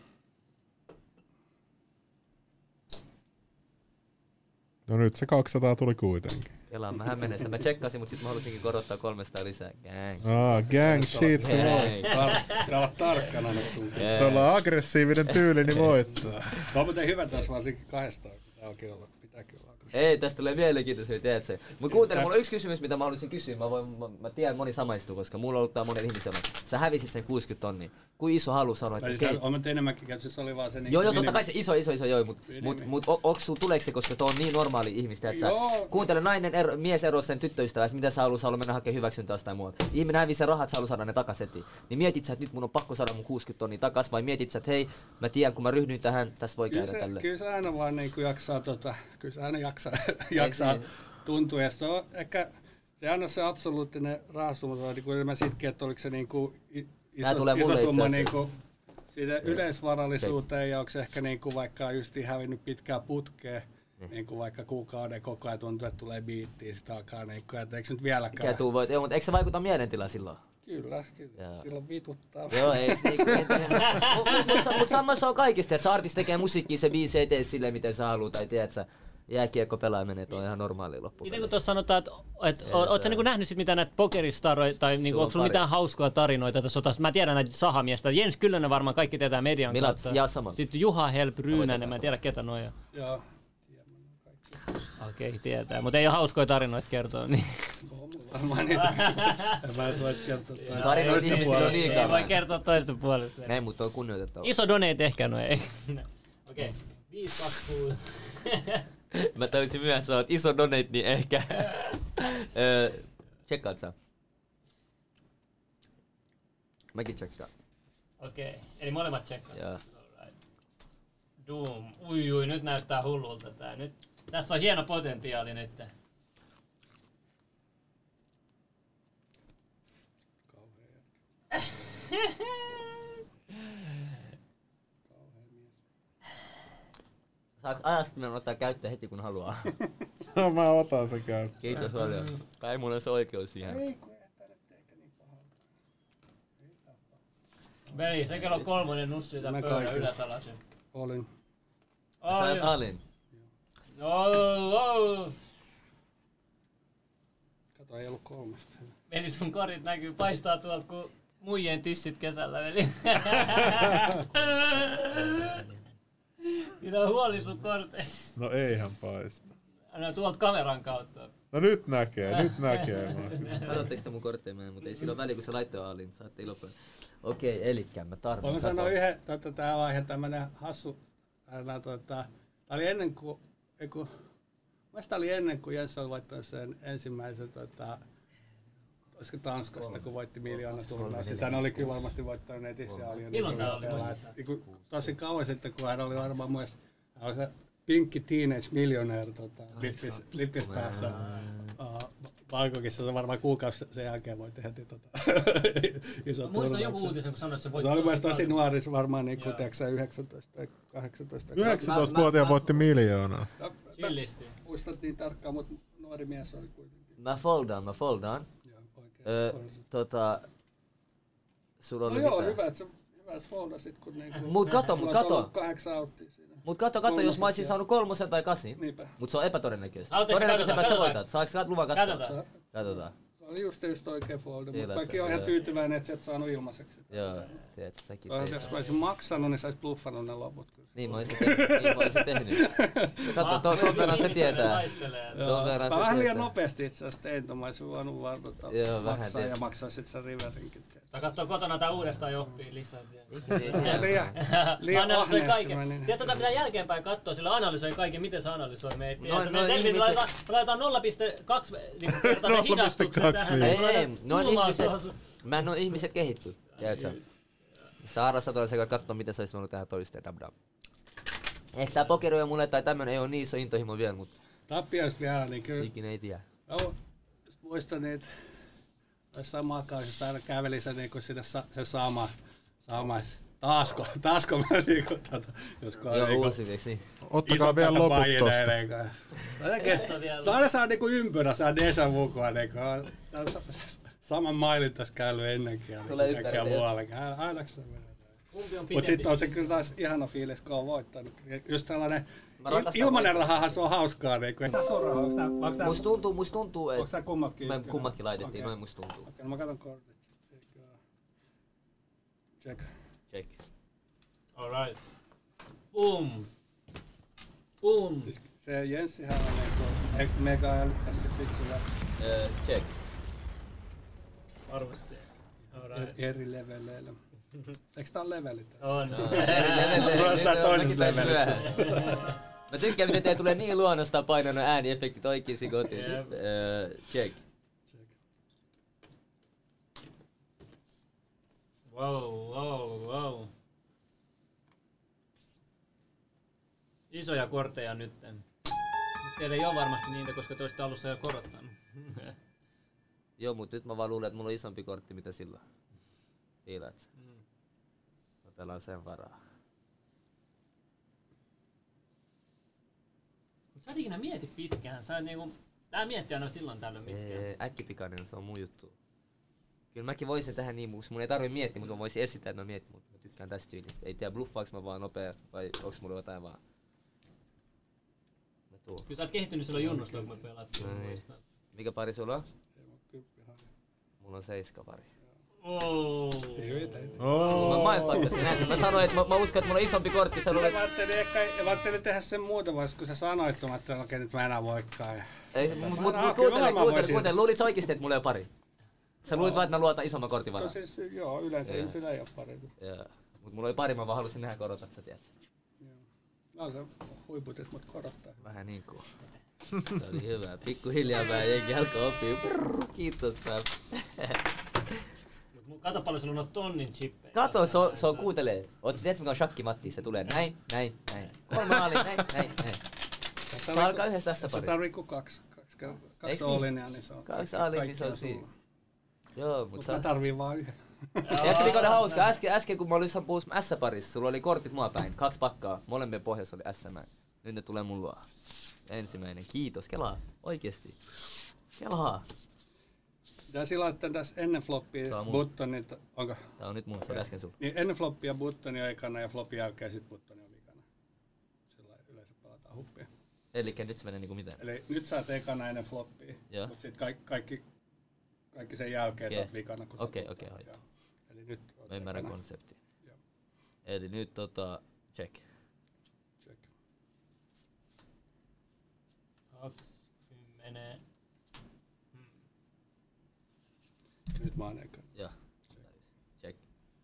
No nyt se 200 tuli kuitenkin. Kelaan, mä hämmenessä. Mä tsekkasin, mutta sit mä halusinkin korottaa 300 lisää. Gang. Gang shit. Pitää olla tarkkana nyt sun. Tuolla aggressiivinen tyyli, niin voittaa. On muuten hyvä tässä varsinkin 200. Pitääkin olla. Ei, tästä tulee mielenkiintoisia, tiedät se. Mut kuuntele, mulla on yksi kysymys, mitä mä haluaisin kysyä. Mä tiedän, moni samaistuu, koska mulla on ollut tää monen ihmisen. Sä hävisit sen 60 tonnia. Kuin iso halu sanoa, että okei. On mä enemmänkin käynyt, se oli vaan se... Joo, totta kai se iso, mut tuleeko se, koska tuo on niin normaali ihmistä, että sä kuuntele nainen, mies erosi sen tyttöystävästä, mitä sä haluaa mennä hakemaan hyväksyntää jostain muualta. Ihminen hävii sen rahat, sä haluaa saada ne takas heti. Niin mietit sä, että nyt mun on pakko saada mun 60 tonnia takas, vai mietit sä, että hei, mä tiedän, kun mä ryhdyin tähän, tässä voi käydä tälleen. Kyllä se aina vaan niin jaksaa, kyllä se aina jaksaa tuntua, ja se on ehkä, se aina se absoluuttinen rahasumma, niin kuin mä sitkin, että oliko se niinku iso summa niinku siitä yleisvarallisuuteen, ja onko se ehkä niinku vaikka justiin hävinnyt pitkää putkea, niinku vaikka kuukauden koko ajan tuntuu, että tulee biittiä, sitä alkaa niinku, että eikö nyt vieläkään. Joo, mutta eikö se vaikuta mielentilaan silloin? Kyllä, silloin vituttaa. Joo, ei se niinku, mutta samassa on kaikista, että se artisti tekee musiikkia, se biisi ei tee silleen, miten sä haluat, tai tiedät sä, jääkiekko pelaa menee, on ihan normaali loppupeleissä. Miten kun tuossa sanotaan, että oot sä niinku nähnyt sit mitään näitä pokeristaroja, tai niinku, onko sulla mitään hauskoja tarinoita tässä sotassa? Mä tiedän näitä sahamiestä. Jens Kyllönen varmaan kaikki tietää median kautta. Sitten Juha Help Ryynänen, mä en tiedä ketä noja. Joo. Okei, tietää. Mutta ei ole hauskoja tarinoita kertoa. Niin. Varmaan niitä. Mä et voi kertoa tarinoita ihmisillä on liikaa. Ei voi kertoa toista puolesta. Näin, mutta on kunnioitettava. Iso donate ehkä noin. Okei, 5, 2, 6. Mä täysin myös, sä oot iso donate, niin ehkä. Tsekkaat sä. Mäkin tsekkaan. Okei, eli molemmat tsekkaa. Joo. Doom. Ui, nyt näyttää hullulta tää. Nyt, tässä on hieno potentiaali nyt. Saaks ajastimen ottaa käyttöön heti kun haluaa? No mä otan sen käyttöön. Kiitos paljon. Kai mulla on se oikeus siihen. Ei kun ei tää nyt ehkä niin pahalta. Veli, se kello 3 nussii Me pöydän kaikilla. ylös alasin. Olin. Sä olet alin. Kato, ei ollut 3. Veli, sun korit näkyy, paistaa tuolta kuin muijien tissit kesällä, veli. Mitä on huoli sun korteista? No eihän paista. No tuolta kameran kautta. No nyt näkee. Katsotteko te mun kortteja, mutta ei sillä ole väliä, kun se laittoi alin. Saatte ilopäin. Okei, elikkä mä tarvitsen. Voin sanoa yhden, tää vaihe tämmönen hassu. Tää oli ennen kuin, mielestäni oli ennen kuin Jens oli voittanut sen ensimmäisen, olisiko Tanskasta, kun voitti miljoona turnausta. Hän oli kyllä varmasti voittanut netissä. Milloin tää oli? Tosi kauan sitten, kun hän oli varmaan muista, hän oli se Pinkki Teenage Millionaire lippis päässä. Bangkokissa se varmaan kuukausi sen jälkeen voitti heti iso turnauksen. Muistan joku uutisen, kun sanoit, että se voitti. Se oli myös tosi nuori, varmaan niin kuin 19 tai 18. 19-vuotiaan voitti miljoonaa. Chillisti. Muistat niin tarkkaan, mutta nuori mies oli kuitenkin. Mä foldaan. Sulla oli no joo, hyvä, että foldasit, kun niinku... Mut kato. 8 outtia siinä. Mut kato, jos mä olisin saanut 3 tai 8. Niinpä. Mut se on epätodennäköistä. Katsotaan. Sä voitat. Saaks luvan katsoa? Katsotaan. Se oli just oikein folda, mutta mäkin oon ihan tyytyväinen, että sä et saanut ilmaiseksi. Joo, tiedät säkin. Jos mä olisin maksanut, niin sä olisit bluffannut ne loput. Niin mä olisin tehnyt. Kato, tuon verran se tietää. Mä vähän liian nopeasti itse asiassa tein, mä olisin voinut vaan maksaa ja maksaa sit sen riverinkin. Tai kattoo kotona tää uudestaan ja oppii lisää. Liian analysoi kaiken. ahneesti. Tiedätkö, tätä pitää jälkeenpäin katsoa, sillä analysoi kaiken, miten se analysoi meitä. Me laitetaan 0,2 kertaa se hidastuksen tähän. Mä en oo ihmiset kehitty. Tiedätkö? Saarassa toinen sekä kattoo, miten se olisi voinut tehdä toisteen. Ehkä tää pokeri on mulle tai tämmönen ei oo niin iso intohimo vielä, mut... Tappioista vielä, niin kyllä... Ikinä ei tiedä. Muistan niitä... Samaa kausista aina kävelin se niinku sinne se sama... Taasko mä niinku josko joo, uusiksi. Ottakaa vielä loput tosta. Se aina saa niinku ympyrä, saa déjà vukua niinku. Saman mailin tässä käynyt ennenkin ja tulee kaikkea muualle. Aina se menee. Mut sit on se kyllä taas ihana fiilis, kun on voittanut. Just tällainen ilmanen rahahan se on hauskaa niinku. Musta tuntuu, että... Onks sä kummatkin? Me kummatkin laitettiin, noin musta tuntuu. Okei, no mä katon kortit. Check. Alright. Boom. Siis se Jenssihän on niinku mega älykäs se syksyllä. Check. Varmasti. Alright. Eri leveleillä. Eiks tää on levelit? On. Toisessa levelissä. Mä tykkään, miten teille tulee niin luonnostaan painanut ääniefektit oikeisiin kotiin. Check. Wow. Isoja korteja nytten. Teillä ei oo varmasti niitä, koska te olisitte alussa jo korottanut. Joo, mut nyt mä vaan luulen, että mulla on isompi kortti mitä silloin. Tiedät sä? Otellaan sen varaa. Mut sä et ikinä mieti pitkään. Sä niinku... Tää miettii aina silloin tällöin pitkään. Äkkipikainen, se on mun juttu. Kyllä mäkin voisin tehdä niin, mun ei tarvi miettiä, mutta mä voisin esittää, että mä mietin, mutta mä tykkään tästä tyylistä. Ei tiedä bluffaaks mä vaan nopea vai onks mulla jotain vaan. Kyllä sä oot kehittynyt silloin junnusta, kun me pelattiin. Mikä pari sulla on? Mulla on 7 pari. Mä mindfuckasin näin. Mä sanoin, että mä uskon, että mulla on isompi kortti. Mä ajattelin tehdä sen muuta vaiheessa, kun sä sanoit, että okei, nyt mä enää voikaan. Mut kuuntele, luulit sä oikeesti, että mulla ei ole pari? Sä luulit vaan, että mä luotan isomman kortin varaan? Siis, joo, yleensä ihmisillä ei oo pari. Mut mulla oli pari, mä vaan halusin nähdä korotat, sä tiedät. No se huiputit mut korottaa. Vähän niinku. Se oli hyvä. Pikkuhiljaa mä jengi alkoi oppia. Kiitos. Kato paljon sulla on tonnin chippejä. Kato, se on kuuntelee. Tiedätkö mikä on shakkimatti? Se tulee näin. 3 maaliin, näin. Se alkaa yhdessä tässä parissa. Se tarvii kaksi all-inia, niin se on. 2 all-in, niin se on siinä. Joo, mutta mä tarviin vaan yhden. Tiedätkö mikä oli hauska? Äsken kun mä olin puhumassa S-parissa, sulla oli kortit mua päin. 2 pakkaa. Molempien pohjassa oli SM. Nyt ne tulee mun luo. Ensimmäinen. Kiitos. Kelaa. Oikeesti. Kelaa. Pitäisi laittaa tässä ennen floppia buttonin. Onko? Tää on nyt mun, se oli äsken sulla. Niin ennen floppia buttoni on ekana ja flopin jälkeen sit buttoni on vikana. Sillä yleensä pelataan huppia. Elikkä nyt se menee niinku miten? Eli nyt sä oot ekana ennen floppia, mut sit kaikki sen jälkeen sä oot vikana. Okei, hoituu. Eli nyt mä ymmärrän konsepti. Eli nyt check. 20. Nyt mä oon ekana. Joo. Check.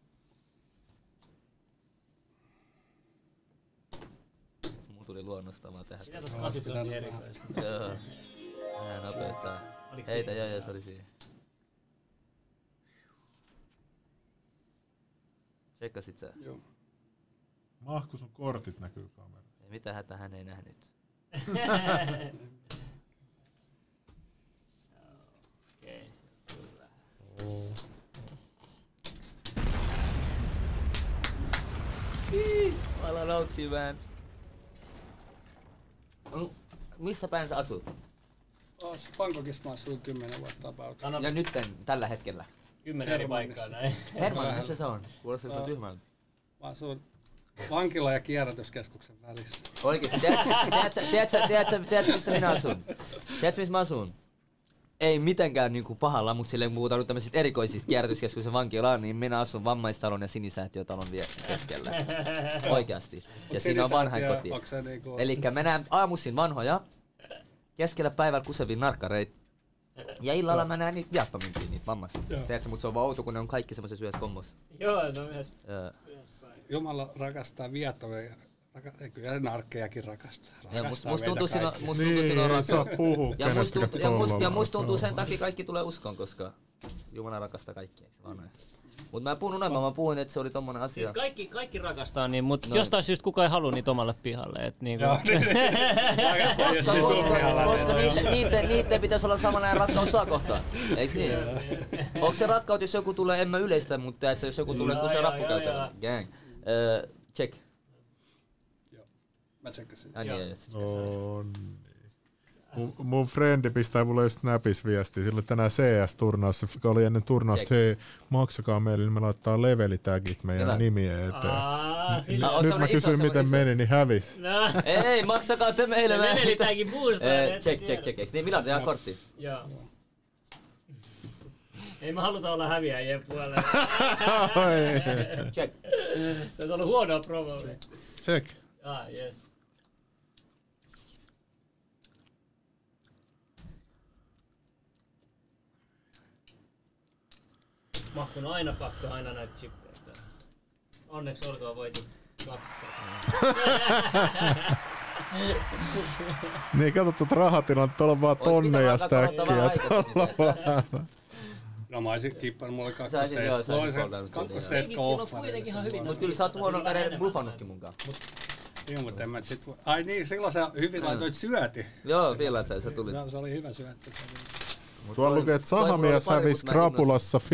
Mun tuli luonnosta vaan tehdä. Mitä tossa 8 on erikoista? Joo. Vähän nopeuttaa. Heitä, joo, se oli siinä. Tsekkasit sä? Joo. Mahku sun kortit näkyy kamerassa. Ei mitään hätää, hän ei nähnyt. Okei, kyllä. Ala nauttii vähän. Missä päin sä asut? Bangkokissa mä asuin 10 vuotta about. Ja nytten, tällä hetkellä? 10 eri paikkaa näin. Herman, missä se on? Kuulostaa se on tyhmältä. Mä asun vankila- ja kierrätyskeskuksen välissä. Oikeesti, tiedätkö missä minä asun? Tiedätkö missä mä asun? Ei mitenkään niinku pahalla, mutta silleen kun puhutaan nyt tämmöisistä erikoisista kierrätyskeskuksen vankilaan, niin minä asun vammaistalon ja sinisäätiötalon keskellä. Oikeasti. Ja siinä on vanhainkoti. Niinku... Elikkä mä näen aamuisin vanhoja, keskellä päivällä kusevia narkkareita. Ja illalla mä näen niitä viattomimpia, niitä vammaisia. Tiedätkö, mutta se on vaan outo, kun ne on kaikki semmoisessa yhdessä kommossa. Joo, no myös. Jumala rakastaa viattomia. Kyllä narkkejakin rakastaa. Musta tuntuu siinä on rakkaus. Ja musta tuntuu sen takia kaikki tulee uskoon, koska Jumala rakastaa kaikkia. Mut mä en puhunut noin, mä puhuin, että se oli tommonen asia. Siis kaikki rakastaa niin, mut jostain syystä kukaan ei halua niitä omalle pihalle. Et niinku. Koska niitten pitäisi olla samanlainen rakkaus sua kohtaan. Eiks niin? Onko se rakkaus, jos joku tulee, en mä yleistä, mutta jos joku tulee, kun se rappukäytävä. Gang. Check. Mä tsekkasin. Mun frendi pistää mulle Snapissa viestiä. Silloin tänään CS-turnaus, joka oli ennen turnausta. Hei, maksakaa meille, niin me laittaa levelitagit meidän nimiä eteen. Nyt mä kysyin, miten meni, niin hävis. Ei, maksakaa te meille. Levelitagin boostaa. Check. Niin minä otan kortti. Joo. Ei me haluta olla häviäjien puolella. Check. Se on ollut huonoa promoa. Check. Yes. Mahkun aina pakko aina näitä chippeitä. Onneksi olkoon voitit 200. Niin kato tuota rahatilan, tuolla on vaan tonneja stäkkiä. No mä oisin kippannut mulle 2,7 offari. Mut kyllä sä oot huono käden bluffannutkin munkaan. Joo, mutta en mä sit... Ai niin, silloin sä hyvin laitoit syöti. Joo, vielä sä tulit. Se oli hyvä syötti. Tuolla lukee, että sahamies hävisi krapulassa